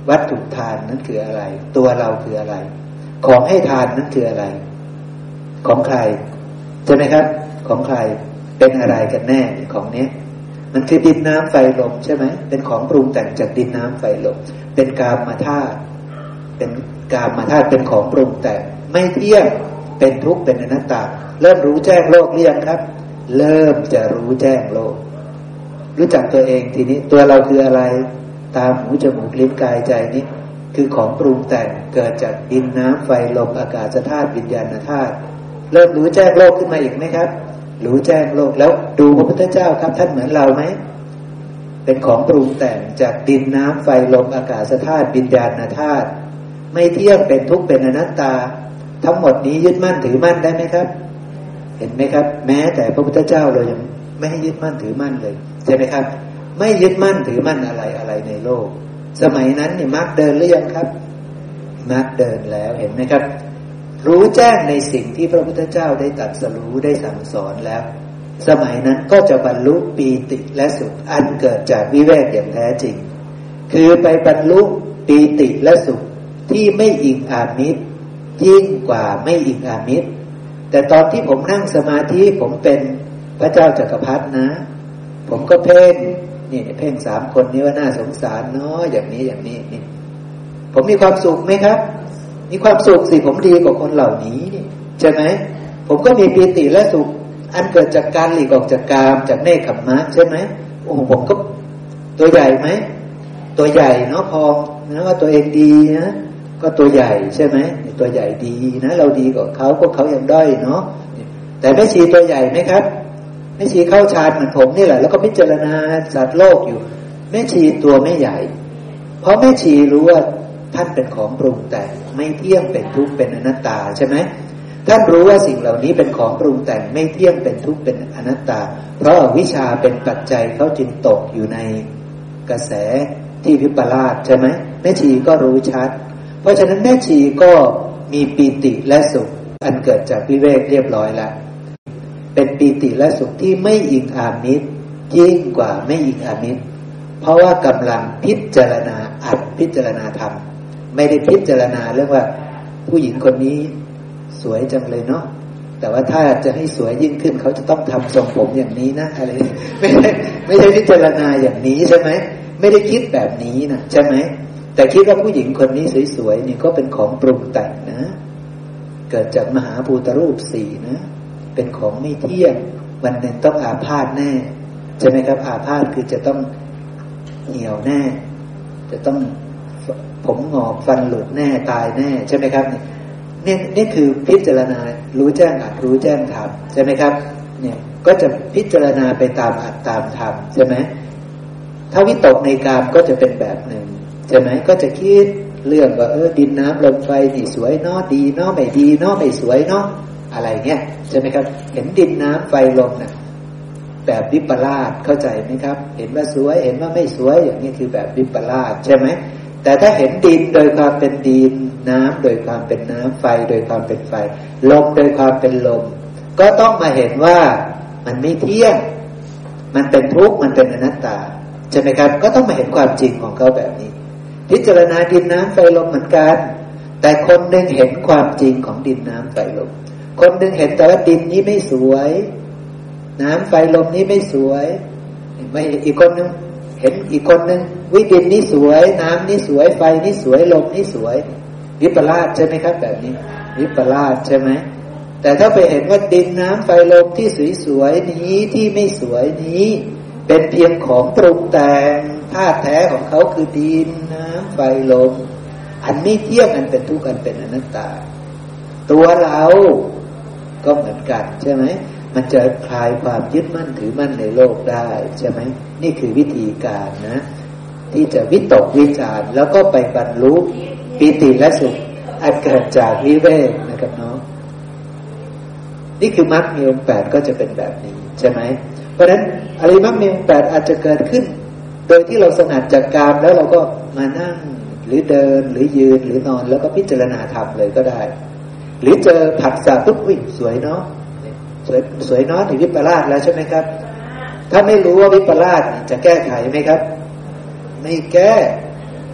วัตถุทานนั้นคืออะไรตัวเราคืออะไรของให้ทานนั้นคืออะไรของใครใช่ไหมครับของใครเป็นอะไรกันแน่ของเนี้ยมันคือดินน้ำไฟลมใช่ไหมเป็นของปรุงแต่งจากดินน้ำไฟลมเป็นกามธาตุเป็นกามธาตุเป็นของปรุงแต่งไม่เที่ยงเป็นทุกข์เป็นอนัตตาเริ่มรู้แจ้งโลกหรือยังครับเริ่มจะรู้แจ้งโลกรู้จักตัวเองทีนี้ตัวเราคืออะไรตาหูจมูกลิ้นกายใจนี้คือของปรุงแต่งเกิดจากดินน้ำไฟลมอากาศธาตุวิญญาณธาตุเริ่มรู้แจ้งโลกขึ้นมาอีกไหมครับรู้แจ้งโลกแล้วดูพระพุทธเจ้าครับท่านเหมือนเราไหมเป็นของปรุงแต่งจากดินน้ำไฟลมอากาศธาตุวิญญาณธาตุไม่เที่ยงเป็นทุกข์เป็นอนัตตาทั้งหมดนี้ยึดมั่นถือมั่นได้ไหมครับเห็นไหมครับแม้แต่พระพุทธเจ้าเรายังไม่ให้ยึดมั่นถือมั่นเลยใช่ไหมครับไม่ยึดมั่นถือมั่นอะไรในโลกสมัยนั้นนี่มักเดินหรือยังครับมักเดินแล้วเห็นไหมครับรู้แจ้งในสิ่งที่พระพุทธเจ้าได้ตรัสรู้ได้สั่งสอนแล้วสมัยนั้นก็จะบรรลุปีติและสุขอันเกิดจากวิเวกอย่างแท้จริงคือไปบรรลุปีติและสุขที่ไม่อิงอามิตรยิ่งกว่าไม่อิงอามิตรแต่ตอนที่ผมนั่งสมาธิผมเป็นพระเจ้าจักรพรรดินะผมก็เพ่งนี่เพ่ง3 คนนี้ว่าน่าสงสารเนาะอย่างนี้นี่ผมมีความสุขไหมครับมีความสุขสิผมดีกว่าคนเหล่านี้นี่ใช่ไหมผมก็มีปีติและสุขอันเกิดจากการหลีกออกจากกามจากเนคขมมะใช่ไหมโอ้ผมก็ตัวใหญ่ไหมตัวใหญ่เนาะพอนะว่าตัวเองดีนะก็ตัวใหญ่ใช่ไหมตัวใหญ่ดีนะเราดีกว่าเขาพวกเขายังด้อยเนาะแต่แม่ชีตัวใหญ่ไหมครับแม่ชีเข้าฌานเหมือนผมนี่แหละแล้วก็พิจารณาสัตว์โลกอยู่แม่ชีตัวไม่ใหญ่เพราะแม่ชีรู้ว่าท่านเป็นของปรุงแต่งไม่เที่ยงเป็นทุกข์เป็นอนัตตาใช่ไหมท่านรู้ว่าสิ่งเหล่านี้เป็นของปรุงแต่งไม่เที่ยงเป็นทุกข์เป็นอนัตตาเพราะอวิชชาเป็นปัจจัยเขาจึงตกอยู่ในกระแสที่วิปลาสใช่ไหมแม่ชีก็รู้ชัดเพราะฉะนั้นแม่ชีก็มีปีติและสุขอันเกิดจากวิเวกเรียบร้อยแล้วเป็นปีติและสุขที่ไม่อิงอามิตรยิ่งกว่าไม่อิงอามิตรเพราะว่ากำลังพิจารณาอัดพิจารณาธรรมไม่ได้พิจารณาเรื่องว่าผู้หญิงคนนี้สวยจังเลยเนาะแต่ว่าถ้าจะให้สวยยิ่งขึ้นเขาจะต้องทำทรงผมอย่างนี้นะอะไรไม่ได้พิจารณาอย่างนี้ใช่ไหมไม่ได้คิดแบบนี้นะใช่ไหมแต่คิดว่าผู้หญิงคนนี้สวยๆนี่ก็เป็นของปรุงแต่งนะเกิดจากมหาภูตรูป4นะเป็นของไม่เที่ยงวันหนึ่งต้องอาพาธแน่ใช่ไหมครับอาพาธคือจะต้องเหี่ยวแน่จะต้องผมงอกฟันหลุดแน่ตายแน่ใช่ไหมครับนี่คือพิจารณารู้แจ้งอัตรู้แจ้งธรรมใช่ไหมครับเนี่ยก็จะพิจารณาไปตามอัตตามธรรมใช่ไหมถ้าวิตกในกามก็จะเป็นแบบหนึ่งใช่ไหมก็จะคิดเรื่องว่าดินน้ำลมไฟนี่สวยเนาะดีเนาะไม่ดีเนาะไม่สวยเนาะอะไรเงี้ยใช่ไหมครับเห็นดินน้ำไฟลมนะแบบวิปลาสเข้าใจไหมครับเห็นว่าสวยเห็นว่าไม่สวยอย่างนี้คือแบบวิปลาสใช่ไหมแต่ถ้าเห็นดินโดยความเป็นดินน้ำโดยความเป็นน้ำไฟโดยความเป็นไฟลมโดยความเป็นลมก็ต้องมาเห็นว่ามันไม่เที่ยงมันเป็นทุกข์มันเป็นอนัตตาใช่ไหมครับก็ต้องมาเห็นความจริงของเขาแบบนี้พิจารณาดินน้ำไฟลมเหมือนกันแต่คนหนึ่งเห็นความจริงของดินน้ำไฟลมคนหนึ่งเห็นแต่ว่าดินนี้ไม่สวยน้ำไฟลมนี้ไม่สวยไม่อีกคนหนึ่งเห็นอีกคนหนึ่งวิดินนี้สวยน้ำนี้สวยไฟนี้สวยลมนี้สวยวิปลาสใช่ไหมครับแบบนี้วิปลาสใช่ไหมแต่ถ้าไปเห็นว่าดินน้ำไฟลมที่สวยๆนี้ที่ไม่สวยนี้เป็นเพียงของปรุงแต่งธาตุแท้ของเขาคือดินน้ำไฟลมอันไม่เที่ยงอันเป็นทุกข์อันเป็นอนัตตาตัวเราก็เหมือนกันใช่ไหมมันจะคลายความยึดมั่นถือมั่นในโลกได้ใช่ไหมนี่คือวิธีการนะที่จะวิตกวิจารแล้วก็ไปบรรลุปีติและสุขอันเกิดจากวิเวกนะครับเนาะนี่คือมรรคมีองค์8ก็จะเป็นแบบนี้ใช่ไหมเพราะฉะนั้นอริยมรรคมีองค์8อาจจะเกิดขึ้นโดยที่เราสงัดจากกามแล้วเราก็มานั่งหรือเดินหรือยืนหรือนอนแล้วก็พิจารณาธรรมเลยก็ได้หรือเจอผัสสะปุ๊บวิ่งสวยเนาะสวยเนาะนี่วิปลาสแล้วใช่ไหมครับถ้าไม่รู้ว่าวิปลาสจะแก้ไขไหมครับไม่แก้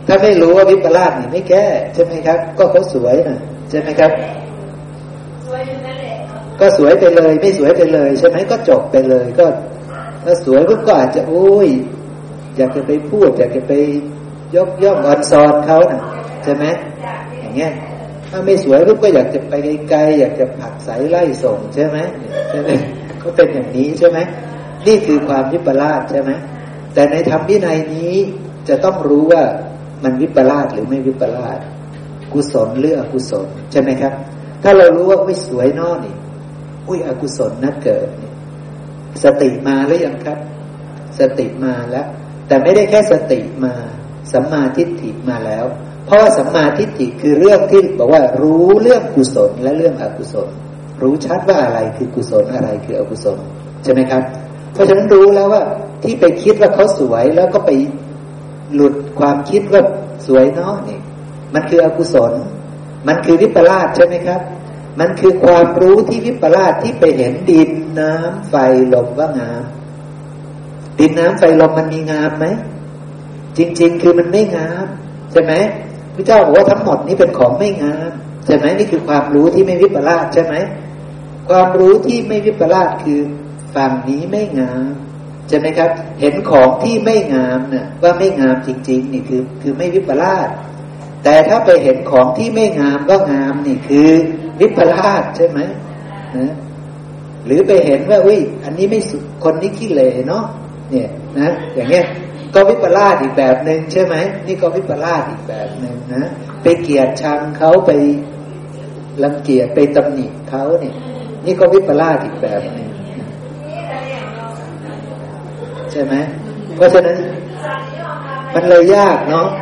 ถ้าไม่รู้ว่าวิปลาสนี่ไม่แก้ใช่ไหมครับก็เขาสวยนะใช่ไหมครับก็สวยไปเลยไม่สวยไปเลยใช่ไหมก็จบไปเลยก็ถ้าสวยปุ๊บก็อาจจะอยากจะไปพูดอยากจะไปยกย่องอ่อนซอนเขานะใช่ไหมอย่างเงี้ยถ้าไม่สวยปุ๊บก็อยากจะไปไกลๆอยากจะผลักไสไล่ส่งใช่ไหมใช่ไหมก็เป็นอย่างนี้ใช่ไหมนี่คือความวิปลาสใช่ไหมแต่ในธรรมวินัยนี้จะต้องรู้ว่ามันวิปลาสหรือไม่วิปลาสกุศลหรืออกุศลใช่ไหมครับถ้าเรารู้ว่าไม่สวยนอนี่อกุศลนักเกิดสติมาหรือยังครับสติมาแล้วแต่ไม่ได้แค่สติมาสัมมาทิฏฐิมาแล้วเพราะว่าสัมมาทิฏฐิคือเรื่องที่บอกว่ารู้เรื่องกุศลและเรื่องอกุศลรู้ชัดว่าอะไรคือกุศลอะไรคืออกุศลใช่ไหมครับเพราะฉะนั้นรู้แล้วว่าที่ไปคิดว่าเขาสวยแล้วก็ไปหลุดความคิดว่าสวยเนาะนี่มันคืออกุศลมันคือวิปลาสใช่ไหมครับมันคือความรู้ที่วิปลาสที่ไปเห็นดินน้ำไฟลมว่างามดินน้ำไฟลมมันมีงามไหมจริงๆคือมันไม่งามใช่ไหมพระเจ้าบอกว่าทั้งหมดนี้เป็นของไม่งามใช่ไหมนี่คือความรู้ที่ไม่วิปลาสใช่ไหมความรู้ที่ไม่วิปลาสคือฝั่งนี้ไม่งามใช่ไหมครับเห็นของที่ไม่งามน่ะว่าไม่งามจริงๆนี่คือไม่วิปลาสแต่ถ้าไปเห็นของที่ไม่งามว่างามนี่คือวิปลาสใช่ไหมนะหรือไปเห็นว่าอันนี้ไม่คนนี้ขี้เหร่เนาะเนี่ยนะอย่างเงี้ยก็วิปลาสอีกแบบนึงใช่ไหมนี่ก็วิปลาสอีกแบบนึงนะไปเกลียดชังเขาไปรังเกียจไปตำหนิเขาเนี่ยนี่ก็วิปลาสอีกแบบนึงใช่ไหมเพราะฉะนั้นมันเลยยากเนาะ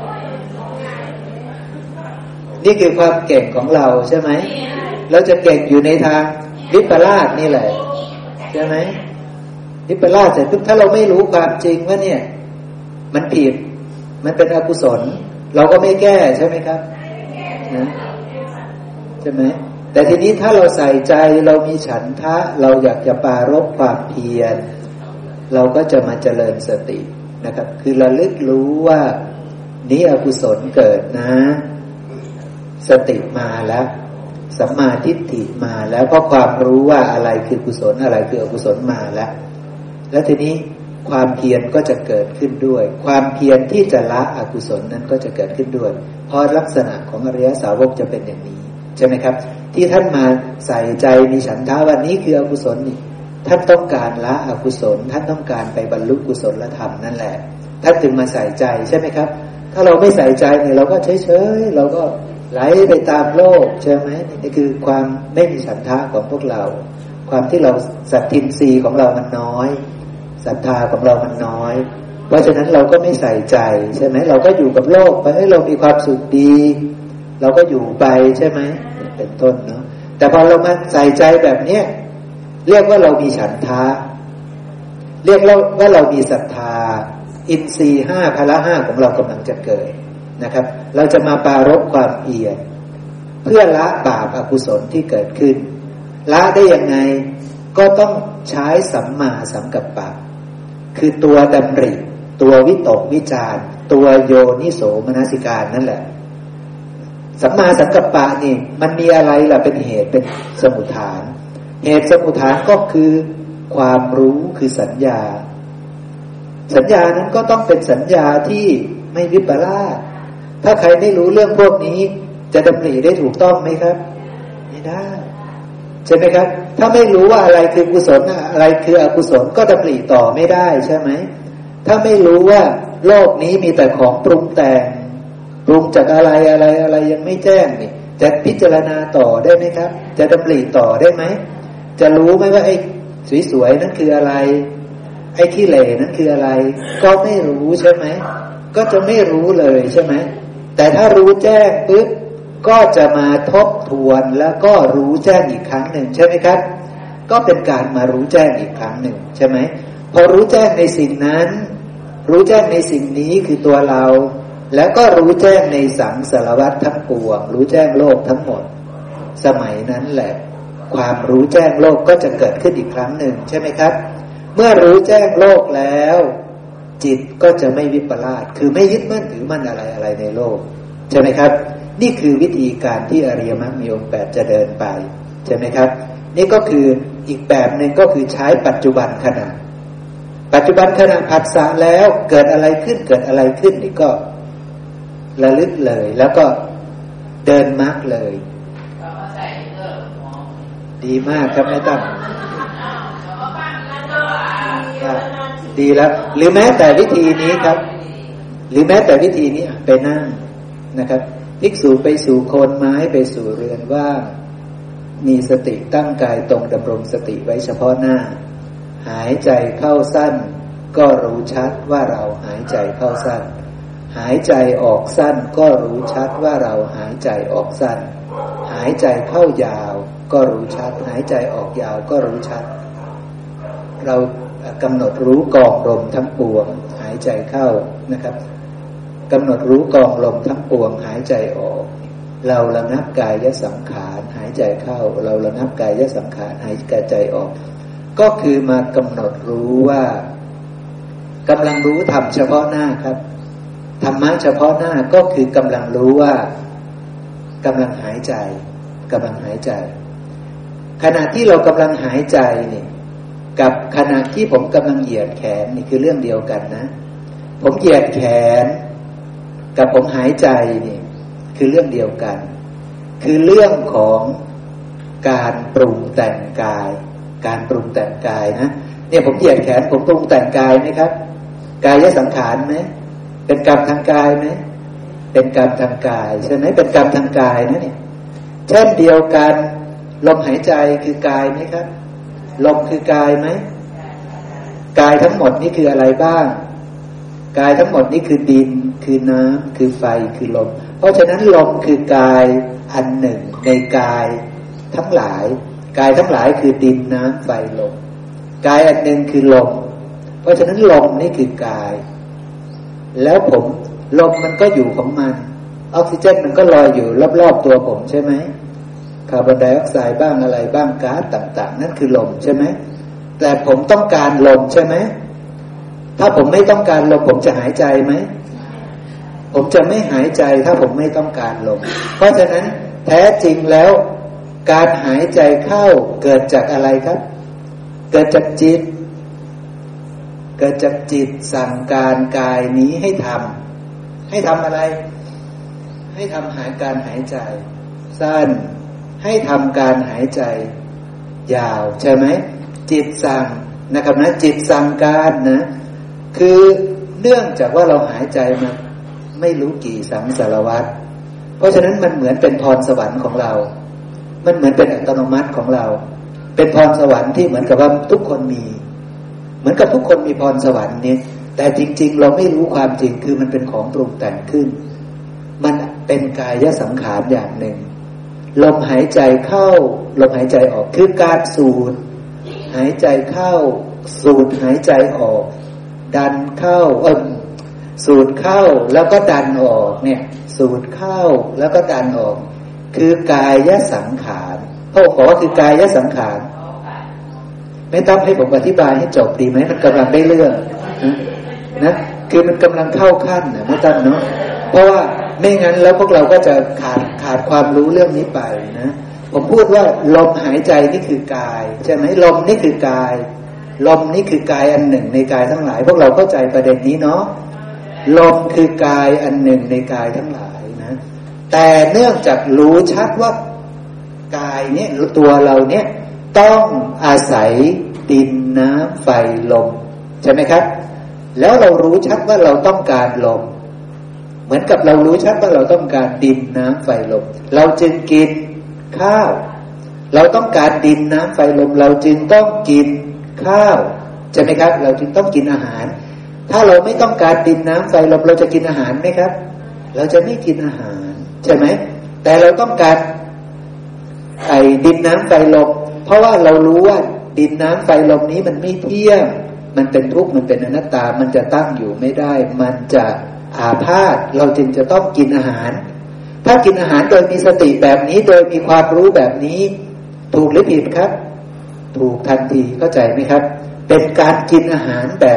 นี่คือความเก่งของเราใช่ไหมเราจะเก่งอยู่ในทางวิปลาสนี่แหละใช่ไหมวิปลาสเสร็จปุ๊บถ้าเราไม่รู้ความจริงว่าเนี่ยมันผิดมันเป็นอกุศลเราก็ไม่แก้ใช่ไหมครับนะใช่ไหมแต่ทีนี้ถ้าเราใส่ใจเรามีฉันทะเราอยากจะปรารภความเพียรเราก็จะมาเจริญสตินะครับคือระลึกรู้ว่านี้อกุศลเกิดนะสติมาแล้วสัมมาทิฏฐิมาแล้วเพราะความรู้ว่าอะไรคือกุศลอะไรคืออกุศลมาแล้วทีนี้ความเพียรก็จะเกิดขึ้นด้วยความเพียรที่จะละอกุศลนั้นก็จะเกิดขึ้นด้วยเพราะลักษณะของอริยสาวกจะเป็นอย่างนี้ใช่ไหมครับที่ท่านมาใส่ใจมีฉันทะวันนี้คืออกุศลนี่ท่านต้องการละอกุศลท่านต้องการไปบรรลุกุศลธรรมนั่นแหละท่านจึงมาใส่ใจใช่ไหมครับถ้าเราไม่ใส่ใจเนี่ยเราก็เฉยๆเราก็ไหลไปตามโลกใช่ไหมนี่คือความไม่มีฉันทะของพวกเราความที่เราสัตทินรีย์ของเรามันน้อยศรัทธาของเรามันน้อยเพราะฉะนั้นเราก็ไม่ใส่ใจใช่ไหมเราก็อยู่กับโลกไปให้เรามีความสุขดีเราก็อยู่ไปใช่ไหมเป็นต้นเนาะแต่พอเรามาใส่ใจแบบเนี้ยเรียกว่าเรามีฉันทะเรียกว่าเรามีศรัทธาอินทรีย์5พละ5ของเรากำลังจะเกิดนะครับเราจะมาปรารภความเพียรเพื่อละบาปอกุศลที่เกิดขึ้นละได้ยังไงก็ต้องใช้สัมมาสังกัปปะคือตัวดำริตัววิตกวิจารตัวโยนิโสมนสิการนั่นแหละสัมมาสังกัปปะนี่มันมีอะไรล่ะเป็นเหตุเป็นสมุฏฐานเหตุสมุฏฐานก็คือความรู้คือสัญญานั้นก็ต้องเป็นสัญญาที่ไม่วิปลาสถ้าใครไม่รู้เรื่องพวกนี้จะดำริได้ถูกต้องไหมครับไม่ได้ใช่ไหมครับถ้าไม่รู้ว่าอะไรคือกุศลอะไรคืออกุศลก็ดำริต่อไม่ได้ใช่ไหมถ้าไม่รู้ว่าโลกนี้มีแต่ของปรุงแต่งปรุงจากอะไรยังไม่แจ้งนี่จะพิจารณาต่อได้ไหมครับจะดำริต่อได้ไหมจะรู้ไหมว่าไอ้สวยๆนั้นคืออะไรไอ้ขี้เหร่นั้นคืออะไรก็ไม่รู้ใช่ไหมก็จะไม่รู้เลยใช่ไหมแต่ถ้ารู้แจ้งปุ๊บก็จะมาทบทวนแล้วก็รู้แจ้งอีกครั้งหนึ่งใช่ไหมครับก็เป็นการมารู้แจ้งอีกครั้งหนึ่งใช่ไหมพอรู้แจ้งในสิ่งนั้นรู้แจ้งในสิ่งนี้คือตัวเราแล้วก็รู้แจ้งในสังสารวัฏทั้งปวงรู้แจ้งโลกทั้งหมดสมัยนั้นแหละความรู้แจ้งโลกก็จะเกิดขึ้นอีกครั้งหนึ่งใช่ไหมครับเมื่อรู้แจ้งโลกแล้วจิตก็จะไม่วิปลาสคือไม่ยึดมั่นถือมั่นอะไรในโลกใช่ไหมครับนี่คือวิธีการที่อริยมรรคมีองค์8จะเดินไปใช่ไหมครับนี่ก็คืออีกแบบหนึ่งก็คือใช้ปัจจุบันขณะปัจจุบันขณะผัสสะแล้วเกิดอะไรขึ้นนี่ก็ระลึกเลยแล้วก็เดินมรรคเลยดีมากครับแม่ตั้มดีแล้วหรือแม้แต่วิธีนี้ครับหรือแม้แต่วิธีนี้ไปนั่งนะครับภิกษุไปสู่โคนไม้ไปสู่เรือนว่างมีสติตั้งกายตรงดำรงสติไว้เฉพาะหน้าหายใจเข้าสั้นก็รู้ชัดว่าเราหายใจเข้าสั้นหายใจออกสั้นก็รู้ชัดว่าเราหายใจออกสั้นหายใจเข้ายาวก็รู้ชัดหายใจออกยาวก็รู้ชัดเรากำหนดรู้กองลมทั้งปวงหายใจเข้านะครับกำหนดรู้กองลมทั้งปวงหายใจออกเราระงับกายสังขารหายใจเข้าเราระงับกายสังขารหายใจออกก็คือมากำหนดรู้ว่ากำลังรู้ธรรมเฉพาะหน้าครับธรรมะเฉพาะหน้าก็คือกำลังรู้ว่ากำลังหายใจขณะที่เรากำลังหายใจนี่กับขณะที่ผมกำลังเหยียดแขนนี่คือเรื่องเดียวกันนะผมเหยียดแขนกับผมหายใจนี่คือเรื่องเดียวกันคือเรื่องของการปรุงแต่งกายนะเนี่ยผมเหยียดแขนผมปรุงแต่งกายไหมครับกายสังขารไหมเป็นกรรมทางกายไหมเป็นกรรมทางกายใช่ไหมเป็นกรรมทางกายนะเนี่ยเช่นเดียวกันลมหายใจคือกายไหมครับลมคือกายไหมกายทั้งหมดนี่คืออะไรบ้างกายทั้งหมดนี่คือดินคือน้ำคือไฟคือลมเพราะฉะนั้นลมคือกายอันหนึ่งในกายทั้งหลายกายทั้งหลายคือดินน้ำไฟลมกายอันหนึ่งคือลมเพราะฉะนั้นลมนี่คือกายแล้วผมลมมันก็อยู่ของมันออกซิเจนมันก็ลอยอยู่รอบๆตัวผมใช่ไหมคาร์บอนไดออกไซด์บ้างอะไรบ้างก๊าซต่างๆนั่นคือลมใช่ไหมแต่ผมต้องการลมใช่ไหมถ้าผมไม่ต้องการลมผมจะหายใจไหมผมจะไม่หายใจถ้าผมไม่ต้องการลมเพราะฉะนั้นแท้จริงแล้วการหายใจเข้าเกิดจากอะไรครับเกิดจากจิตสั่งการกายนี้ให้ทำอะไรให้ทำการหายใจสั้นให้ทำการหายใจยาวใช่ไหมจิตสั่งนะครับนะจิตสั่งการนะคือเนื่องจากว่าเราหายใจมาไม่รู้กี่สังสารวัฏเพราะฉะนั้นมันเหมือนเป็นพรสวรรค์ของเรามันเหมือนเป็นอัตโนมัติของเราเป็นพรสวรรค์ที่เหมือนกับว่าทุกคนมีเหมือนกับทุกคนมีพรสวรรค์นี้แต่จริงๆเราไม่รู้ความจริงคือมันเป็นของปรุงแต่งขึ้นมันเป็นกายสังขารอย่างหนึ่งลมหายใจเข้าลมหายใจออกคือการสูดหายใจเข้าสูดหายใจออกดันเข้าสูดเข้าแล้วก็ดันออกเนี่ยสูดเข้าแล้วก็ดันออกคือกายสังขารพระองค์บอกว่าคือกายสังขารไม่ต้องให้ผมอธิบายให้จบดีไหมมันกำลังได้เรื่องนะคือมันกำลังเข้าขั้นนะไม่ต้องเนาะเพราะว่าไม่งั้นแล้วพวกเราก็จะขาดความรู้เรื่องนี้ไปนะผมพูดว่าลมหายใจนี่คือกายใช่ไหมลมนี่คือกายลมนี่คือกายอันหนึ่งในกายทั้งหลายพวกเราเข้าใจประเด็นนี้เนาะลมคือกายอันหนึ่งในกายทั้งหลายนะแต่เนื่องจากรู้ชัดว่ากายเนี่ยตัวเราเนี่ยต้องอาศัยดินน้ำไฟลมใช่ไหมครับแล้วเรารู้ชัดว่าเราต้องการลมเหมือนกับเรารู้ชัดว่าเราต้องการดินน้ำไฟลมเราจึงกินข้าวเราต้องการดินน้ำไฟลมเราจึงต้องกินข้าวใช่ไหมครับเราจึงต้องกินอาหารถ้าเราไม่ต้องการดินน้ำไฟลมเราจะกินอาหารไหมครับเราจะไม่กินอาหารใช่ไหมแต่เราต้องการดินน้ำไฟลมเพราะว่าเรารู้ว่าดินน้ำไฟลมนี้มันไม่เที่ยงมันเป็นทุกข์มันเป็นอนัตตามันจะตั้งอยู่ไม่ได้มันจะอาพาธเราจึงจะต้องกินอาหารถ้ากินอาหารโดยมีสติแบบนี้โดยมีความรู้แบบนี้ถูกหรือผิดครับถูกทันทีเข้าใจไหมครับเป็นการกินอาหารแบบ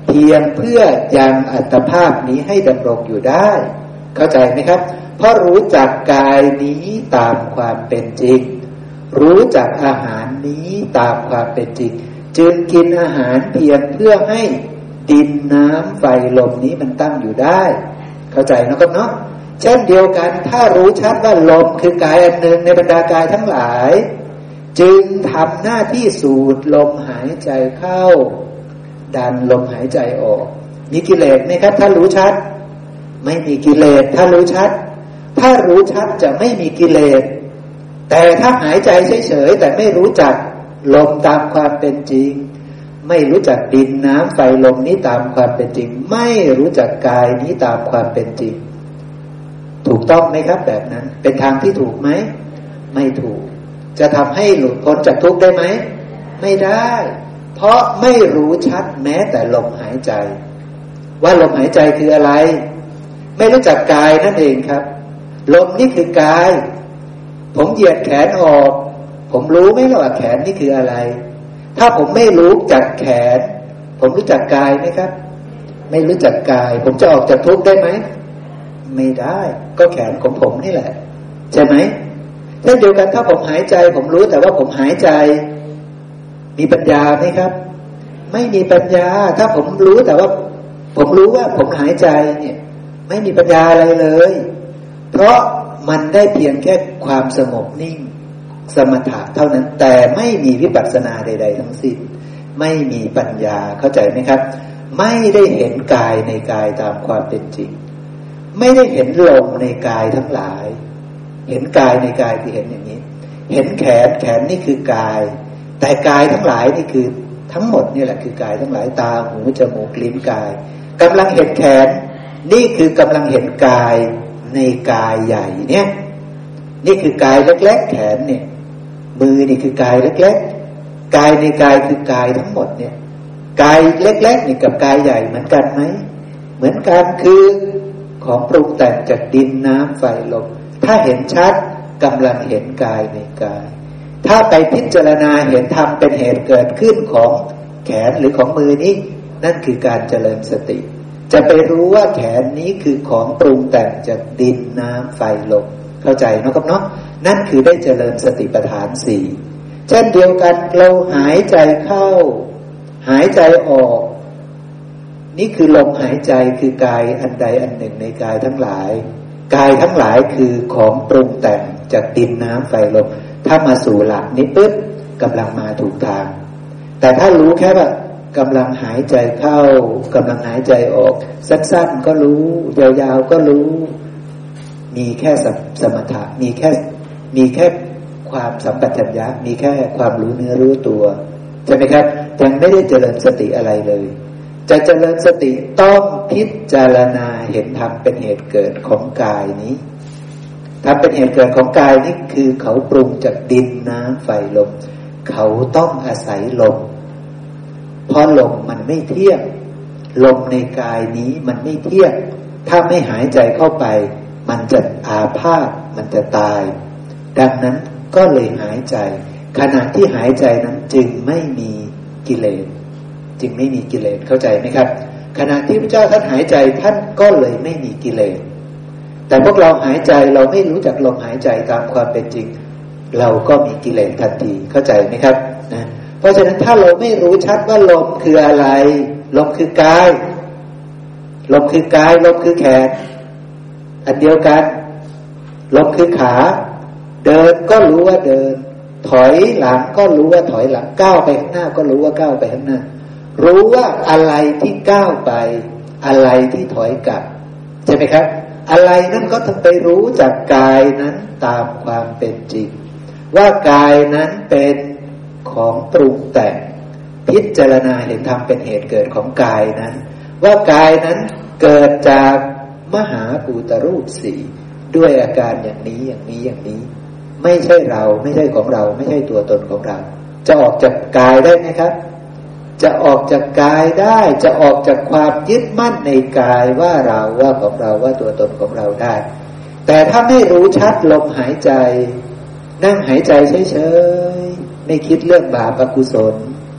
เพียงเพื่อยังอัตภาพนี้ให้ดำรงอยู่ได้เข้าใจไหมครับเพราะรู้จักกายนี้ตามความเป็นจริงรู้จักอาหารนี้ตามความเป็นจริงจึงกินอาหารเพียงเพื่อให้ดินน้ำไฟลมนี้มันตั้งอยู่ได้เข้าใจนะครับเนาะเช่นเดียวกันถ้ารู้ชัดว่าลมคือกายอันหนึ่งในบรรดากายทั้งหลายจึงทำหน้าที่สูดลมหายใจเข้าดันลมหายใจออกมีกิเลสไหมครับถ้ารู้ชัดไม่มีกิเลสถ้ารู้ชัดถ้ารู้ชัดจะไม่มีกิเลสแต่ถ้าหายใจเฉยๆแต่ไม่รู้จักลมตามความเป็นจริงไม่รู้จักดินน้ำไฟลมนี้ตามความเป็นจริงไม่รู้จักกายนี้ตามความเป็นจริงถูกต้องไหมครับแบบนั้นเป็นทางที่ถูกไหมไม่ถูกจะทำให้หลุดพ้นจากทุกข์ได้ไหมไม่ได้เพราะไม่รู้ชัดแม้แต่ลมหายใจว่าลมหายใจคืออะไรไม่รู้จักกายนั่นเองครับลมนี่คือกายผมเหยียดแขนออกผมรู้ไหมว่าแขนนี่คืออะไรถ้าผมไม่รู้จักแขนผมรู้จักกายไหมครับไม่รู้จักกายผมจะออกจากทุกข์ได้ไหมไม่ได้ก็แขนของผมนี่แหละใช่ไหมเช่นเดียวกันถ้าผมหายใจผมรู้แต่ว่าผมหายใจมีปัญญาไหมครับไม่มีปัญญาถ้าผมรู้แต่ว่าผมรู้ว่าผมหายใจเนี่ยไม่มีปัญญาอะไรเลยเพราะมันได้เพียงแค่ความสงบนิ่งสมถะเท่านั้นแต่ไม่มีวิปัสสนาใดๆทั้งสิ้นไม่มีปัญญาเข้าใจไหมครับไม่ได้เห็นกายในกายตามความเป็นจริงไม่ได้เห็นลมในกายทั้งหลายเห็นกายในกายที่เห็นอย่างนี้เห็นแขนแขนนี่คือกายแต่กายทั้งหลายนี่คือทั้งหมดนี่แหละคือกายทั้งหลายตาหูจมูกลิ้นกายกำลังเห็นแขนนี่คือกำลังเห็นกายในกายใหญ่เนี่ยนี่คือกายเล็กๆแขนเนี่ยมือนี่คือกายเล็กๆกายในกายคือกายทั้งหมดเนี่ยกายเล็กๆนี่กับกายใหญ่เหมือนกันไหมเหมือนกันคือของปรุงแต่งจากดินน้ำไฟลมถ้าเห็นชัดกำลังเห็นกายในกายถ้าไปพิจารณาเห็นธรรมเป็นเหตุเกิดขึ้นของแขนหรือของมือนี้นั่นคือการเจริญสติจะไปรู้ว่าแขนนี้คือของปรุงแต่งจากดินน้ำไฟลมเข้าใจนะครับเนาะนั่นคือได้เจริญสติปัฏฐานสี่เช่นเดียวกันเราหายใจเข้าหายใจออกนี่คือลมหายใจคือกายอันใดอันหนึ่งในกายทั้งหลายกายทั้งหลายคือของปรุงแต่งจากดินน้ำไฟลมถ้ามาสู่หลักนี้ปึ๊บกำลังมาถูกทางแต่ถ้ารู้แค่ว่ากำลังหายใจเข้ากำลังหายใจออกสั้นๆก็รู้ยาวๆก็รู้มีแค่สมถะมีแค่ความสัมปชัญญะมีแค่ความรู้เนื้อรู้ตัวใช่ไหมครับยังไม่ได้เจริญสติอะไรเลยจะเจริญสติต้องพิจารณาเห็นธรรมเป็นเหตุเกิดของกายนี้ธรรมเป็นเหตุเกิดของกายนี้คือเขาปรุงจากดินน้ำไฟลมเขาต้องอาศัยลมเพราะลมมันไม่เที่ยงลมในกายนี้มันไม่เที่ยงถ้าไม่หายใจเข้าไปมันจะอาพาธมันจะตายดังนั้นก็เลยหายใจขณะที่หายใจนั้นจึงไม่มีกิเลสจึงไม่มีกิเลสเข้าใจไหมครับขณะที่พระเจ้าท่านหายใจท่านก็เลยไม่มีกิเลสแต่พวกเราหายใจเราไม่รู้จักลมหายใจตามความเป็นจริงเราก็มีกิเลสทันทีเข้าใจไหมครับนะเพราะฉะนั้นถ้าเราไม่รู้ชัดว่าลมคืออะไรลมคือกายลมคือกายลมคือแขนอันเดียวกันลมคือขาเดินก็รู้ว่าเดินถอยหลังก็รู้ว่าถอยหลังก้าวไปข้างหน้าก็รู้ว่าก้าวไปข้างหน้ารู้ว่าอะไรที่ก้าวไปอะไรที่ถอยกลับใช่ไหมครับอะไรนั่นก็ต้องไปรู้จากกายนั้นตามความเป็นจริงว่ากายนั้นเป็นของปรุงแต่งพิจารณาเห็นธรรมเป็นเหตุเกิดของกายนั้นว่ากายนั้นเกิดจากมหาภูตรูปสี่ด้วยอาการอย่างนี้อย่างนี้อย่างนี้ไม่ใช่เราไม่ใช่ของเราไม่ใช่ตัวตนของเราจะออกจากกายได้ไหมครับจะออกจากกายได้จะออกจากความยึดมั่นในกายว่าเราว่าของเราว่าตัวตนของเราได้แต่ถ้าไม่รู้ชัดลมหายใจนั่งหายใจเฉยๆไม่คิดเรื่องบาปอกุศล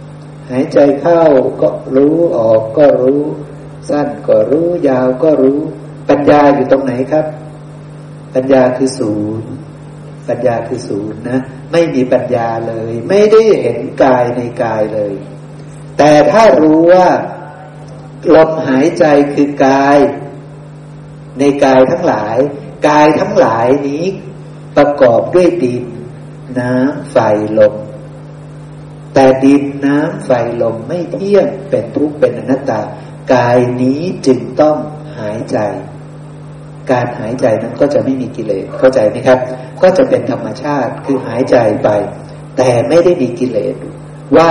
หายใจเข้าก็รู้ออกก็รู้สั้นก็รู้ยาวก็รู้ปัญญาอยู่ตรงไหนครับปัญญาคือศูนย์ปัญญาคือศูนย์นะไม่มีปัญญาเลยไม่ได้เห็นกายในกายเลยแต่ถ้ารู้ว่าลมหายใจคือกายในกายทั้งหลายกายทั้งหลายนี้ประกอบด้วยดินน้ำไฟลมแต่ดินน้ำไฟลมไม่เที่ยงเป็นทุกข์เป็นอนัตตากายนี้จึงต้องหายใจการหายใจนั้นก็จะไม่มีกิเลสเข้าใจไหมครับก็จะเป็นธรรมชาติคือหายใจไปแต่ไม่ได้มีกิเลสว่า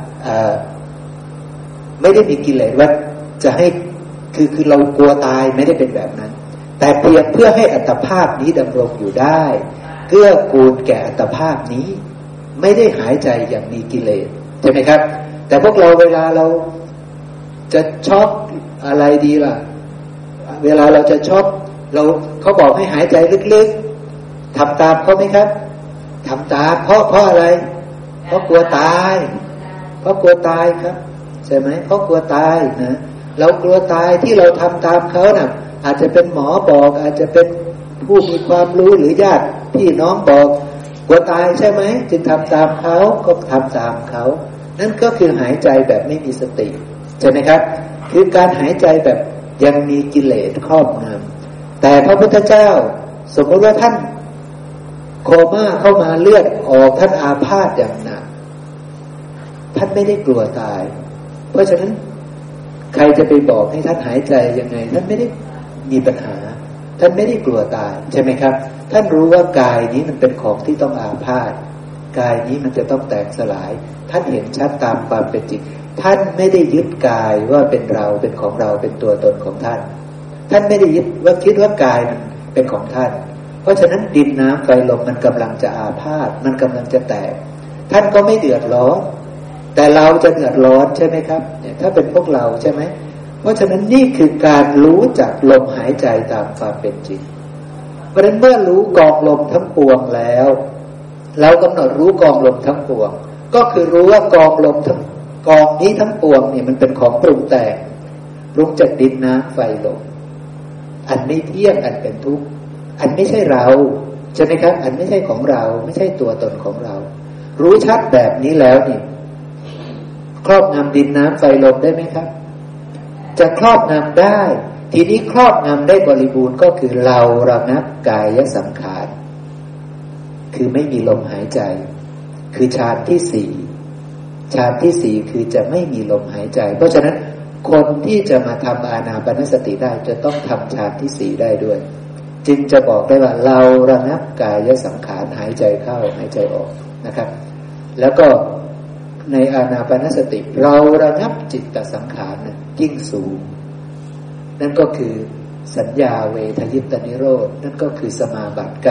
ไม่ได้มีกิเลสว่าจะให้คือเรากลัวตายไม่ได้เป็นแบบนั้นแต่เพียงเพื่อให้อัตภาพนี้ดำรงอยู่ได้เพื่อกูลแก่อัตภาพนี้ไม่ได้หายใจอย่างมีกิเลสใช่ไหมครับแต่พวกเราเวลาเราจะช็อกอะไรดีล่ะเวลาเราจะช็อกเขาบอกให้หายใจลึกๆทำตามเขาไหมครับทำตามเพราะอะไรเพราะกลัวตายเพราะกลัวตายครับใช่ไหมเพราะกลัวตายนะเรากลัวตายที่เราทำตามเขาน่ะอาจจะเป็นหมอบอกอาจจะเป็นผู้มีความรู้หรือญาติพี่น้องบอกกลัวตายใช่ไหมจึงทำตามเขาก็ทำตามเขานั่นก็คือหายใจแบบไม่มีสติใช่ไหมครับคือการหายใจแบบยังมีกิเลสครอบงำแต่พระพุทธเจ้าสมมติว่าท่านโคม่าเข้ามาเลือดออกท่านอาพาธอย่างหนักท่านไม่ได้กลัวตายเพราะฉะนั้นใครจะไปบอกให้ท่านหายใจยังไงท่านไม่ได้มีปัญหาท่านไม่ได้กลัวตายใช่ไหมครับท่านรู้ว่ากายนี้มันเป็นของที่ต้องอาพาธกายนี้มันจะต้องแตกสลายท่านเห็นชัดตามความเป็นจริงท่านไม่ได้ยึดกายว่าเป็นเราเป็นของเราเป็นตัวตนของท่านท่านไม่ได้ยึดว่าคิดว่ากายมันเป็นของท่านเพราะฉะนั้นดินน้ำไฟลมมันกำลังจะอาพาธมันกำลังจะแตกท่านก็ไม่เดือดร้อนแต่เราจะเดือดร้อนใช่ไหมครับเนี่ยถ้าเป็นพวกเราใช่ไหมเพราะฉะนั้นนี่คือการรู้จักลมหายใจตามความเป็นจริงเพราะฉะนั้นเมื่อรู้กองลมทั้งปวงแล้วเรากำหนดรู้กองลมทั้งปวงก็คือรู้ว่ากองลมทั้งกองนี้ทั้งปวงเนี่ยมันเป็นของปรุงแต่งปรุงจากดินน้ำไฟลมอันไม่เที่ยงอันเป็นทุกข์อันไม่ใช่เราใช่ไหมครับอันไม่ใช่ของเราไม่ใช่ตัวตนของเรารู้ชัดแบบนี้แล้วนี่ครอบงำดินน้ำไฟลมได้ไหมครับจะครอบงำได้ทีนี้ครอบงำได้บริบูรณ์ก็คือเราระงับกายสังขารคือไม่มีลมหายใจคือฌานที่สี่ฌานที่สี่คือจะไม่มีลมหายใจเพราะฉะนั้นคนที่จะมาทำอานาปานสติได้จะต้องทำฌานที่สี่ได้ด้วยจึงจะบอกได้ว่าเราระงับกายสังขารหายใจเข้าหายใจออกนะครับแล้วก็ในอานาปานสติเราระงับจิตตสังขารยิ่งสูงนั่นก็คือสัญญาเวทยิตตนิโรธนั่นก็คือสมาบัติ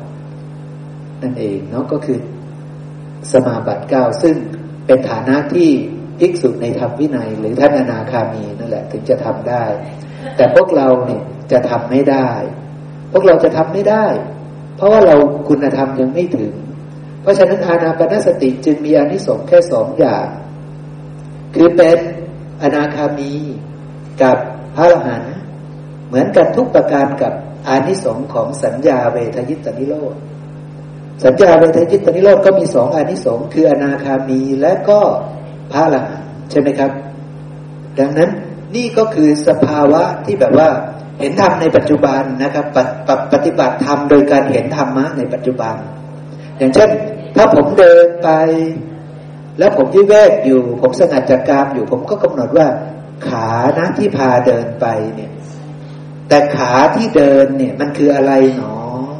9นั่นเองเนาะก็คือสมาบัติ9ซึ่งเป็นฐานะที่ภิกษุในธรรมวินัยหรือท่านอนาคามีนั่นแหละถึงจะทำได้แต่พวกเราเนี่ยจะทำไม่ได้พวกเราจะทำไม่ได้เพราะว่าเราคุณธรรมยังไม่ถึงเพราะฉะนั้นอานาปานสติจึงมีอานิสงส์แค่2อย่างคือเป็นอนาคามีกับพระอรหันต์เหมือนกันทุกประการกับอานิสงส์ของสัญญาเวทยิตตนิโรธสัญญาเวทยิตตนิโรธก็มี2อานิสงส์คืออนาคามีและก็พระอรหันต์ใช่ไหมครับดังนั้นนี่ก็คือสภาวะที่แบบว่าเห็นธรรมในปัจจุบันนะครับปฏิบัติธรรมโดยการเห็นธรรมะในปัจจุบันอย่างเช่นถ้าผมเดินไปแล้วผมวิเวกอยู่ผมสงัดจากกามอยู่ผมก็กำหนดว่าขานะที่พาเดินไปเนี่ยแต่ขาที่เดินเนี่ยมันคืออะไรหนอ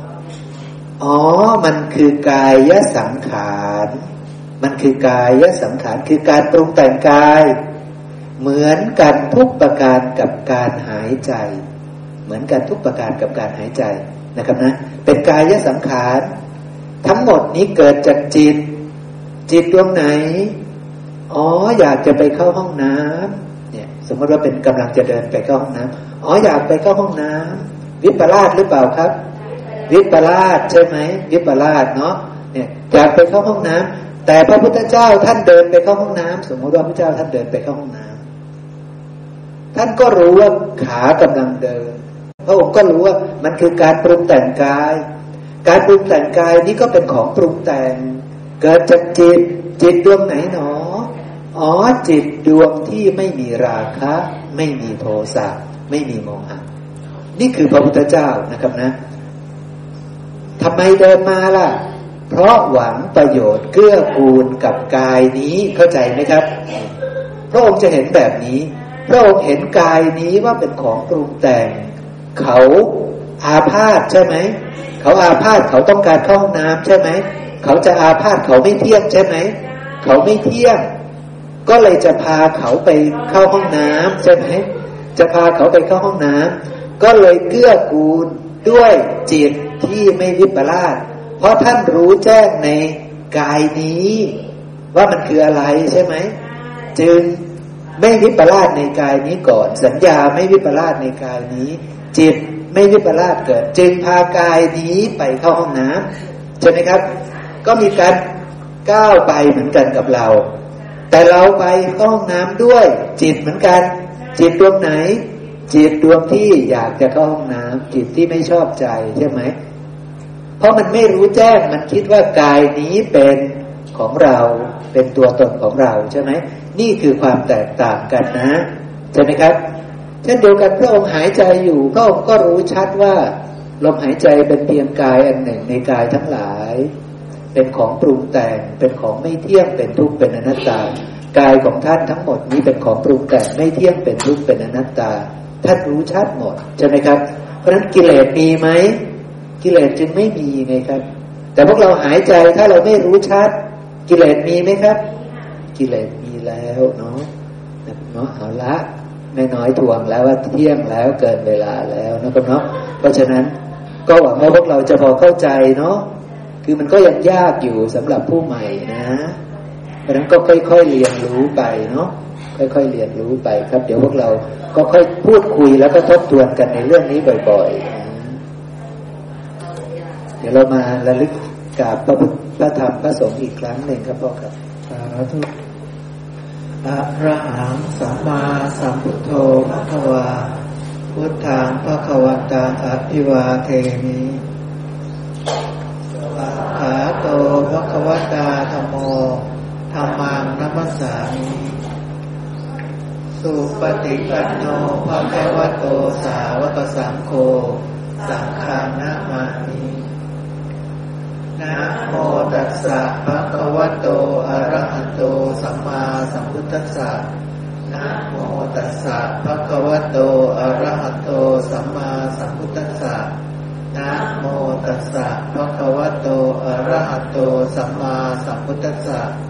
มันคือกายสังขารมันคือกายสังขารคือการปรุงแต่งกายเหมือนกันทุกประการกับการหายใจเหมือนกันทุกประการกับการหายใจนะครับนะเป็นกายสังขารทั้งหมดนี้เกิดจากจิตดวงไหนอยากจะไปเข้าห้องน้ำเนี่ยสมมติว่าเป็นกำลังจะเดินไปเข้าห้องน้ำอยากไปเข้าห้องน้ำวิปลาสหรือเปล่าครับวิปลาสใช่ไหมวิปลาสเนาะเนี่ยอยากไปเข้าห้องน้ำแต่พระพุทธเจ้าท่านเดินไปเข้าห้องน้ำสมมติว่าพระเจ้าท่านเดินไปเข้าห้องน้ำท่านก็รู้ว่าขากำลังเดินพระองค์ก็รู้ว่ามันคือการปรุงแต่งกายการปรุงแต่งกายนี้ก็เป็นของปรุงแต่งเกิดจากจิตดวงไหนหนออ๋อจิตดวงที่ไม่มีราคะไม่มีโทสะไม่มีโมหะนี่คือพระพุทธเจ้านะครับนะทำไมเดินมาล่ะเพราะหวังประโยชน์เกื้อกูลกับกายนี้เข้าใจไหมครับพระองค์จะเห็นแบบนี้พระองค์เห็นกายนี้ว่าเป็นของปรุงแต่งเขาอาพาธใช่ไหมเขาอาพาธเขาต้องการเข้าห้องน้ำใช่ไหมเขาจะอาพาธเขาไม่เที่ยงใช่ไหมเขาไม่เที่ยงก็เลยจะพาเขาไปเข้าห้องน้ำใช่ไหมจะพาเขาไปเข้าห้องน้ำก็เลยเกื้อกูลด้วยจิตที่ไม่วิปลาสเพราะท่านรู้แจ้งในกายนี้ว่ามันคืออะไรใช่ไหมจึงไม่วิปลาสในกายนี้ก่อนสัญญาไม่วิปลาสในกายนี้จิตไม่วิปลาสเกิดจึงพากายนี้ไปเข้าห้องน้ำใช่ไหมครับก็มีการก้าวไปเหมือนกันกับเราแต่เราไปเข้าห้องน้ำด้วยจิตเหมือนกันจิตดวงไหนจิตดวงที่อยากจะเข้าห้องน้ำจิตที่ไม่ชอบใจใช่ไหมเพราะมันไม่รู้แจ้งมันคิดว่ากายนี้เป็นของเราเป็นตัวตนของเราใช่ไหมนี่คือความแตกต่างกันนะใช่ไหมครับเช่นเดียวกันพระองค์หายใจอยู่พระองค์ก็รู้ชัดว่าลมหายใจเป็นเพียงกายอันหนึ่งในกายทั้งหลายเป็นของปรุงแต่งเป็นของไม่เที่ยงเป็นทุกข์เป็นอนัตตากายของท่านทั้งหมดนี้เป็นของปรุงแต่งไม่เที่ยงเป็นทุกข์เป็นอนัตตาท่านรู้ชัดหมดใช่ไหมครับเพราะฉะนั้นกิเลสมีไหมกิเลสจึงไม่มีไงครับแต่พวกเราหายใจถ้าเราไม่รู้ชัดกิเลสมีไหมครับกิเลสมีแล้วเนาะเอาละแม่น้อยทวงแล้วว่าเที่ยงแล้วเกินเวลาแล้วนะครับเนาะเพราะฉะนั้นก็หวังว่าพวกเราจะพอเข้าใจเนาะคือมันก็ยังยากอยู่สำหรับผู้ใหม่นะเพราะฉะนั้นก็ค่อยๆเรียนรู้ไปเนาะค่อยๆเรียนรู้ไปครับเดี๋ยวพวกเราก็ค่อยพูดคุยแล้วก็ทบทวนกันในเรื่องนี้บ่อยๆนะเดี๋ยวเรามาระลึกกราบพระพุทธพระธรรมพระสงฆ์อีกครั้งหนึ่งครับพ่อครับสาธุอะระหังสัมมาสัมพุทโธภควาพุทธังภควตังอภิวาเทมิขาโตภควตาธัมโมธัมมังนัมมัสสามิสุปฏิปันโนภควโตสาวกสังโฆสังฆังนะมามินะโมตัสสะภะคะวะโตอะระหะโตสัมมาสัมพุทธัสสะนะโมตัสสะภะคะวะโตอะระหะโตสัมมาสัมพุทธัสสะนะโมตัสสะภะคะวะโตอะระหะโตสัมมาสัมพุทธัสสะ